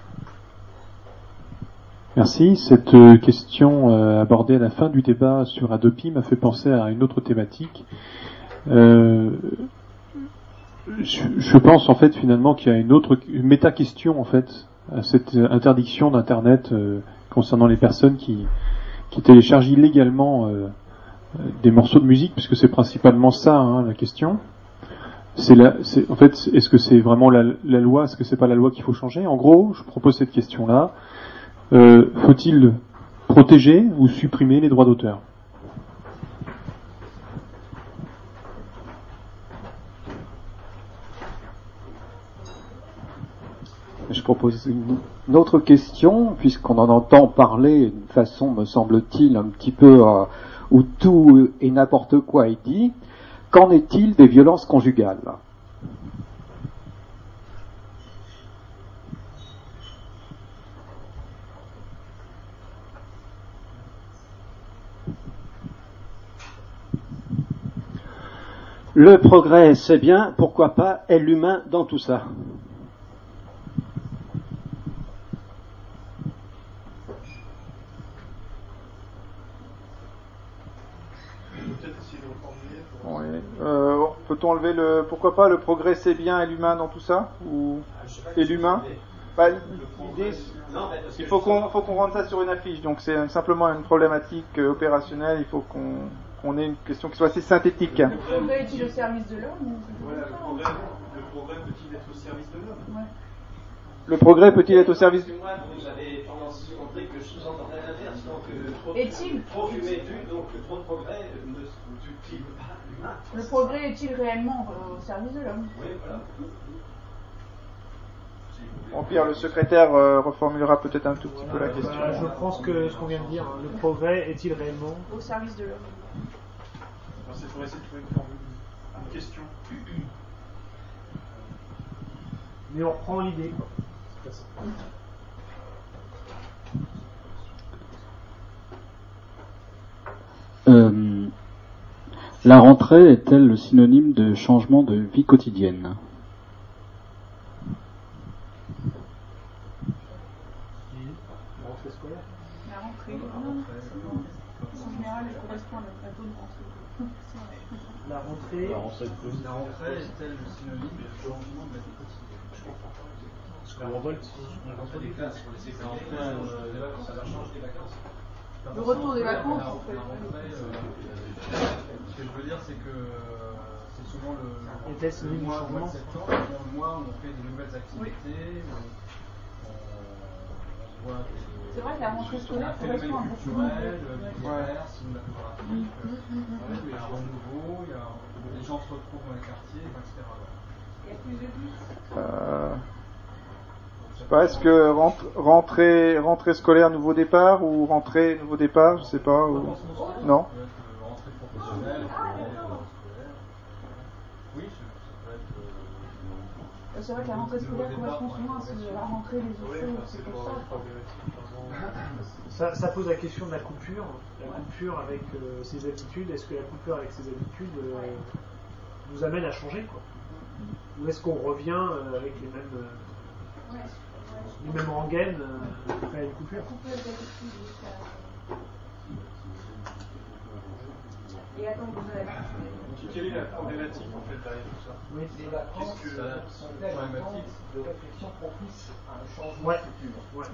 Merci. Cette euh, question euh, abordée à la fin du débat sur Adopi m'a fait penser à une autre thématique. Euh, je, je pense en fait finalement qu'il y a une autre une méta-question en fait à cette interdiction d'Internet euh, concernant les personnes qui, qui téléchargent illégalement euh, des morceaux de musique, puisque c'est principalement ça hein, la question. C'est la, c'est, en fait, est-ce que c'est vraiment la, la loi, est-ce que c'est pas la loi qu'il faut changer ? En gros, je propose cette question-là. Euh, faut-il protéger ou supprimer les droits d'auteur ? Je propose une, une autre question, puisqu'on en entend parler d'une façon, me semble-t-il, un petit peu euh, où tout et n'importe quoi est dit. Qu'en est-il des violences conjugales ? Le progrès, c'est bien, pourquoi pas, est l'humain dans tout ça. Oui. Euh, peut-on enlever le pourquoi pas le progrès c'est bien et l'humain dans tout ça ou et l'humain bah, l'idée, il faut qu'on faut qu'on rende ça sur une affiche, donc c'est simplement une problématique euh, opérationnelle. Il faut qu'on qu'on ait une question qui soit assez synthétique. Le progrès est-il au service de l'homme ou... Voilà, le progrès, le progrès peut-il être au service de l'homme? Ouais. Le progrès peut-il être au service du... Moi, vous avez tendance à montrer que je sous-entendais l'inverse. Donc, euh, trop, Est-il trop fumé tue, donc trop de progrès ne tue pas l'humain. Le progrès est-il réellement euh, au service de l'homme? Oui, voilà. Bon, Pierre, le secrétaire euh, reformulera peut-être un tout petit peu la question. Voilà, je pense que ce qu'on vient de dire, hein, le progrès est-il réellement Au service de l'homme. C'est pour essayer de trouver une formule, une question. Mais on reprend l'idée, quoi. C'est ça. Euh, la rentrée est-elle le synonyme de changement de vie quotidienne ? La rentrée scolaire. La rentrée, en général, elle correspond à la bonne rentrée. La rentrée. La rentrée, la rentrée est-elle le synonyme de changement de la vie quotidienne? Je comprends pas. Parce qu'on révolte. On rentre des classes pour les écoles. Les vacances, ça change des vacances. Le retour des vacances, en en fait. Ce que je veux dire, c'est que c'est souvent le, Les tests le du mois, le mois de changement. septembre, le mois où on fait des nouvelles activités, où on, on voit des, C'est vrai que la rentrée scolaire un phénomène correspond à beaucoup de culturel, choses. littéraire, cinématographique, Mm, mm, mm, mm. ouais, il y a un renouveau, il y a, les gens se retrouvent dans les quartiers, et cetera. Il y a plus de bus. Euh, je sais pas, est-ce que rentre- rentrée, rentrée scolaire, nouveau départ ou rentrée, nouveau départ, je sais pas. Ou... Non. Rentrée professionnelle, scolaire. Oui, ça peut être. euh, C'est vrai que la rentrée scolaire correspond souvent à ce- la rentrée des autres, c'est pour ça. Ça, ça pose la question de la coupure, la coupure avec euh, ses habitudes. Est-ce que la coupure avec ses habitudes euh, nous amène à changer, quoi? Ou est-ce qu'on revient euh, avec les mêmes, euh, les mêmes rengaines euh, après une coupure? Et attends, vous avez... Quelle est la problématique en fait derrière tout ça? Oui. Les vacances sont-elles problématique de réflexion propice à un changement Ouais. futur. Ouais.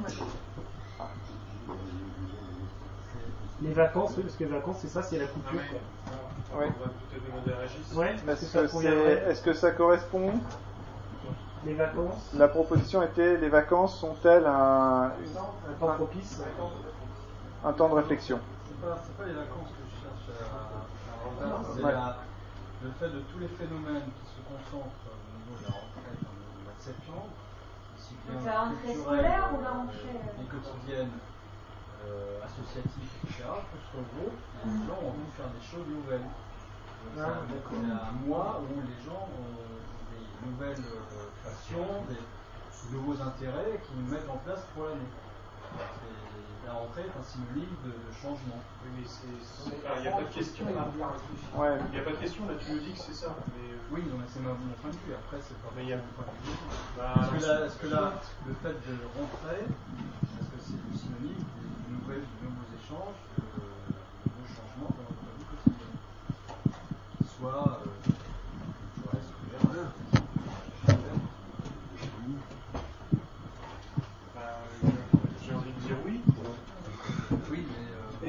Les vacances, oui, parce que les vacances, c'est ça, c'est la coupure. Ah, quoi. Ouais. On va peut-être demander à Régis. Ouais, Est-ce est-ce que ça que, c'est- conviendrait? est-ce que ça correspond? Les vacances, La proposition était les vacances sont-elles un, une- un temps propice. un temps de réflexion? C'est pas, c'est pas les vacances que je cherche à, à revoir, c'est Ouais. la- le fait de tous les phénomènes qui se concentrent au niveau de la rentrée, enfin, du mois de septembre, aussi bien Donc la rentrée culturelle, scolaire ou la rentrée, euh, vie quotidienne, euh, associative, et cetera, tout se regroupe, et les gens ont envie de faire des choses nouvelles. Donc, Ah, c'est, un, d'accord. c'est un mois où les gens ont des nouvelles euh, passions, des nouveaux intérêts qu'ils mettent en place pour l'année. C'est- La rentrée est un synonyme de, de changement. Oui, mais c'est, c'est- alors, il n'y a pas de question. Ouais. Il n'y a pas de question, là tu nous dis que c'est ça. Mais, euh, Oui, non, mais c'est mon mon point de vue. Après, c'est pas Mais il y a- mon point de vue. Bah, Est-ce que, alors, la- est-ce que la- le fait de rentrer, est-ce que c'est le synonyme de nouvelles, de nouveaux échanges, de, de nouveaux changements dans notre vie quotidienne? Soit euh, culturel, scolaire, bah, j'ai envie de dire oui. oui, mais euh,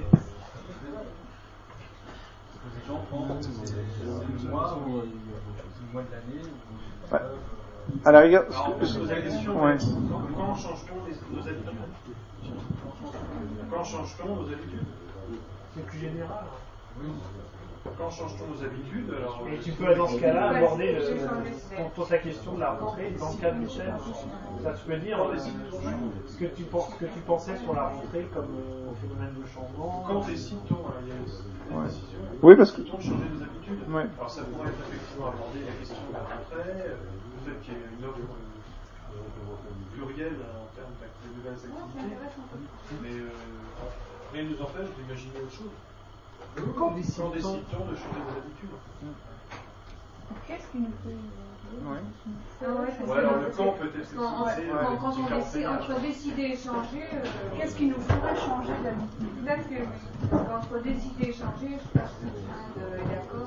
ce que les gens pensent, c'est, c'est le mois où, c'est le mois de l'année où ils Ouais. peuvent, euh, À la rigueur, Alors, on peut se poser la question, ouais. mais quand change-t-on les- nos habitudes? Quand change-t-on nos habitudes? C'est plus général. oui, Quand change-t-on nos habitudes? Alors, Et euh, tu peux dans ce cas-là Ouais, aborder c'est- le, c'est- pour, pour ta question de la rentrée dans le cadre du thème. Ça, tu peux dire euh, ce que tu penses, ce que tu pensais sur la rentrée comme euh, phénomène de changement. quand décide-t-on? Alors, il y a une Ouais. décision. Oui, parce que- Décide-t-on de changer nos habitudes? Ouais. Alors, ça pourrait être effectivement aborder la question de la rentrée, euh, le fait qu'il y ait une offre euh, plurielle en termes d'ac- de nouvelles activités. Mais euh, rien ne nous empêche d'imaginer autre chose. Quand décide-t-on Quand décide-t-on de changer nos habitudes? Qu'est-ce qui nous fait... Ouais. Ah ouais, c'est Ouais, ça, alors non, le c'est- camp peut être Quand, explicité, quand- euh, quand on différents décide, pénages. entre décider et changer, euh, qu'est-ce qui nous ferait changer d'habitude? Peut-être que oui. Entre décider et changer, je pense que tout le monde est d'accord.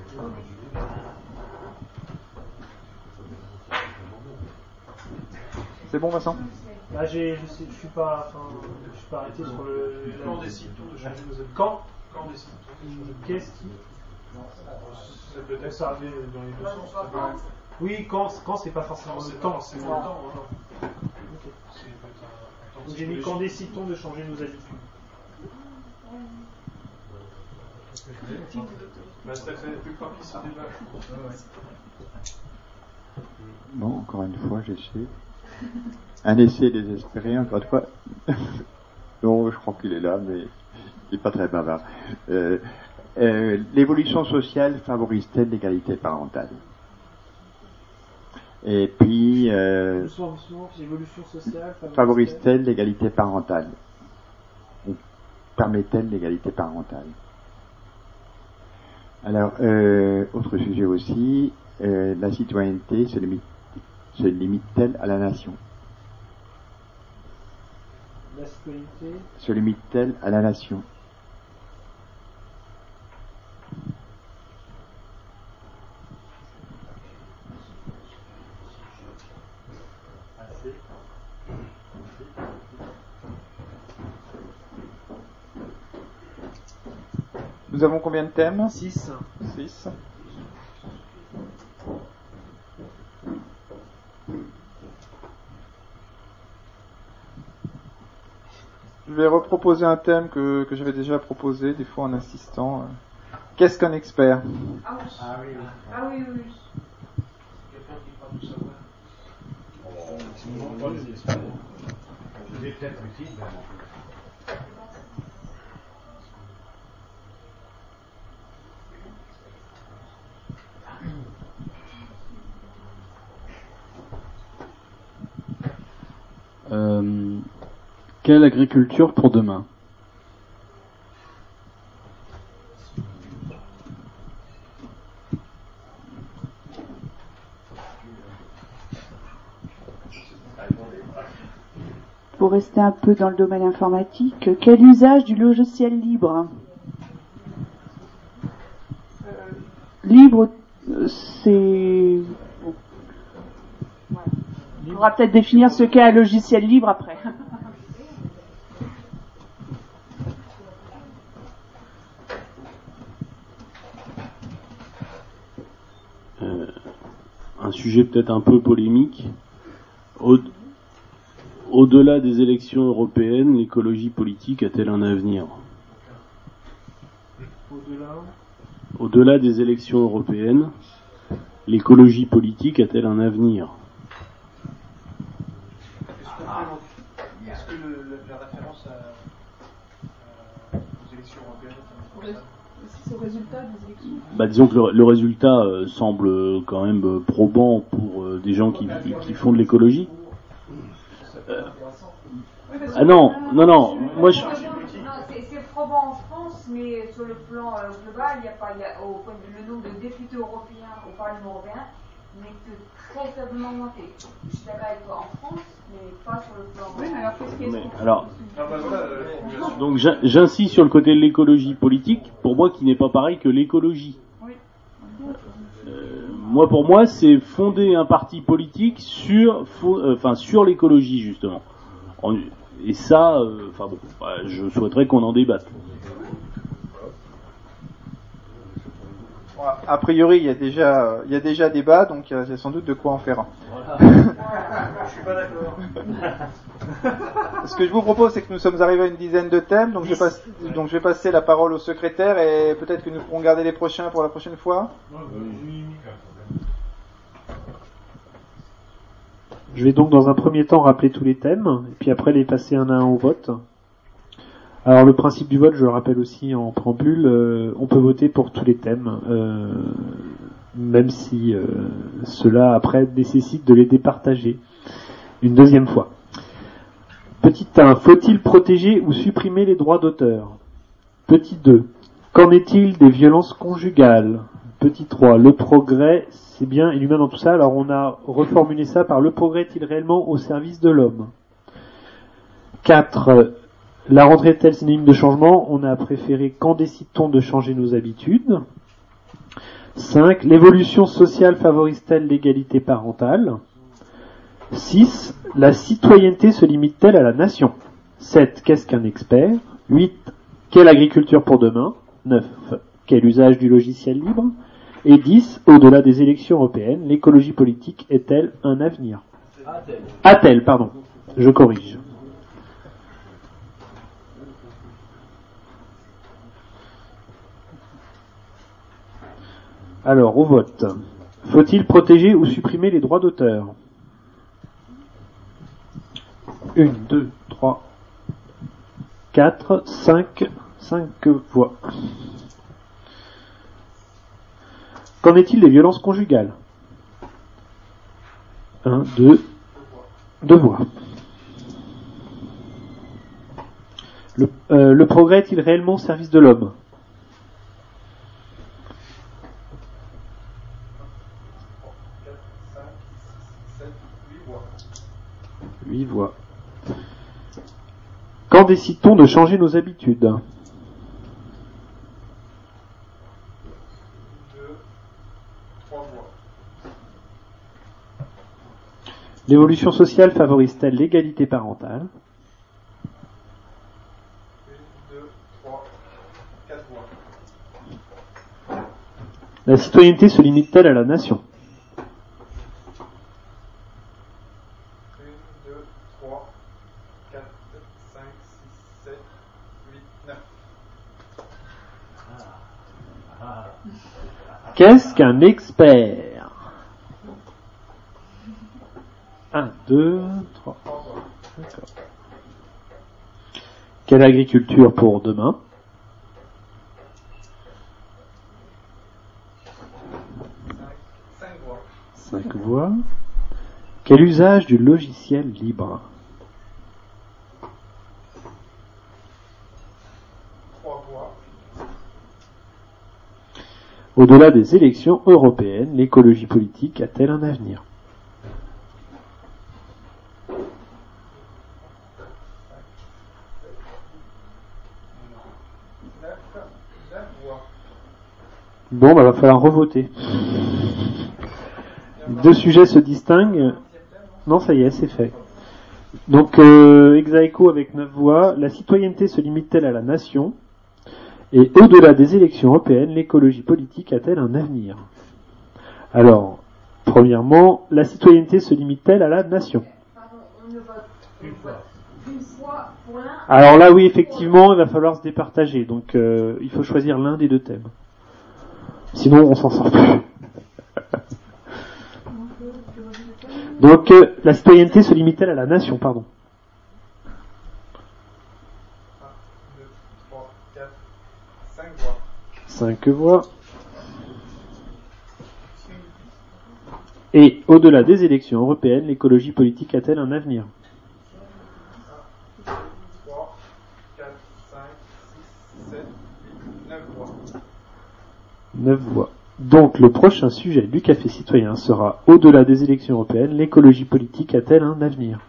C'est bon, Vincent? Là, j'ai, je, sais, je suis pas, enfin, je suis pas arrêté sur le. Quand décide-t-on de changer nos habitudes? Quand Quand décide-t-on de changer nos habitudes? Qu'est-ce qui Ça peut être ça arrivé dans les deux sens. Ça peut être- Oui, quand, quand c'est pas forcément Quand le c'est temps. pas forcément le temps, hein. Ok. C'est peut-être un- un temps Donc j'ai mis quand psychologique. décide-t-on de changer nos habitudes? Bah, ça fait plus propice au débat. Bon, encore une fois, j'essaie. Un essai désespéré, encore une fois. Non, je crois qu'il est là, mais il n'est pas très bavard. Euh, euh, L'évolution sociale favorise-t-elle l'égalité parentale? Et puis, euh, Doucement, doucement, l'évolution sociale favorise-t-elle l'égalité parentale? Ou permet-elle l'égalité parentale? Alors, euh, autre sujet aussi, euh, la citoyenneté se limite, se limite-t-elle à la nation? La citoyenneté. Se limite-t-elle à la nation? Nous avons combien de thèmes? Six. Six. Je vais reproposer un thème que, que j'avais déjà proposé, des fois en insistant. Qu'est-ce qu'un expert? Ah oui. Ah oui, oui. Ah oui, oui. Quelqu'un qui croit tout savoir. Oh, si vous n'avez pas des experts, vous êtes peut-être utile. Euh, quelle agriculture pour demain? Pour rester un peu dans le domaine informatique, quel usage du logiciel libre? euh, Libre, c'est... Il faudra peut-être définir ce qu'est un logiciel libre après. Euh, un sujet peut-être un peu polémique. Au- Au-delà des élections européennes, l'écologie politique a-t-elle un avenir? Au-delà. Au-delà des élections européennes, l'écologie politique a-t-elle un avenir? Est-ce que le, le, la référence à, à, aux élections européennes C'est au résultat des élections. Bah, disons que le, le résultat euh, semble quand même euh, probant pour euh, des gens qui, qui font de l'écologie. Euh, ah non, non, non, moi je... Non, c'est, c'est probant en France, mais sur le plan euh, global, il y a pas, il y a, au point de vue le nombre de députés européens au Parlement européen n'est que très faiblement augmenté. Je suis d'accord avec toi en France, mais pas sur le plan. Oui, mais alors qu'est-ce qu'il y a Mais, alors, Ah bah voilà, euh, donc j'in- j'insiste sur le côté de l'écologie politique, pour moi qui n'est pas pareil que l'écologie. Euh, moi, pour moi, c'est fonder un parti politique sur, fo- euh, enfin, sur l'écologie justement. En- et ça, euh, enfin bon, bah, je souhaiterais qu'on en débatte. Bon, a priori, il y a déjà, il y a déjà débat, donc il y a, il y a sans doute de quoi en faire un. je suis pas d'accord. Ce que je vous propose, c'est que nous sommes arrivés à une dizaine de thèmes, donc je vais, passe- donc je vais passer la parole au secrétaire et peut-être que nous pourrons garder les prochains pour la prochaine fois. Je vais donc dans un premier temps rappeler tous les thèmes, et puis après les passer un à un au vote. Alors le principe du vote, je le rappelle aussi en préambule, euh, on peut voter pour tous les thèmes, euh, même si euh, cela après nécessite de les départager une deuxième fois. Petit un, faut-il protéger ou supprimer les droits d'auteur? Petit deux, qu'en est-il des violences conjugales? Petit trois, le progrès, c'est bien et l'humain dans tout ça. Alors on a reformulé ça par le progrès est-il réellement au service de l'homme? quatre, la rentrée est-elle synonyme de changement? On a préféré quand décide-t-on de changer nos habitudes? cinq, l'évolution sociale favorise-t-elle l'égalité parentale? six, la citoyenneté se limite-t-elle à la nation? sept, qu'est-ce qu'un expert? huit, quelle agriculture pour demain? neuf, quel usage du logiciel libre? Et dix, au-delà des élections européennes, l'écologie politique est-elle un avenir? A-t-elle A-t-elle, pardon, je corrige. Alors, au vote. Faut-il protéger ou supprimer les droits d'auteur? Une, deux, trois, quatre, cinq, cinq voix. Qu'en est-il des violences conjugales? Un, deux, deux voix. Le, euh, le progrès est-il réellement au service de l'homme? Huit voix. Quand décide-t-on de changer nos habitudes? L'évolution sociale favorise-t-elle l'égalité parentale? Une, deux, trois, quatre voix. La citoyenneté se limite-t-elle à la nation? un, deux, trois, quatre, cinq, six, sept, huit, neuf. Qu'est-ce qu'un expert? Un, deux, trois. D'accord. Quelle agriculture pour demain? Cinq voix. Cinq voix. Quel usage du logiciel libre? Trois voix. Au-delà des élections européennes, l'écologie politique a-t-elle un avenir? Bon, bah, va falloir revoter. Deux sujets se distinguent. Non, ça y est, c'est fait. Donc, euh, ex-aequo avec neuf voix. La citoyenneté se limite-t-elle à la nation? Et au-delà des élections européennes, l'écologie politique a-t-elle un avenir? Alors, premièrement, la citoyenneté se limite-t-elle à la nation? Pardon, on ne vote une fois, une fois pour l'un. Alors là, oui, effectivement, il va falloir se départager. Donc, euh, il faut choisir l'un des deux thèmes. Sinon, on s'en sort plus. Donc, euh, la citoyenneté se limite-t-elle à la nation, pardon? un, deux, trois, quatre, cinq voix. Cinq voix. Et au-delà des élections européennes, l'écologie politique a-t-elle un avenir? un, deux, trois, quatre, cinq, six, sept, huit, neuf voix. Neuf voix. Donc, le prochain sujet du Café Citoyen sera au-delà des élections européennes, l'écologie politique a-t-elle un avenir?